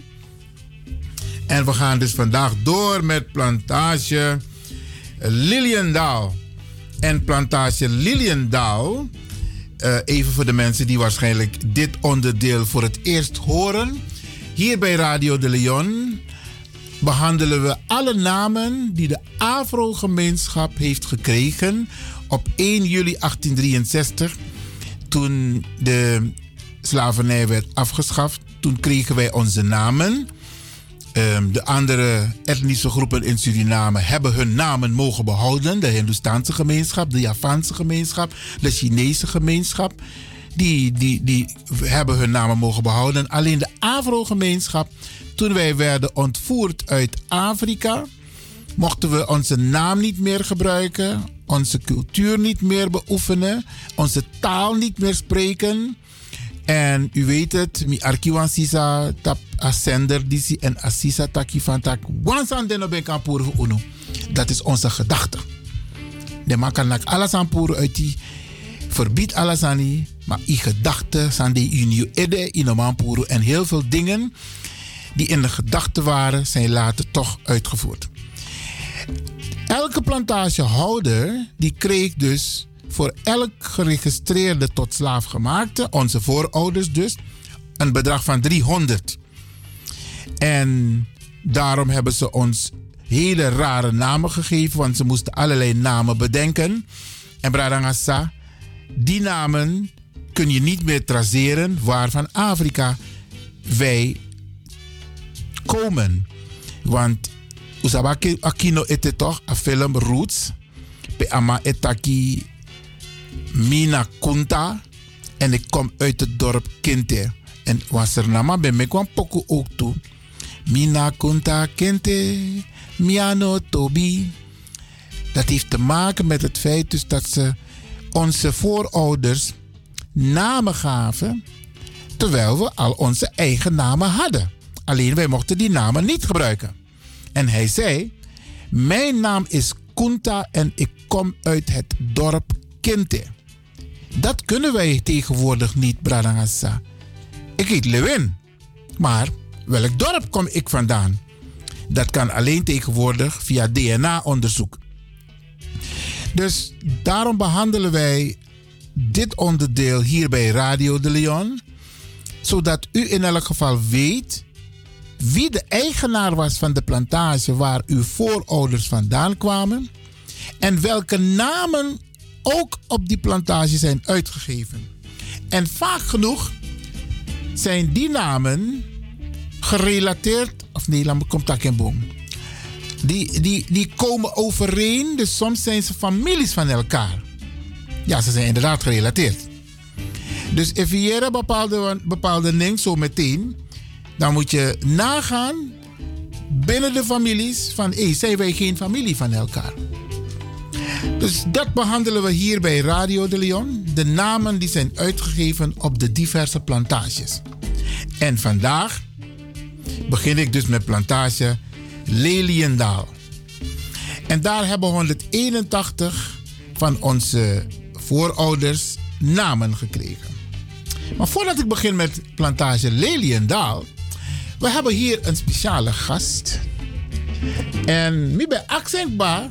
En we gaan dus vandaag door met Plantage Liliendaal. En Plantage Liliendaal, uh, even voor de mensen die waarschijnlijk dit onderdeel voor het eerst horen. Hier bij Radio de Leon behandelen we alle namen die de Afro-gemeenschap heeft gekregen op één juli achttien drieënzestig, toen de slavernij werd afgeschaft. Toen kregen wij onze namen. Um, de andere etnische groepen in Suriname hebben hun namen mogen behouden. De Hindoestaanse gemeenschap, de Javaanse gemeenschap, de Chinese gemeenschap. Die, die, die hebben hun namen mogen behouden. Alleen de Afro-gemeenschap, toen wij werden ontvoerd uit Afrika, mochten we onze naam niet meer gebruiken, onze cultuur niet meer beoefenen, onze taal niet meer spreken. En u weet het, mi arkiwan sisa tap asender disi en asisa taki van tak wansan den ben kan poeren uno. Dat is onze gedachte. De man kan nak alles aan poeren uit die verbiedt alles aan die, maar die gedachten zijn de unie ede in een poeren. En heel veel dingen die in de gedachten waren, zijn later toch uitgevoerd. Elke plantagehouder die kreeg dus voor elk geregistreerde tot slaafgemaakte, onze voorouders dus, een bedrag van driehonderd. En daarom hebben ze ons hele rare namen gegeven, want ze moesten allerlei namen bedenken. En Bradangasa, die namen kun je niet meer traceren waar van Afrika wij komen. Want usabaki akino ete toch a film Roots pe ama etaki Mina Kunta en ik kom uit het dorp Kinte. En was er nama bij mij kwam poku ook toe. Mina Kunta Kinte, Miano Tobi. Dat heeft te maken met het feit dus dat ze onze voorouders namen gaven, terwijl we al onze eigen namen hadden. Alleen wij mochten die namen niet gebruiken. En hij zei, mijn naam is Kunta en ik kom uit het dorp Kinte. Dat kunnen wij tegenwoordig niet, Bradangasa. Ik heet Lewin, maar welk dorp kom ik vandaan? Dat kan alleen tegenwoordig via D N A-onderzoek. Dus daarom behandelen wij dit onderdeel hier bij Radio de Leon, zodat u in elk geval weet wie de eigenaar was van de plantage waar uw voorouders vandaan kwamen en welke namen ook op die plantage zijn uitgegeven. En vaak genoeg zijn die namen gerelateerd, of nee, laat me komt daar geen boom. Die, die, die komen overeen, dus soms zijn ze families van elkaar. Ja, ze zijn inderdaad gerelateerd. Dus if je een bepaalde, bepaalde ding zo meteen, dan moet je nagaan binnen de families van, hé, hey, zijn wij geen familie van elkaar? Dus dat behandelen we hier bij Radio de Leon. De namen die zijn uitgegeven op de diverse plantages. En vandaag begin ik dus met plantage Leliendaal. En daar hebben honderdeenentachtig van onze voorouders namen gekregen. Maar voordat ik begin met plantage Leliendaal, we hebben hier een speciale gast. En ik ben accentbaar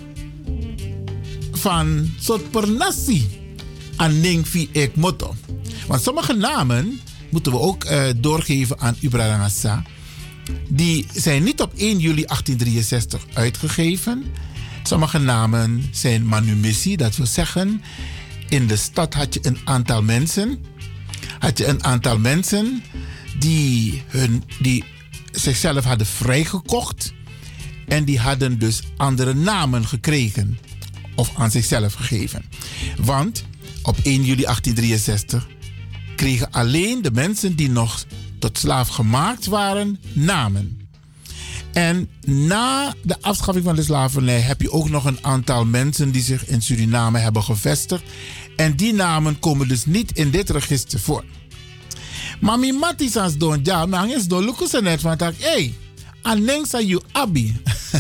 van soort pernassi aan ning vi ek motto. Want sommige namen moeten we ook uh, doorgeven aan Ubra. Die zijn niet op één juli achttien drieënzestig uitgegeven. Sommige namen zijn manumissie, dat wil zeggen, in de stad had je een aantal mensen, had je een aantal mensen die, hun, die zichzelf hadden vrijgekocht en die hadden dus andere namen gekregen of aan zichzelf gegeven. Want op één juli achttien drieënzestig kregen alleen de mensen die nog tot slaaf gemaakt waren namen. En na de afschaffing van de slavernij heb je ook nog een aantal mensen die zich in Suriname hebben gevestigd. En die namen komen dus niet in dit register voor. Maar mi matisans don ja, maar is don lukusen net van tak, hey, anengsa you abi.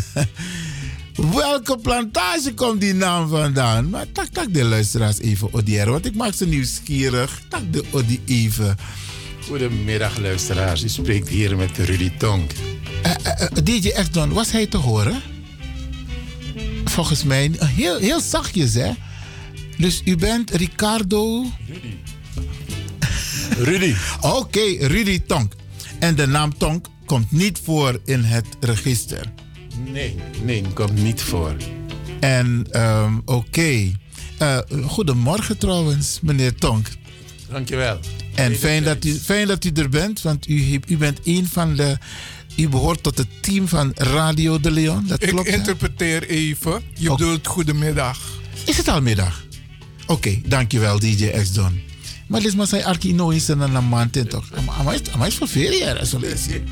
Welke plantage komt die naam vandaan? Maar tak tak de luisteraars even odiëren, want ik maak ze nieuwsgierig. Tak de odi even. Goedemiddag luisteraars, u spreekt hier met Rudy Tonk. Uh, uh, uh, D J X-Don, was hij te horen? Volgens mij uh, heel, heel zachtjes, hè? Dus u bent Ricardo... Rudy. Rudy. Oké, okay, Rudy Tonk. En de naam Tonk komt niet voor in het register. Nee, nee, komt niet voor. En um, oké. Okay. Uh, goedemorgen trouwens, meneer Tonk. Dankjewel. En fijn dat, u, fijn dat u er bent, want u, u bent een van de... U behoort tot het team van Radio de Leon, dat ik klopt. Ik interpreteer even. Je oh. bedoelt goedemiddag. Is het al middag? Oké, okay, dankjewel D J X-Don. Maar dit is maar zijn arki nooit in een maand toch? Maar is voor ferie, zo lees je.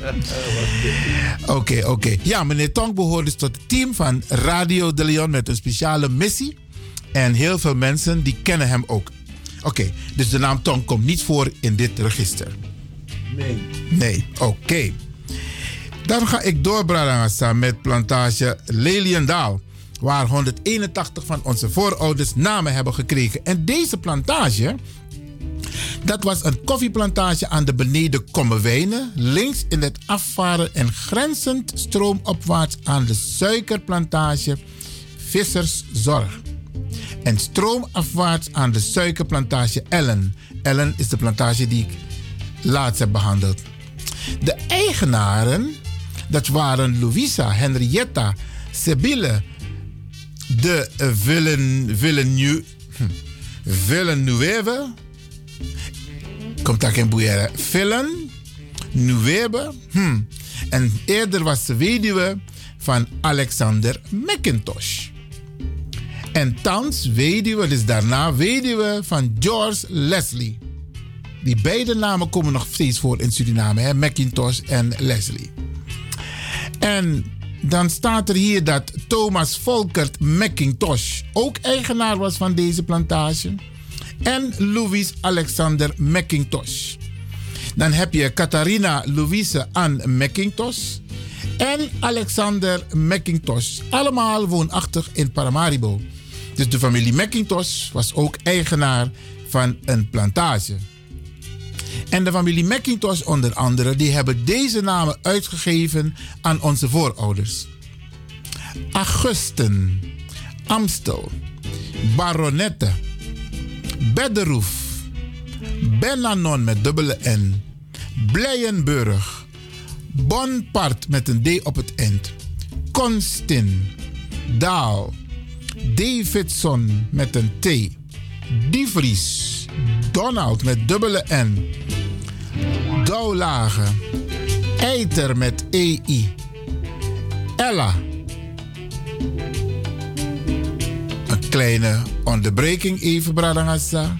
Oké, oké. Ja, meneer Tonk behoort dus tot het team van Radio de Leon met een speciale missie. En heel veel mensen die kennen hem ook. Oké, okay, dus de naam Tonk komt niet voor in dit register. Nee. Nee, oké. Okay. Dan ga ik door, Bradangasa, met plantage Leliendaal, waar honderdeenentachtig van onze voorouders namen hebben gekregen. En deze plantage, dat was een koffieplantage aan de beneden Kommerwijnen, links in het afvaren en grenzend stroomopwaarts aan de suikerplantage Visserszorg. En stroomafwaarts aan de suikerplantage Ellen. Ellen is de plantage die ik laatst heb behandeld. De eigenaren, dat waren Louisa, Henrietta, Sibylle, de Villen, Villeneuve, Villeneuve, komt daar geen boeier, Villeneuve, hmm. En eerder was ze weduwe van Alexander McIntosh. En thans weduwe, dus daarna weduwe van George Leslie. Die beide namen komen nog steeds voor in Suriname, hè? McIntosh en Leslie. En dan staat er hier dat Thomas Volkert McIntosh ook eigenaar was van deze plantage. En Louis Alexander McIntosh. Dan heb je Catharina Louise Ann McIntosh en Alexander McIntosh. Allemaal woonachtig in Paramaribo. Dus de familie McIntosh was ook eigenaar van een plantage. En de familie McIntosh onder andere, die hebben deze namen uitgegeven aan onze voorouders. Augusten, Amstel, Baronette, Bedderoef, Benanon met dubbele N, Blijenburg, Bonpart met een D op het eind, Constin, Daal, Davidson met een T, Dievries, Donald met dubbele N, Douwlagen. Eiter met E I. Ella. Een kleine onderbreking even, Bradangasa.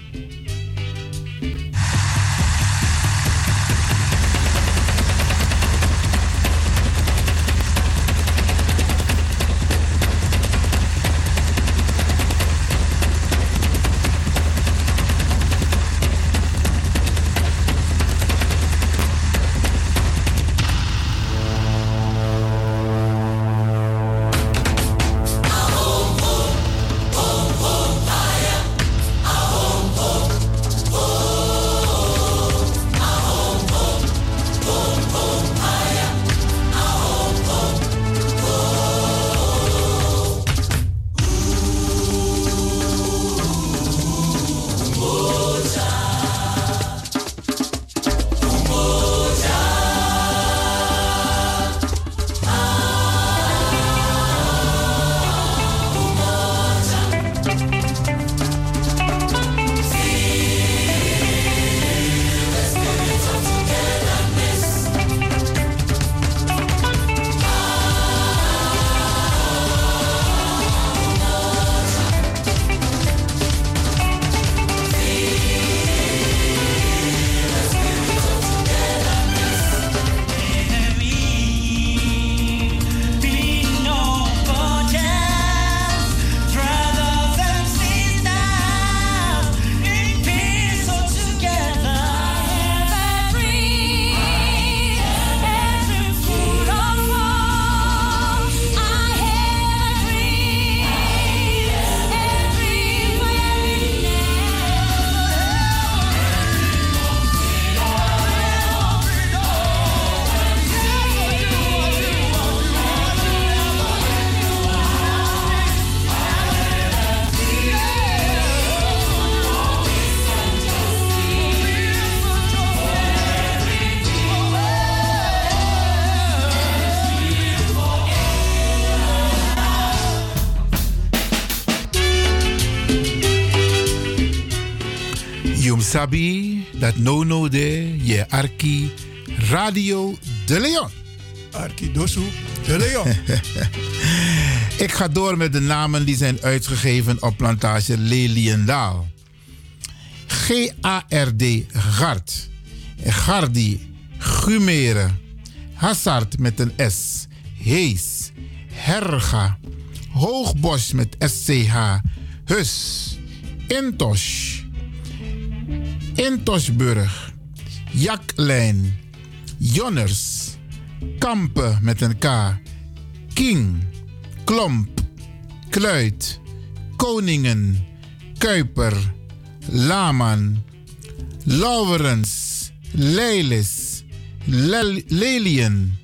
Sabi, dat no no de, je Arki, Radio de Leon. Arki Dosu de Leon. Ik ga door met de namen die zijn uitgegeven op plantage Leliendaal. G A R D, Gart. Gardi, Gumere. Hassard met een S. Hees. Herga. Hoogbos met S C H. Hus. Intosh. Intosburg. Jaklijn. Jonners. Kampen met een K. King. Klomp. Kluit. Koningen. Kuiper. Laman. Lauwerens. Leilis. Le- Lelien.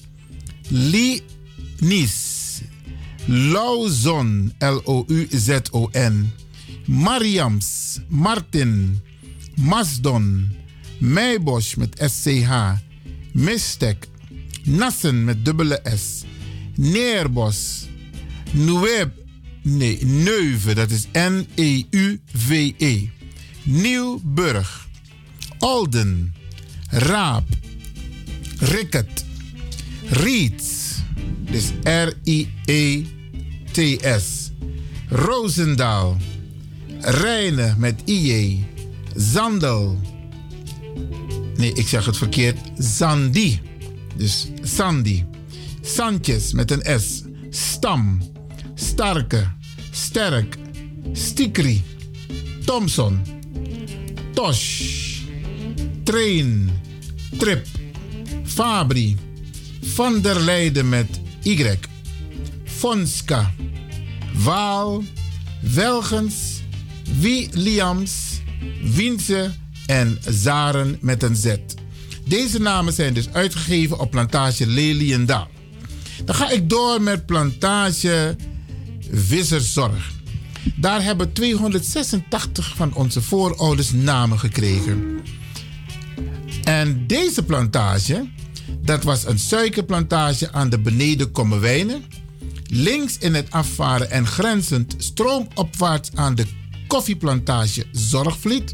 Linis. Lauzon. L O U Z O N. Mariams. Martin. Masdon. Meibos met S C H. Mistek. Nassen met dubbele S. Neerbos. Nueb. Nee, Neuve. Dat is N E U V E. Nieuwburg. Olden. Raap. Ricket. Riets. Dus R I E T S. Roosendaal. Rijnen met I J. Zandel. Nee, ik zeg het verkeerd. Zandi. Dus Sandy. Sanchez met een S. Stam. Starke. Sterk. Stikri. Thompson. Tosh. Train. Trip. Fabri. Van der Leijden met Y. Fonska. Waal. Welgens. Williams. Wiense en Zaren met een Z. Deze namen zijn dus uitgegeven op plantage Leliendaal. Dan ga ik door met plantage Visserzorg. Daar hebben tweehonderdzesentachtig van onze voorouders namen gekregen. En deze plantage, dat was een suikerplantage aan de Beneden Kommerwijnen. Links in het afvaren en grenzend stroomopwaarts aan de koffieplantage Zorgvliet.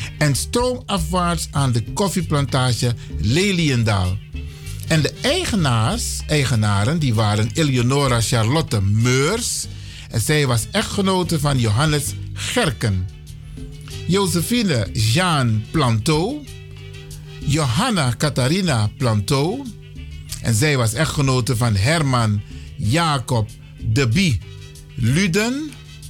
en stroomafwaarts aan de koffieplantage Leliendaal. En de eigenaars, eigenaren die waren Eleonora Charlotte Meurs en zij was echtgenote van Johannes Gerken. Josephine Jean Planteau, Johanna Catharina Planteau en zij was echtgenote van Herman Jacob de Bie Luden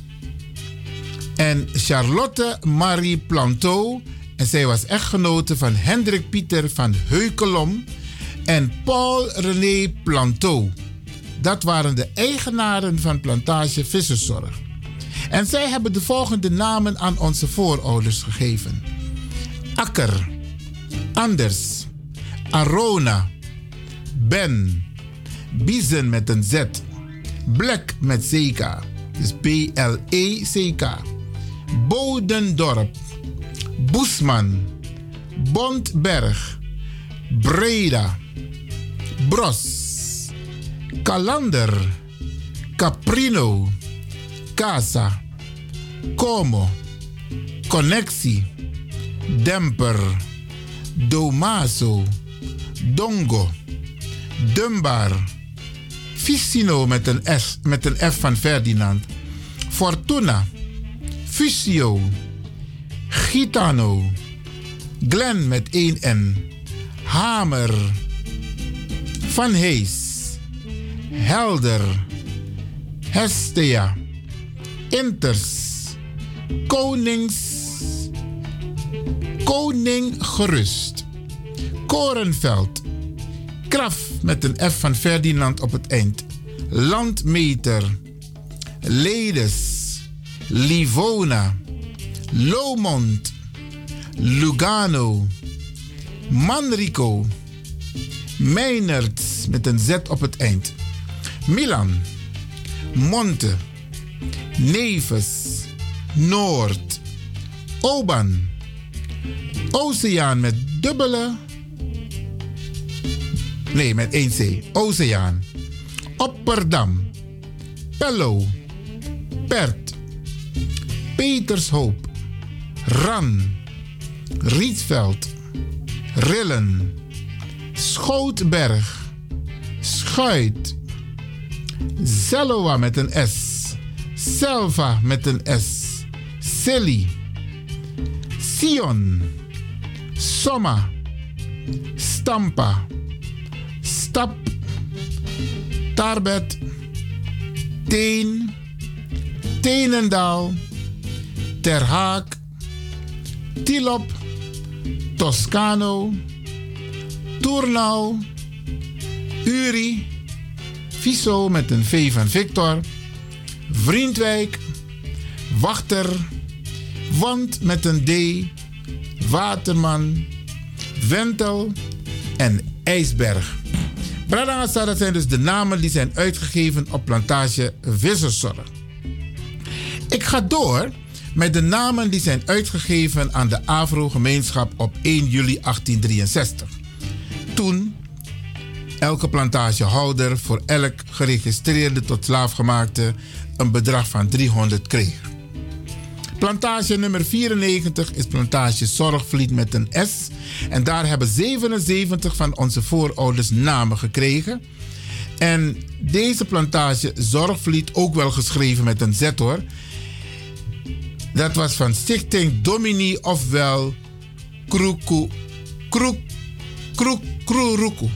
en Charlotte Marie Planteau en zij was echtgenote van Hendrik Pieter van Heukelom en Paul René Planteau. Dat waren de eigenaren van plantage Visserszorg. En zij hebben de volgende namen aan onze voorouders gegeven: Akker, Anders, Arona, Ben, Biezen met een Z, Black met C K, dus B L E C K, Bodendorp, Boesman, Bondberg, Breda, Bros, Kalander, Caprino, Casa, Como, Connectie, Demper, Domaso, Dongo, Dunbar, Ficino met een S, met een F van Ferdinand, Fortuna, Fusio, Gitano, Glen met één N, Hamer, Van Hees, Helder, Hestea, Inters, Konings, Koning Gerust, Korenveld, Kraf met een F van Ferdinand op het eind, Landmeter, Ledes, Livona, Lomond, Lugano, Manrico, Meinerts met een Z op het eind, Milan, Monte, Neves, Noord, Oban, Oceaan met dubbele, nee met één C, Oceaan, Opperdam, Pello, Pert, Petershoop, Ran, Rietveld, Rillen, Schootberg, Schuit, Zelloa met een S, Selva met een S, Silly, Sion, Somma, Stampa, Stap, Tarbet, Teen, Tenendaal, Terhaak, Tilop, Toscano, Tournau, Uri, Viso met een V van Victor, Vriendwijk, Wachter, Wand met een D, Waterman, Wentel en IJsberg. Bradangasa, dat zijn dus de namen die zijn uitgegeven op plantage Visserszorg. Ik ga door met de namen die zijn uitgegeven aan de Afro-gemeenschap op één juli achttien drieënzestig. Toen elke plantagehouder voor elk geregistreerde tot slaafgemaakte een bedrag van driehonderd kreeg. Plantage nummer vierennegentig is plantage Zorgvliet met een S. En daar hebben zevenenzeventig van onze voorouders namen gekregen. En deze plantage Zorgvliet, ook wel geschreven met een Z hoor. Dat was van Stichting Domini ofwel Kruku. Kruk, Kruk, Kruruku.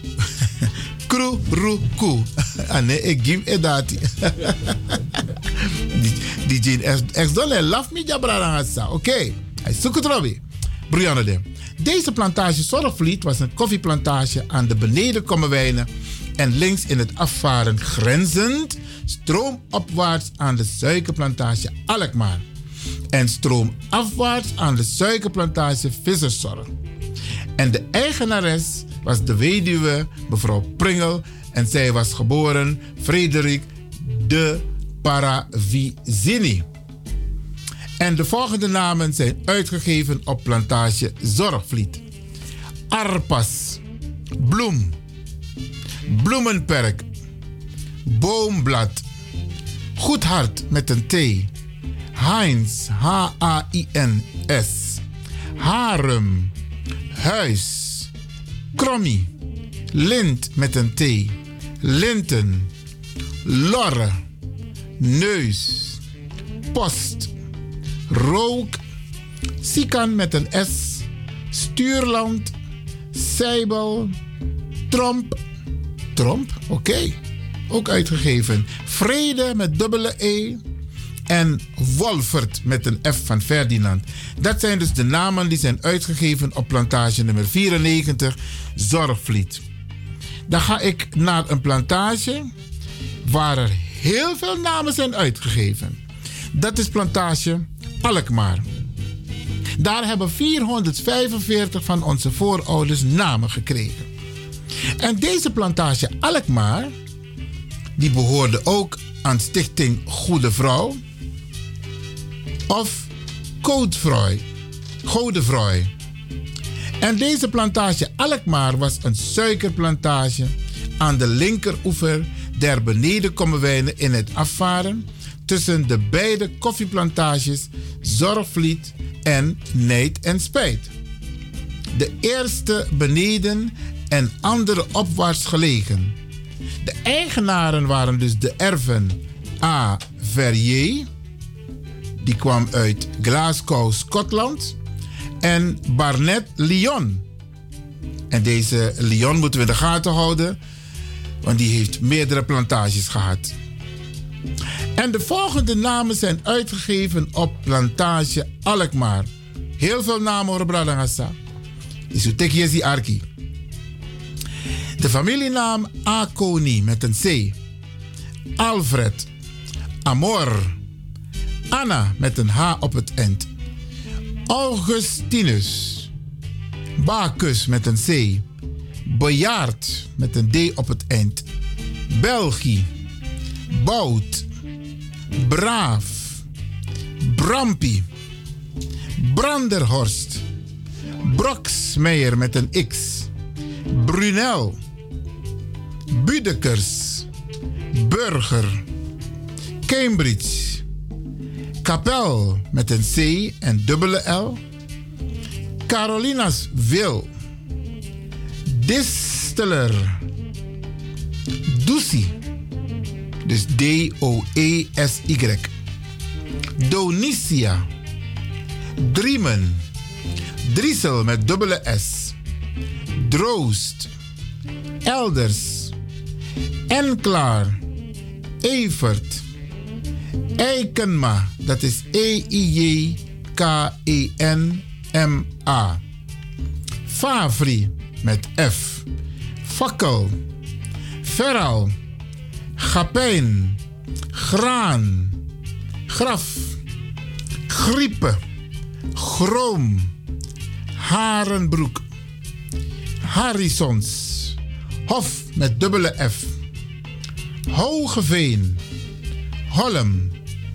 Kruruku. Ah nee, ik geef het dat. D J X-Don, hij love me, Jabra. Oké, hij zoekt het Robbie. Brianne. Deze plantage Zorgvliet was een koffieplantage aan de Benedenkommerwijnen en links in het afvaren grenzend stroomopwaarts aan de suikerplantage Alkmaar en stroomafwaarts aan de suikerplantage Visserszorg. En de eigenares was de weduwe mevrouw Pringel en zij was geboren Frederik de Paravizini. En de volgende namen zijn uitgegeven op plantage Zorgvliet: Arpas, Bloem, Bloemenperk, Boomblad, Goedhart met een T, Heinz, H A I N S, Harum, huis, krommie, lint met een T, linten, lorre, neus, post, rook, sikan met een S, stuurland, zijbel, tromp, tromp, oké, okay. Ook uitgegeven. Vrede met dubbele E en Wolfert met een F van Ferdinand. Dat zijn dus de namen die zijn uitgegeven op plantage nummer vierennegentig, Zorgvliet. Dan ga ik naar een plantage waar er heel veel namen zijn uitgegeven. Dat is plantage Alkmaar. Daar hebben vierhonderdvijfenveertig van onze voorouders namen gekregen. En deze plantage Alkmaar, die behoorde ook aan Stichting Goede Vrouw of Koudvrouw, Gode Vrouw. En deze plantage Alkmaar was een suikerplantage aan de linkeroever der Benedenkommerwijnen in het afvaren tussen de beide koffieplantages Zorgvliet en Nijd en Spijt. De eerste beneden en andere opwaarts gelegen. De eigenaren waren dus de erven A. Verrier, die kwam uit Glasgow, Schotland, en Barnett Lyon. En deze Lyon moeten we in de gaten houden, want die heeft meerdere plantages gehad. En de volgende namen zijn uitgegeven op plantage Alkmaar. Heel veel namen hoor, Bradangasa. Isutek Jesi Arki. De familienaam Aconi met een C. Alfred. Amor. Anna met een H op het eind. Augustinus. Bacchus met een C. Bejaard met een D op het eind. België. Bout. Braaf. Brampie. Branderhorst. Broksmeijer met een X. Brunel. Budekers. Burger. Cambridge. Kapel met een C en dubbele L. Carolinas Wil. Distiller. Dusi. Dus D O E S Y. Donicia. Driemen. Driesel met dubbele S. Droost. Elders. Enklaar. Evert. Eikenma. Dat is E I J K E N M A. Favri met F. Fakkel. Verral. Gapijn. Graan. Graf. Griepe. Groom. Harenbroek. Harrisons. Hof met dubbele F. Hogeveen. Holm.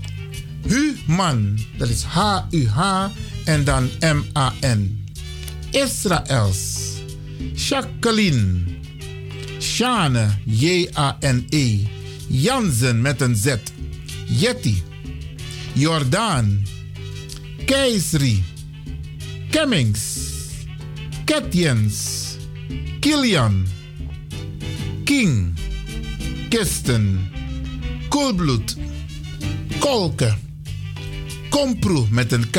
Human. Dat is H U H en dan M A N. Israëls. Jacqueline. Sjane. J A N E. Jansen met een Z. Jetty. Jordaan. Keisri. Kemmings. Ketjens. Kilian. King. Kisten. Koolbloed. Kolke. Komproe met een K.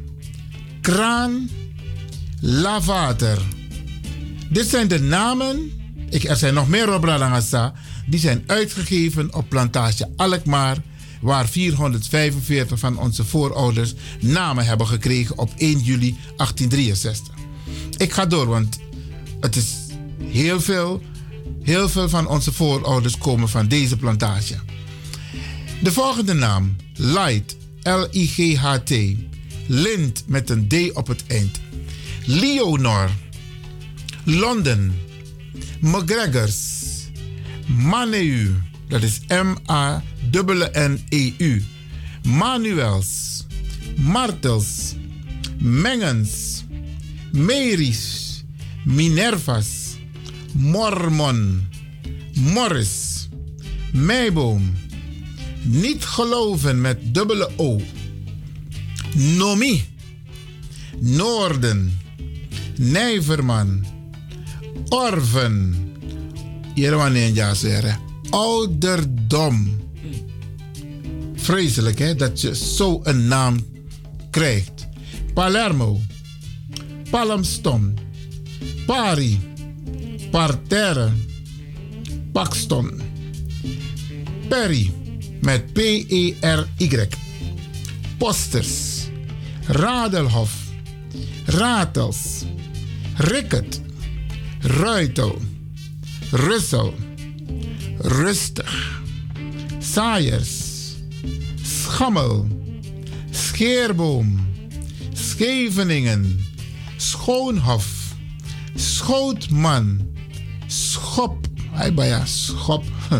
Kraan. Lavater. Dit zijn de namen. Ik, er zijn nog meer op Radangasa. Die zijn uitgegeven op plantage Alkmaar, waar vierhonderdvijfenveertig van onze voorouders namen hebben gekregen op één juli achttiendrieënzestig. Ik ga door, want het is heel veel, heel veel van onze voorouders komen van deze plantage. De volgende naam, Light, L I G H T, Lind met een D op het eind, Leonor, Londen, McGregors, Maneu, dat is M A N N E U, Manuels, Martels, Mengens, Marys, Minervas, Mormon, Morris, Meiboom, Niet geloven met dubbele O, Nomi, Noorden, Nijverman, Orven. Hier wanneer ja zeggen. Ouderdom. Vreselijk hè, dat je zo een naam krijgt. Palermo, Palmston, Pari, Parterre, Paxton, Perry met P E R Y, Posters, Radelhof, Ratels, Ricket, Ruitel, Russel, Rustig, Saaiers, Schammel, Scheerboom, Scheveningen, Schoonhof, Schootman, Schop, hij bij Schop,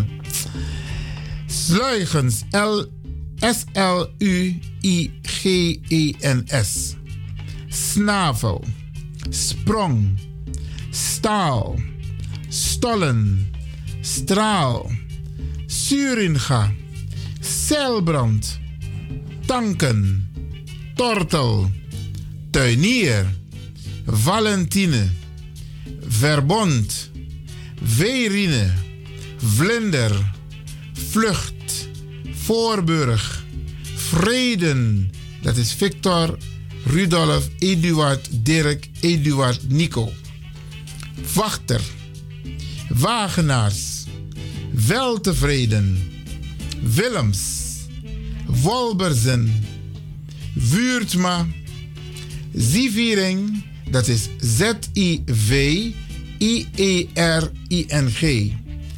Sluigens, S L U I G E N S, Snavel, Sprong, Staal, Stollen, Straal, Suringa, Zeilbrand, Tanken, Tortel, Tuinier, Valentine, Verbond, Verine, Vlinder, Vlucht, Voorburg, Vreden, dat is Victor, Rudolf, Eduard, Dirk, Eduard, Nico, Wachter, Wagenaars, Weltevreden, Willems, Wolberzen, Wuurtma, Ziviering, dat is Z I V I E R I N G,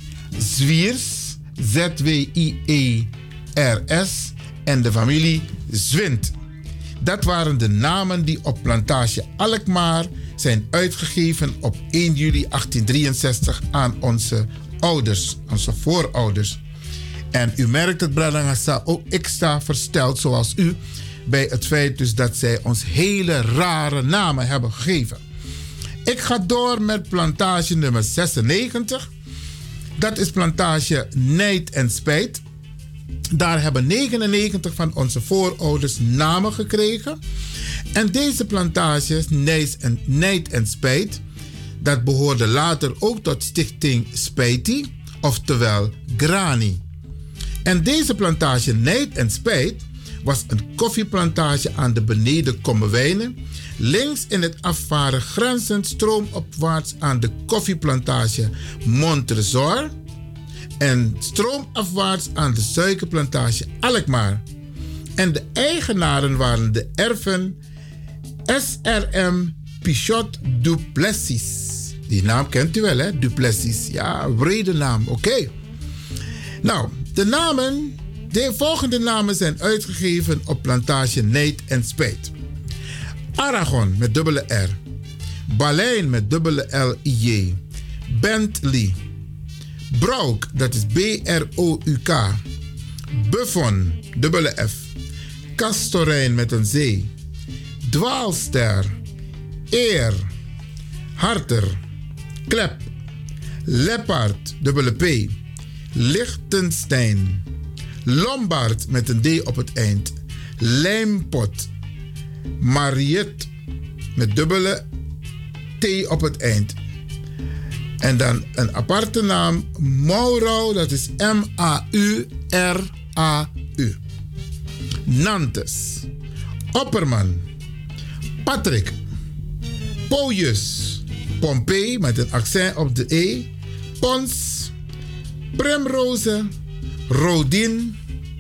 Zwiers, Z W I E R S en de familie Zwint. Dat waren de namen die op Plantage Alkmaar zijn uitgegeven op één juli achttien drieënzestig aan onze ouders, onze voorouders. En u merkt het, Bradangasa, ook ik sta versteld zoals u bij het feit dus dat zij ons hele rare namen hebben gegeven. Ik ga door met plantage nummer zesennegentig. Dat is plantage Nijd en Spijt. Daar hebben negenennegentig van onze voorouders namen gekregen. En deze plantages, Nijd en Spijt, dat behoorde later ook tot stichting Spijti, oftewel Grani. En deze plantage Nijd en Spijt was een koffieplantage aan de beneden Kommerwijnen, links in het afvaren grenzend stroomopwaarts aan de koffieplantage Montresor en stroomafwaarts aan de suikerplantage Alkmaar. En de eigenaren waren de erven S R M Pichot Duplessis. Die naam kent u wel, hè? Duplessis. Ja, wrede naam. Oké. Okay. Nou, de namen, de volgende namen zijn uitgegeven op plantage Nijd en Spijt. Aragon met dubbele R. Balein met dubbele L I J. Bentley. Brouk, dat is B R O U K. Buffon, dubbele F. Kastorijn met een Z. Dwaalster. Eer. Harter. Klep. Leopard, dubbele P. Liechtenstein. Lombard met een D op het eind. Lijmpot. Mariette met dubbele T op het eind. En dan een aparte naam, Mauro, dat is M A U R A U. Nantes. Opperman. Patrick. Pojus. Pompey met een accent op de E. Pons. Primrose. Rodin.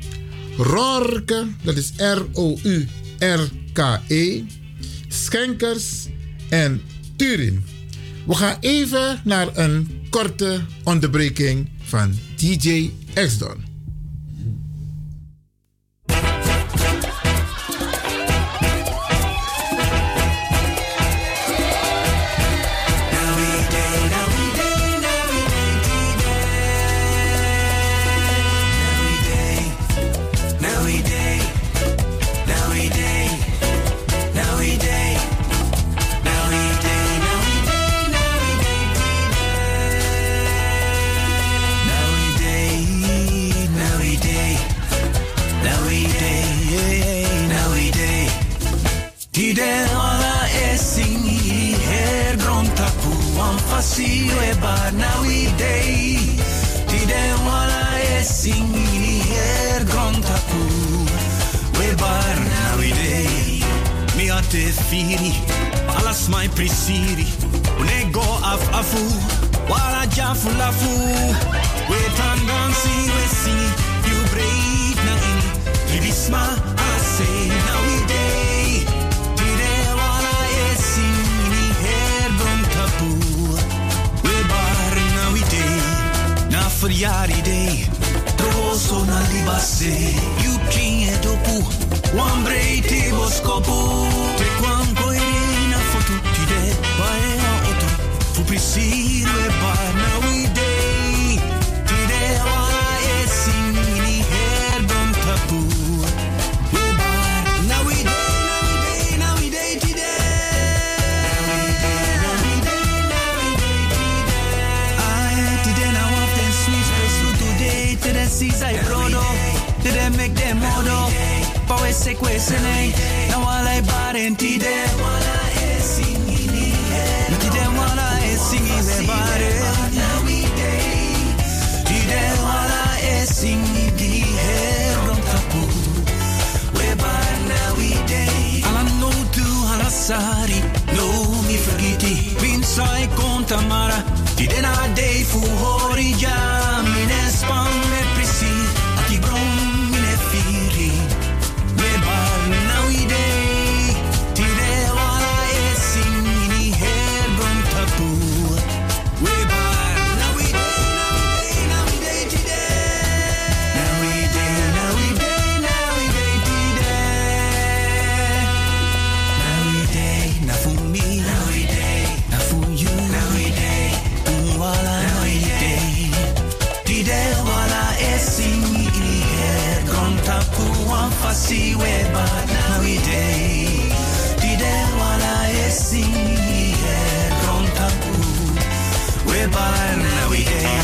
Rorke, dat is R O U R K E. Schenkers en Turin. We gaan even naar een korte onderbreking van D J X-Don. fasi we bar na we day. Ti de wala e singi her gontapu. We bar na we day. Mi ate firi, alas mai prisiri. Unego af afu, wala jafu lafu. We tandansi we si, you break na in. Libisma ase na we day. Ti de wala e singi her gontapu. We bar na we day. Na verjari day. Troso na libase. You king e dopu. One break te boskopu. Te kwan koiri na foto. Ti de bae a auto. Fu prisir we bar na we day. Ti de wala e singi her don tapu. We bar na we day, na we day, na we day, ti de. Na we day, na we day, na we day, ti de. Ai, ti de na wap ten sweet pesu today. Ti de sisa e brodo. Ti de make them modo. Pawe sekwe seneng. Na wala e bar en ti de. Wala e singi ni her. Ti de wala e singi we bar na we day. Ti de wala e singi di her ron tapu. We bar na we day. Ala no tu ala sari. No mi forgiti. Bin sai conta mara. Ti de na day fu hori jam. Mine spam me prisi. Aki brom mine firi. We bar na we day. Ti de wala e singi ni her ron tapu. We bar na we day, na we day, na we day, ti de. Na we day, na we day, na we day, ti de. Na we day, na fu mi, na we day, na fu you, na we day. Tu wala na we day. Ti de wala e singi ni her ron tapu. Wan fasi we bar na we day. Ti de wala e singi ni her ron tapu. We bar na we day.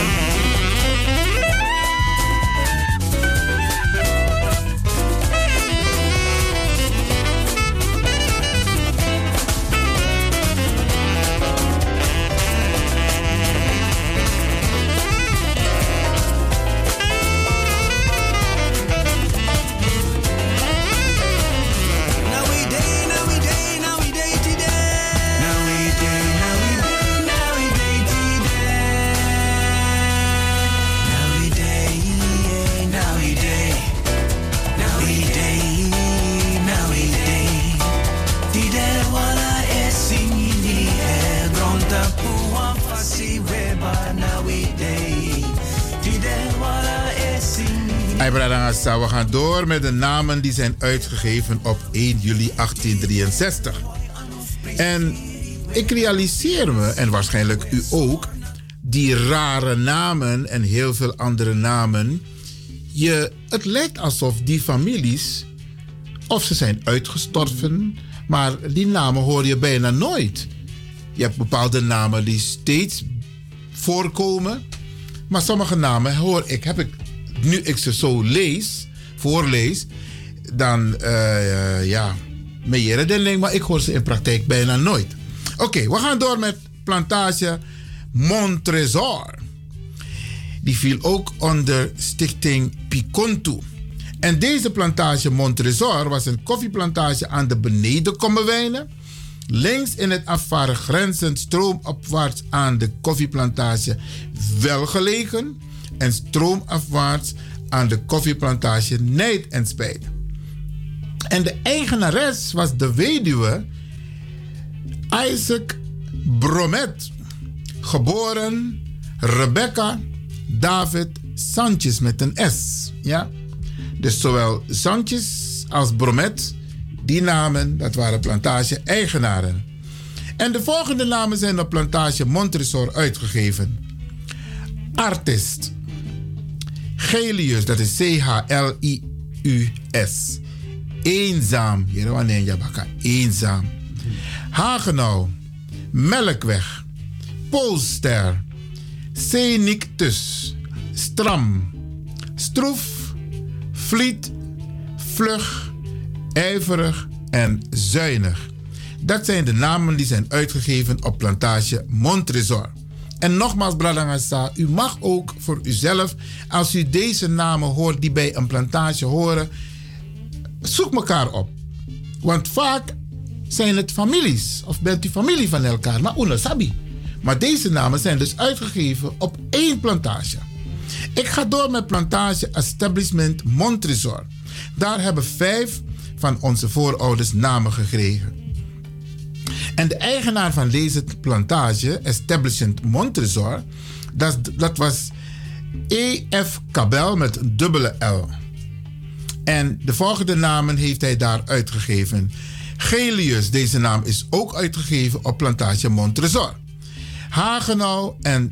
Now we day, now we day, now we day today. Now we day, now we day, now we day today. Now we day, now we day, now we day, now we day. Today wala e singi ni e gronta puwa fasi weba. Now we day, today wala e singi. Hey, Bradangasa, we gaan door met de namen die zijn uitgegeven op één juli achttien drieënzestig. En ik realiseer me, en waarschijnlijk u ook, die rare namen en heel veel andere namen. Je, het lijkt alsof die families, of ze zijn uitgestorven, maar die namen hoor je bijna nooit. Je hebt bepaalde namen die steeds voorkomen, maar sommige namen hoor ik, heb ik, nu ik ze zo lees, voorlees, dan, uh, ja, meer dan maar ik hoor ze in praktijk bijna nooit. Oké, okay, we gaan door met plantage Montresor. Die viel ook onder stichting Picontu. En deze plantage Montresor was een koffieplantage aan de Benedenkommerwijnen. Links in het afvaren grenzend stroomopwaarts aan de koffieplantage Welgelegen. En stroomafwaarts aan de koffieplantage Nijd en Spijt. En de eigenares was de weduwe Isaac Bromet. Geboren Rebecca David Sanchez met een S. Ja? Dus zowel Sanchez als Bromet, die namen, dat waren plantage-eigenaren. En de volgende namen zijn op plantage Montresor uitgegeven. Artist. Gelius, dat is C H L I U S. Eenzaam. Eenzaam. Hagenau. Melkweg. Polster. Senictus. Stram. Stroef. Vliet. Vlug. Ijverig en zuinig. Dat zijn de namen die zijn uitgegeven op plantage Montresor. En nogmaals, Bradangasa, u mag ook voor uzelf, als u deze namen hoort die bij een plantage horen, zoek elkaar op. Want vaak zijn het families, of bent u familie van elkaar, maar unasabi. Maar deze namen zijn dus uitgegeven op één plantage. Ik ga door met plantage Establishment Montresor. Daar hebben vijf van onze voorouders namen gekregen. En de eigenaar van deze plantage, Establishment Montresor, dat, dat was E F Cabel met een dubbele L. En de volgende namen heeft hij daar uitgegeven. Gelius, deze naam is ook uitgegeven op plantage Montresor. Hagenau en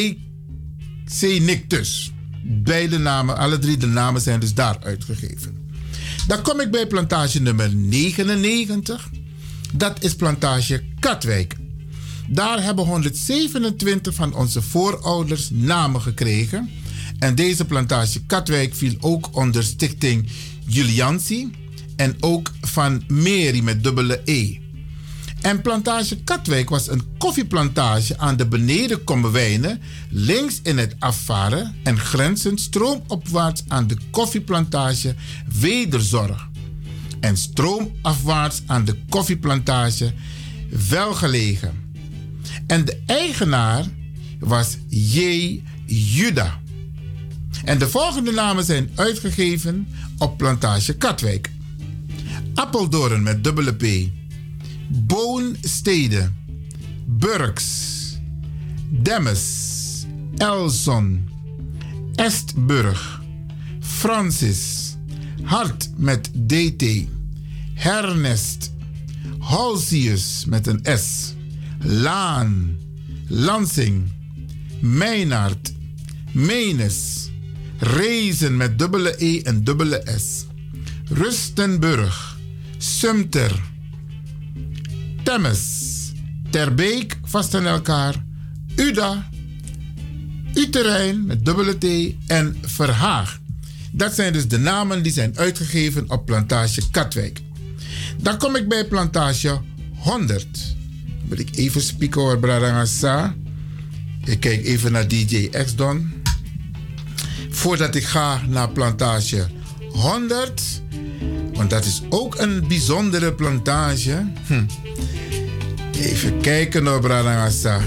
Zenictus. Beide namen, alle drie de namen zijn dus daar uitgegeven. Dan kom ik bij plantage nummer negenennegentig. Dat is plantage Katwijk. Daar hebben honderdzevenentwintig van onze voorouders namen gekregen. En deze plantage Katwijk viel ook onder stichting Juliantie en ook van Meri met dubbele E. En plantage Katwijk was een koffieplantage aan de Benedenkommerwijnen, links in het afvaren en grenzend stroomopwaarts aan de koffieplantage Wederzorg. En stroomafwaarts aan de koffieplantage Welgelegen. En de eigenaar was J. Juda. En de volgende namen zijn uitgegeven op plantage Katwijk. Appeldoorn met dubbele P. Boonstede. Burks. Demmes. Elson. Estburg. Francis. Hart met D T. Hernest. Holsius met een S. Laan. Lansing. Meinaert. Menes. Rezen met dubbele E en dubbele S. Rustenburg. Sumter. Temmes. Terbeek, vast aan elkaar. Uda. Uterijn met dubbele T en Verhaag. Dat zijn dus de namen die zijn uitgegeven op plantage Katwijk. Dan kom ik bij plantage honderd. Dan wil ik even spieken hoor, Bradangasa. Ik kijk even naar D J X-Don. Voordat ik ga naar plantage honderd, want dat is ook een bijzondere plantage. Hm. Even kijken hoor, Bradangasa.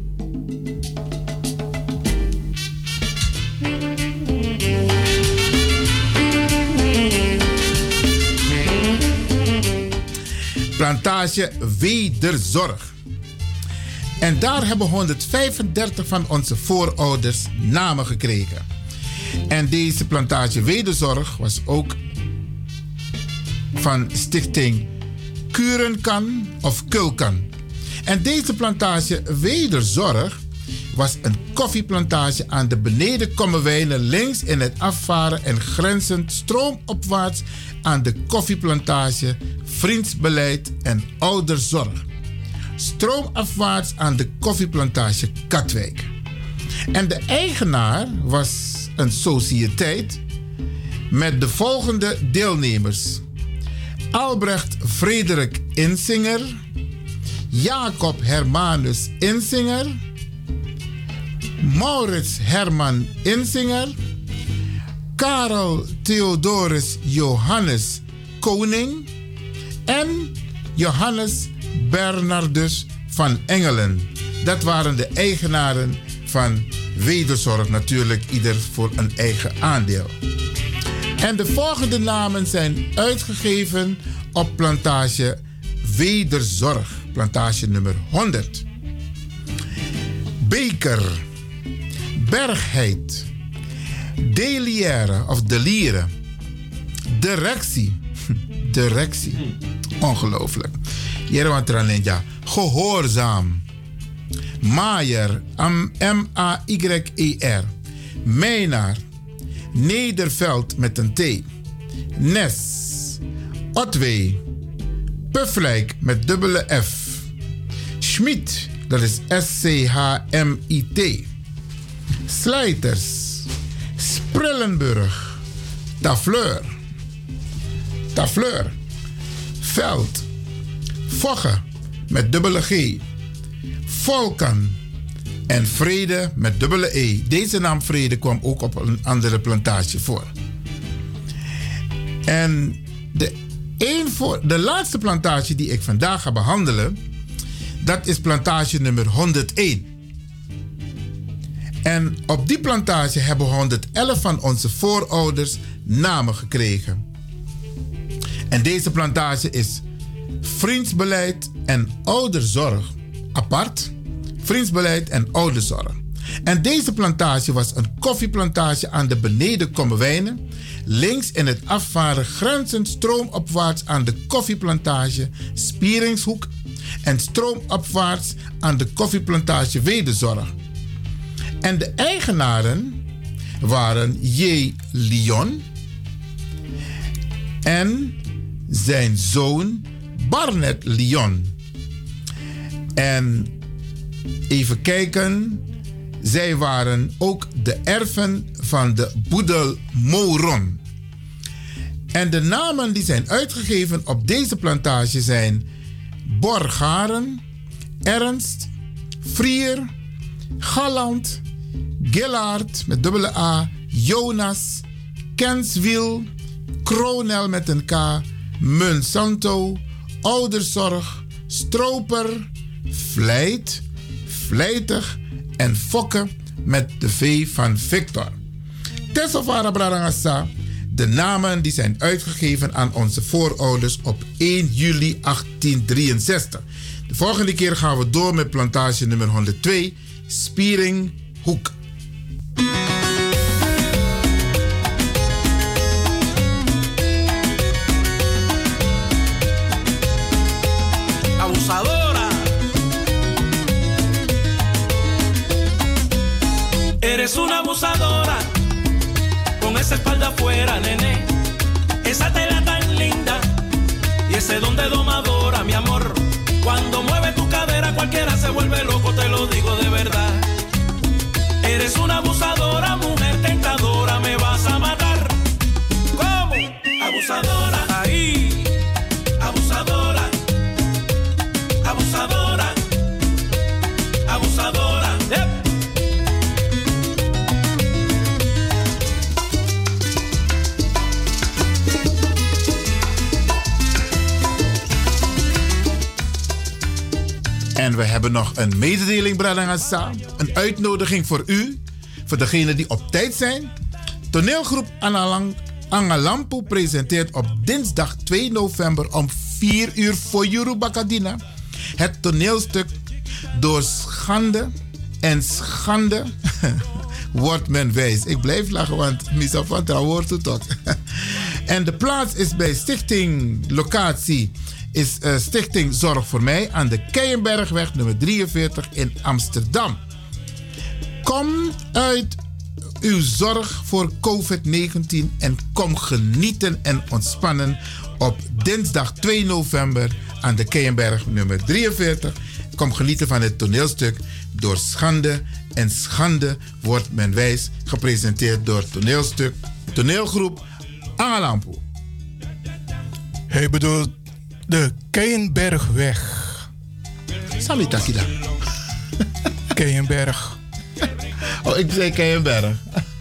Plantage Wederzorg. En daar hebben honderdvijfendertig van onze voorouders namen gekregen. En deze plantage Wederzorg was ook van stichting Kurenkan of Kulkan. En deze plantage Wederzorg was een koffieplantage aan de Benedenkommerwijnen links in het afvaren en grenzend stroomopwaarts aan de koffieplantage Vriendsbeleid en Ouderzorg. Stroomafwaarts aan de koffieplantage Katwijk. En de eigenaar was een sociëteit met de volgende deelnemers: Albrecht Frederik Insinger, Jacob Hermanus Insinger, Maurits Herman Insinger, Karel Theodorus Johannes Koning en Johannes Bernardus van Engelen. Dat waren de eigenaren van Wederzorg, natuurlijk ieder voor een eigen aandeel. En de volgende namen zijn uitgegeven op plantage Wederzorg, plantage nummer honderd. Beker, Bergheid, Delière of Deliere, Directie, Directie, ongelooflijk. Jerwantralenja, Gehoorzaam, Maier, M A Y E R, Meinaar, Nederveld met een T, Nes, Otwee, Pufflijk met dubbele F, Schmid, dat is S C H M I T, Slijters, Sprillenburg, Tafleur, Tafleur, Veld, Vogge met dubbele G, Volkan, En Vrede met dubbele E. Deze naam Vrede kwam ook op een andere plantage voor. En de, een voor, de laatste plantage die ik vandaag ga behandelen, dat is plantage nummer honderdéén. En op die plantage hebben honderdelf van onze voorouders namen gekregen. En deze plantage is vriendsbeleid en ouderzorg apart. Vriendsbeleid en ouderzorg. En deze plantage was een koffieplantage aan de Benedenkommerwijnen. Links in het afvaren grenzend stroomopwaarts aan de koffieplantage Spieringshoek. En stroomopwaarts aan de koffieplantage Wedenzorg. En de eigenaren waren J. Lyon en zijn zoon Barnet Lyon. En even kijken, zij waren ook de erfen van de boedel Moron. En de namen die zijn uitgegeven op deze plantage zijn Borgaren, Ernst, Frier, Galland, Gillard met dubbele A, Jonas, Kenswiel, Kronel met een K, Monsanto, Ouderzorg, Stroper, Vlijt, Vlijtig en Fokke met de V van Victor. Tesofara Bradangasa, de namen die zijn uitgegeven aan onze voorouders op één juli achttiendrieënzestig. De volgende keer gaan we door met plantage nummer honderdtwee, Spieringshoek. Abusadora. Eres una abusadora. Con esa espalda afuera, nene. Esa tela tan linda. Y ese don de domadora, mi amor. Cuando mueve tu cadera cualquiera se vuelve loco, te lo digo de verdad. Eres una abusadora, mujer tentadora, me vas a matar. ¿Cómo? Abusadora. Ahí. Abusadora. Abusadora. Abusadora. Yep. En we hebben nog een mededeling, Bradangasa. Een uitnodiging voor u, voor degenen die op tijd zijn. Toneelgroep Analang, Angalampu presenteert op dinsdag twee november om vier uur voor Jurubakadina het toneelstuk Door Schande en Schande wordt men wijs. Ik blijf lachen, want Misa van Trawoord doet ook. En de plaats is bij Stichting Locatie. Is uh, Stichting Zorg voor Mij aan de Keienbergweg nummer drieënveertig in Amsterdam. Kom uit uw zorg voor covid negentien en kom genieten en ontspannen op dinsdag twee november aan de Keienberg nummer drieënveertig. Kom genieten van het toneelstuk Door Schande en Schande wordt men wijs, gepresenteerd door toneelstuk, toneelgroep Angalampu. Hij bedoelt de Keienbergweg. Samitakida. Keienberg. Oh, ik zei Keienberg.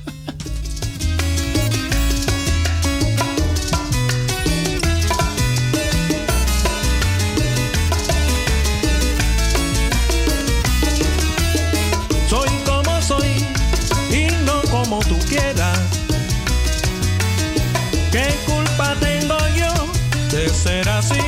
Soy como soy y no como tú quieras. ¿Qué culpa tengo yo de ser así?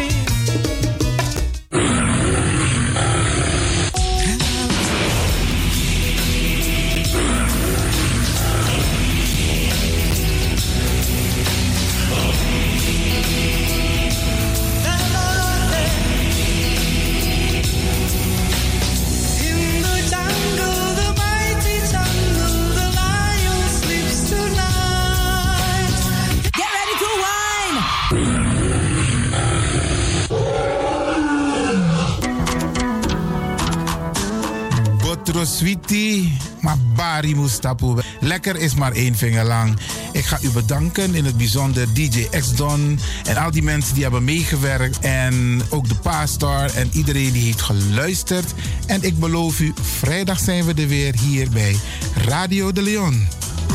Zo sweetie, maar bari mustapu. Lekker is maar één vinger lang. Ik ga u bedanken, in het bijzonder D J X-Don en al die mensen die hebben meegewerkt. En ook de pastor en iedereen die heeft geluisterd. En ik beloof u, vrijdag zijn we er weer hier bij Radio de Leon.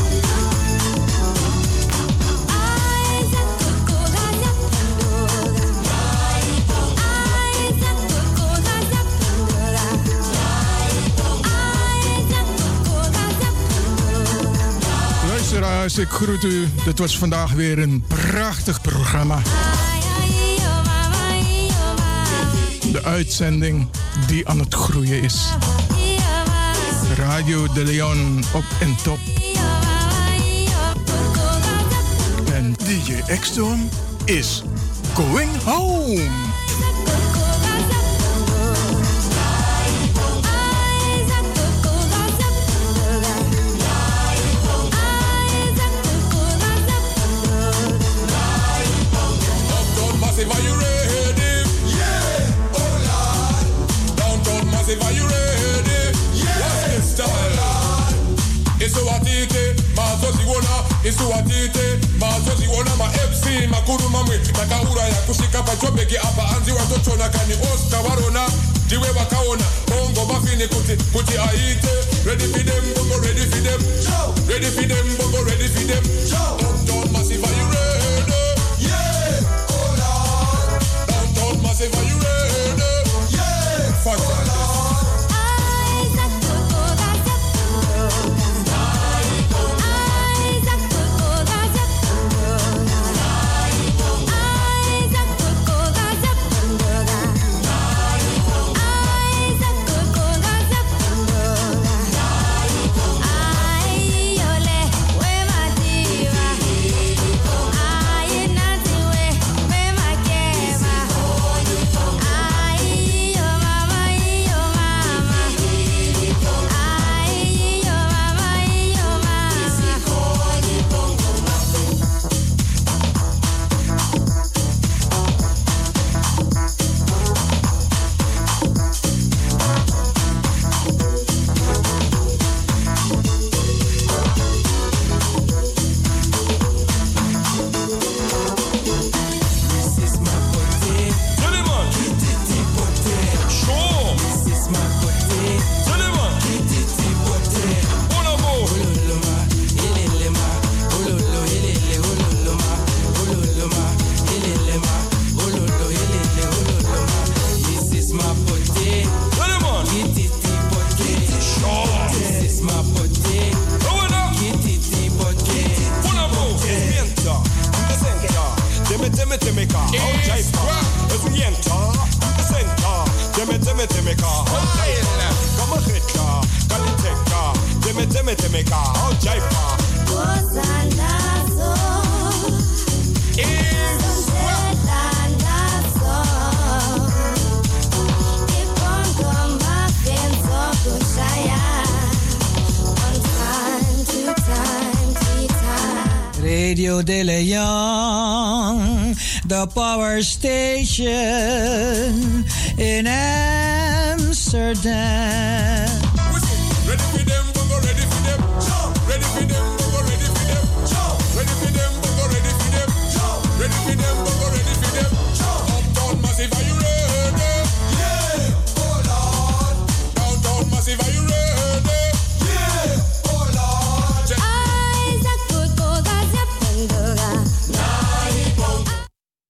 Luisteraars, ik groet u. Dit was vandaag weer een prachtig programma. De uitzending die aan het groeien is. Radio de Leon op en top. En D J X-Don is going home. Are you ready? Yeah, oh Lord. Downtown Massive, are you ready? Yeah, what's this style? Isuatite, mazo ziwona, isuatite, mazo ziwona, ma M C, makuru mamwe, nakaura ya kushika pachobeki apa anzi watochona kani osta warona, diwe wakaona, bongo mafini kuti, kuti aite, ready for them, bongo ready for them, ready for them, bongo ready for them, Downtown Massive, are you ready? Massive, are you ready? Yeah! Fuck that. Radio de Leon, the power station in Amsterdam. Ready for them, ready for them, ready for them.